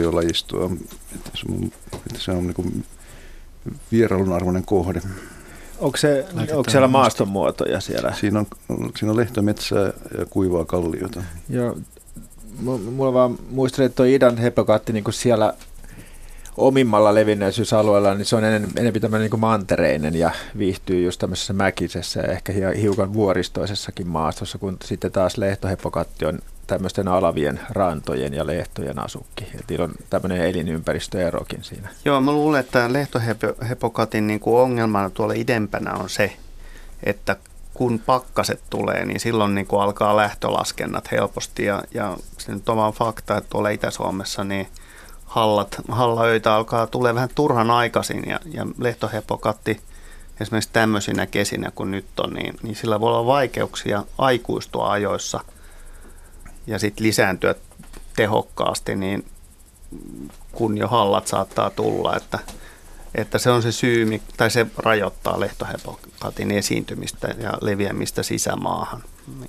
kalliolajistoa, että se on niin kuin vierailun arvoinen kohde. Onko siellä maastonmuotoja siellä? Siinä on lehtometsää ja kuivaa kalliota. Joo, mulla vaan muistelin, että tuo idän hepokatti niin siellä omimmalla levinneisyysalueella, niin se on enemmän tämmöinen niin mantereinen ja viihtyy just tämmöisessä mäkisessä ja ehkä hiukan vuoristoisessakin maastossa, kun sitten taas lehtohepokatti on tämmöisten alavien rantojen ja lehtojen asukki. Niillä on tämmöinen elinympäristöerokin siinä. Joo, mä luulen, että lehtohepokatin niin kuin ongelmana tuolla idempänä on se, että kun pakkaset tulee, niin silloin niin kuin alkaa lähtölaskennat helposti. Ja se nyt on vaan fakta, että tuolla Itä-Suomessa niin hallaöitä tulee vähän turhan aikaisin. Ja lehtohepokatti esimerkiksi tämmöisinä kesinä kuin nyt on, niin sillä voi olla vaikeuksia aikuistua ajoissa ja sitten lisääntyä tehokkaasti, niin kun jo hallat saattaa tulla, että se on se syy, tai se rajoittaa lehtohepokatin esiintymistä ja leviämistä sisämaahan.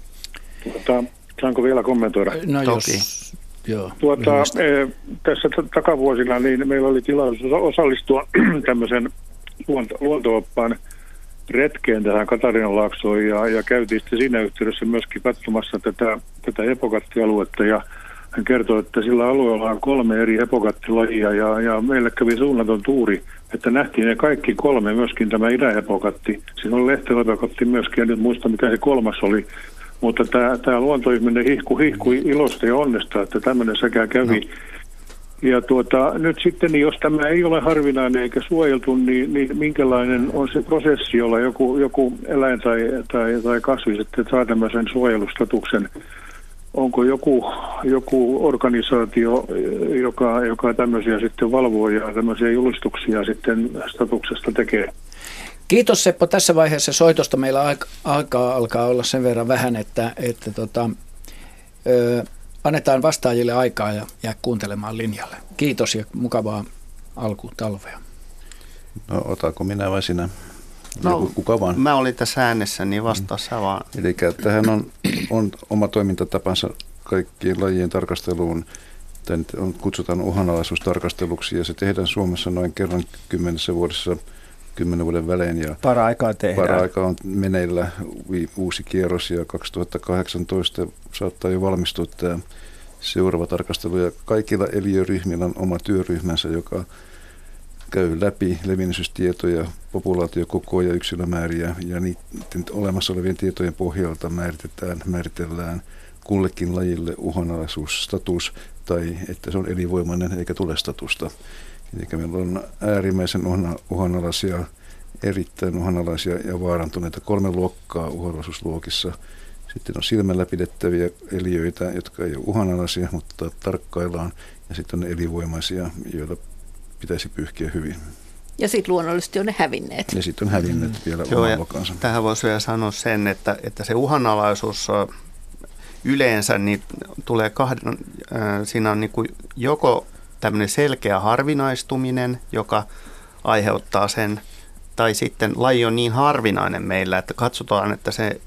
Saanko vielä kommentoida? No toki. Joo, tässä takavuosina niin meillä oli tilaisuus osallistua tämmöisen luonto-oppaan retkeen tähän Katarinanlaaksoon ja käytiin sitten siinä yhteydessä myöskin katsomassa tätä hepokattialuetta ja hän kertoi, että sillä alueella on 3 eri hepokattilajia ja meille kävi suunnaton tuuri, että nähtiin ne kaikki 3, myöskin tämä idähepokatti. Siinä oli lehtohepokatti myöskin, en nyt muista mikä se 3 oli, mutta tämä luontoihminen hihkui ilosta ja onnesta, että tämmöinen säkä kävi. No. Ja nyt sitten, jos tämä ei ole harvinainen eikä suojeltu, niin minkälainen on se prosessi, jolla joku eläin tai kasvi sitten saa tämmöisen suojelustatuksen? Onko joku organisaatio, joka tämmöisiä sitten valvoo ja tämmöisiä julistuksia sitten statuksesta tekee? Kiitos Seppo tässä vaiheessa soitosta. Meillä alkaa olla sen verran vähän, että annetaan vastaajille aikaa ja jää kuuntelemaan linjalle. Kiitos ja mukavaa alkutalvea. No otaanko minä vai sinä? No, kuka vaan? Mä olin tässä äänessä, niin vastaa sä vaan. Eli tähän on oma toimintatapansa kaikkien lajien tarkasteluun. Tämä kutsutaan uhanalaisuustarkasteluksi ja se tehdään Suomessa noin kerran 10 vuodessa 10 vuoden välein. Ja para-aikaa tehdään. Para-aika on meneillä uusi kierros ja 2018 saattaa jo valmistua tämä seuraava tarkastelu. Ja kaikilla eliöryhmillä on oma työryhmänsä, joka käy läpi levinneisyystietoja, populaatiokokoa ja yksilömääriä ja niiden olemassa olevien tietojen pohjalta määritellään kullekin lajille uhanalaisuusstatus tai että se on elinvoimainen eikä tule statusta. Eli meillä on äärimmäisen uhanalaisia, erittäin uhanalaisia ja vaarantuneita 3 luokkaa uhanalaisuusluokissa. Sitten on silmällä pidettäviä eliöitä, jotka ei ole uhanalaisia, mutta tarkkaillaan. Ja sitten on elinvoimaisia, joita pitäisi pyyhkiä hyvin. Ja sitten luonnollisesti on ne hävinneet. Ja sitten on hävinneet vielä oman luokansa. Tähän voisi vielä sanoa sen, että se uhanalaisuus yleensä niin tulee siinä on niin kuin joko tämmöinen selkeä harvinaistuminen, joka aiheuttaa sen, tai sitten laji on niin harvinainen meillä, että katsotaan, että se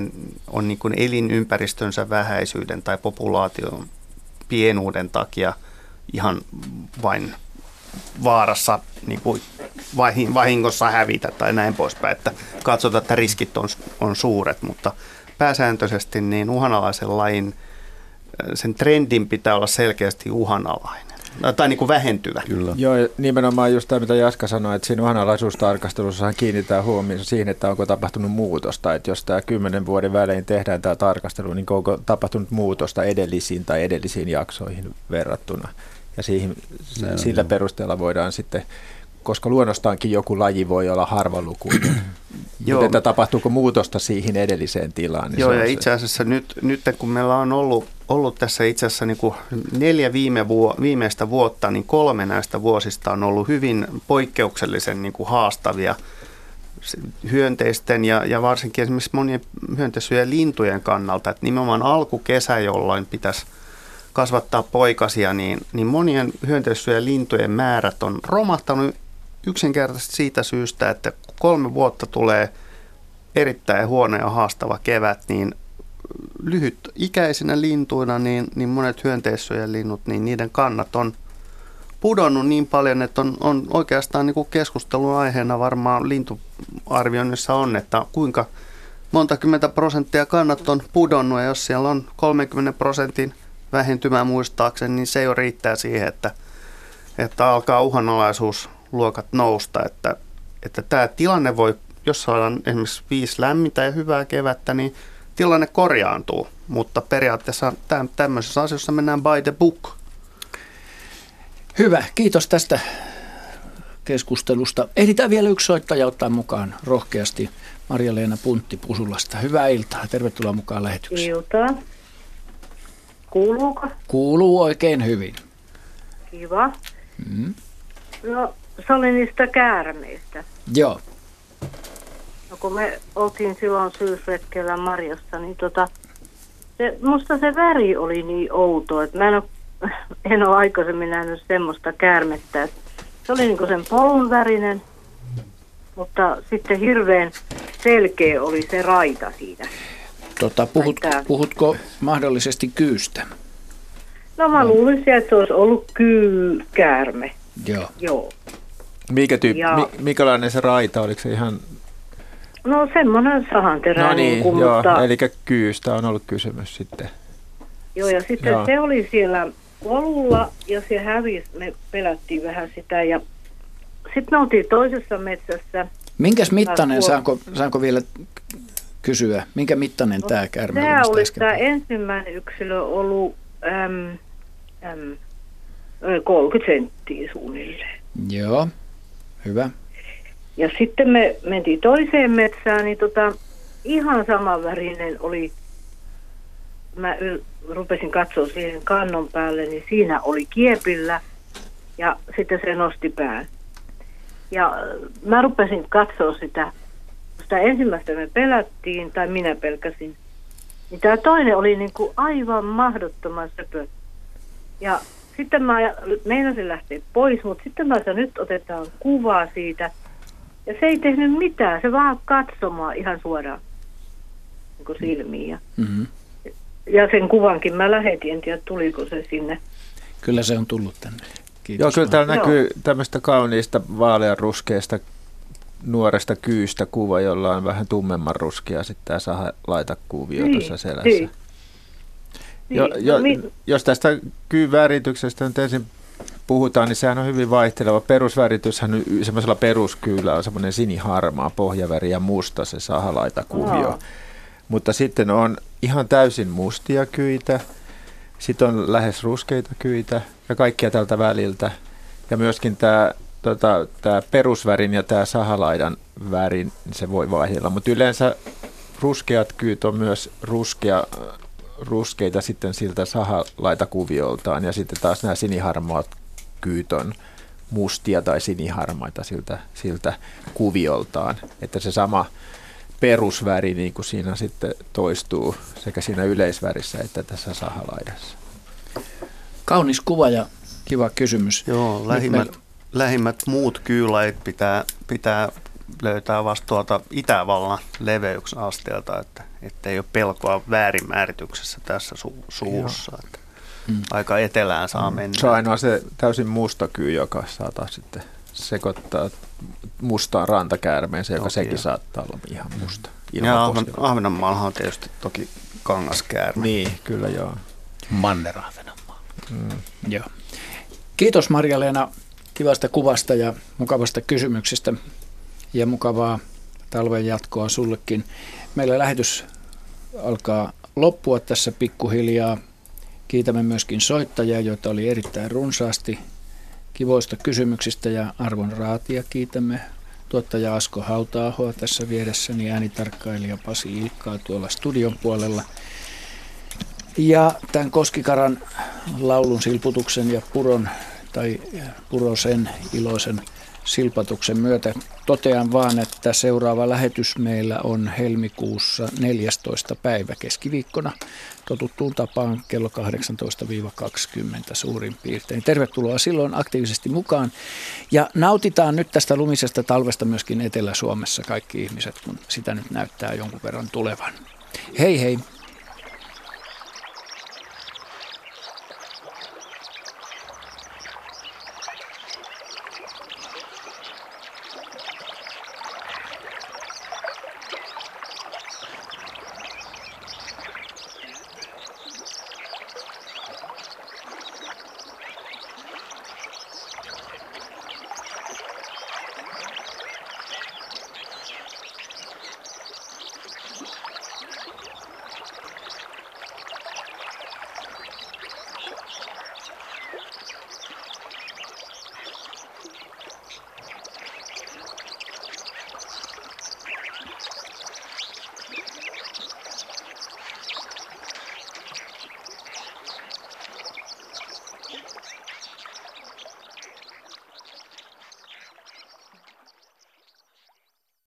on niin kuin elinympäristönsä vähäisyyden tai populaation pienuuden takia ihan vain vaarassa niin kuin vahingossa hävitä tai näin poispäin, että katsotaan, että riskit on suuret, mutta pääsääntöisesti niin uhanalaisen lajin sen trendin pitää olla selkeästi uhanalainen. Tai niin kuin vähentyvä. Kyllä. Joo, nimenomaan just tämä, mitä Jaska sanoi, että siinä uhanalaisuustarkastelussahan kiinnitetään huomioon siihen, että onko tapahtunut muutosta. Että jos tämä 10 vuoden välein tehdään tämä tarkastelu, niin onko tapahtunut muutosta edellisiin jaksoihin verrattuna. Ja sillä perusteella voidaan sitten, koska luonnostaankin joku laji voi olla harvalukuinen. Mutta tapahtuuko muutosta siihen edelliseen tilaan? Niin joo, ja itse asiassa nyt kun meillä on ollut tässä itse asiassa niin kuin 4 viimeistä vuotta, niin 3 näistä vuosista on ollut hyvin poikkeuksellisen niin kuin haastavia hyönteisten ja varsinkin esimerkiksi monien hyönteissyöjien lintujen kannalta. Että nimenomaan alkukesä, jolloin pitäisi kasvattaa poikasia, niin monien hyönteissyöjien lintujen määrät on romahtanut yksinkertaisesti siitä syystä, että 3 vuotta tulee erittäin huono ja haastava kevät, niin lyhytikäisinä lintuina, niin monet hyönteissyöjien linnut, niin niiden kannat pudonnut niin paljon, että on oikeastaan niin kuin keskustelun aiheena varmaan lintuarvioinnissa on, että kuinka monta 10% kannat on pudonnut, ja jos siellä on 30% vähentymää muistaakseni, niin se jo riittää siihen, että alkaa uhanalaisuusluokat nousta, että tämä tilanne voi, jos saadaan esimerkiksi 5 lämmintä ja hyvää kevättä, niin tilanne korjaantuu, mutta periaatteessa tämmöisessä asiassa mennään by the book. Hyvä, kiitos tästä keskustelusta. Ehditään vielä yksi soittaja ottaa mukaan rohkeasti. Marja-Leena Puntti Pusulasta. Hyvää iltaa. Tervetuloa mukaan lähetykseen. Iltaa. Kuuluuko? Kuuluu oikein hyvin. Kiva. No, se oli niistä käärmeistä. Joo. No, kun me oltiin silloin syysretkellä Marjassa, niin musta se väri oli niin outo, että mä en ole aikaisemmin nähnyt semmoista käärmettä. Että se oli niin kuin sen polun värinen, mutta sitten hirveän selkeä oli se raita siitä. Puhutko mahdollisesti kyystä? No mä luulisin, että se olisi ollut käärme. Joo. Mikälainen se raita, oliko se ihan... No semmoinen sahanterä. No niin, mutta... eli kyystä on ollut kysymys sitten. Joo, ja sitten se oli siellä polulla ja se hävisi, me pelättiin vähän sitä ja sitten me oltiin toisessa metsässä. Minkäs mittainen, saanko vielä kysyä, minkä mittainen tämä käärme oli? Tämä oli tämä ensimmäinen yksilö ollut 30 senttiä suunnilleen. Joo, hyvä. Ja sitten me mentiin toiseen metsään, niin ihan samanvärinen oli, mä rupesin katsoa siihen kannon päälle, niin siinä oli kiepillä ja sitten se nosti pään. Ja mä rupesin katsoa sitä ensimmäistä me pelättiin, tai minä pelkäsin, niin tämä toinen oli niin kuin aivan mahdottoman söpö. Ja sitten mä meinasin lähteä pois, mutta sitten mä sanoin, nyt otetaan kuvaa siitä. Ja se ei tehnyt mitään, se vaan katsomaan ihan suoraan niin kuin silmiin. Ja sen kuvankin mä lähetin, en tiedä tuliko se sinne. Kyllä se on tullut tänne. Kiitos. Joo, kyllä täällä näkyy tämmöistä kauniista vaaleanruskeasta nuoresta kyystä kuva, jolla on vähän tummemman ruskea sitten tämä sahalaitakuvio tuossa selässä. Jos tästä kyyn värityksestä nyt ensin puhutaan, niin sehän on hyvin vaihteleva. Perusvärityshän semmoisella peruskyyllä on semmoinen siniharmaa pohjaväri ja musta se sahalaitakuvio. Mutta sitten on ihan täysin mustia kyitä, sitten on lähes ruskeita kyitä ja kaikkia tältä väliltä. Ja myöskin tämä perusvärin ja tämä sahalaidan värin, se voi vaihdella. Mutta yleensä ruskeat kyyt on myös ruskeita sitten siltä sahalaitakuvioltaan ja sitten taas nämä siniharmaat kyyt on mustia tai siniharmaita siltä kuvioltaan. Että se sama perusväri niin kuin siinä sitten toistuu sekä siinä yleisvärissä että tässä sahalaidassa. Kaunis kuva ja kiva kysymys. Joo, lähimmät muut kyylajit pitää löytää vasta tuolta Itävallan leveyksen asteelta, että ei ole pelkoa väärinmäärityksessä tässä suussa. Aika etelään saa mennä. Se on ainoa se täysin musta kyy, joka saattaa sitten sekoittaa mustaan rantakäärmeensä, joka sekin saattaa olla ihan musta. Ja Ahvenanmaallahan on tietysti toki kangaskäärme. Niin, kyllä joo. Manner-Ahvenanmaa. Joo. Kiitos Marja-Leena kivasta kuvasta ja mukavasta kysymyksestä ja mukavaa talven jatkoa sullekin. Meillä lähetys alkaa loppua tässä pikkuhiljaa. Kiitämme myöskin soittajia, joita oli erittäin runsaasti kivoista kysymyksistä ja arvon raatia. Kiitämme tuottaja Asko Hauta-ahoa tässä vieressäni, äänitarkkailija Pasi Ilkkaa tuolla studion puolella. Ja tämän Koskikaran laulun silputuksen ja purosen iloisen silpatuksen myötä totean vaan, että seuraava lähetys meillä on helmikuussa 14. päivä keskiviikkona totuttuun tapaan kello 18-20 suurin piirtein. Tervetuloa silloin aktiivisesti mukaan ja nautitaan nyt tästä lumisesta talvesta myöskin Etelä-Suomessa kaikki ihmiset, kun sitä nyt näyttää jonkun verran tulevan. Hei hei!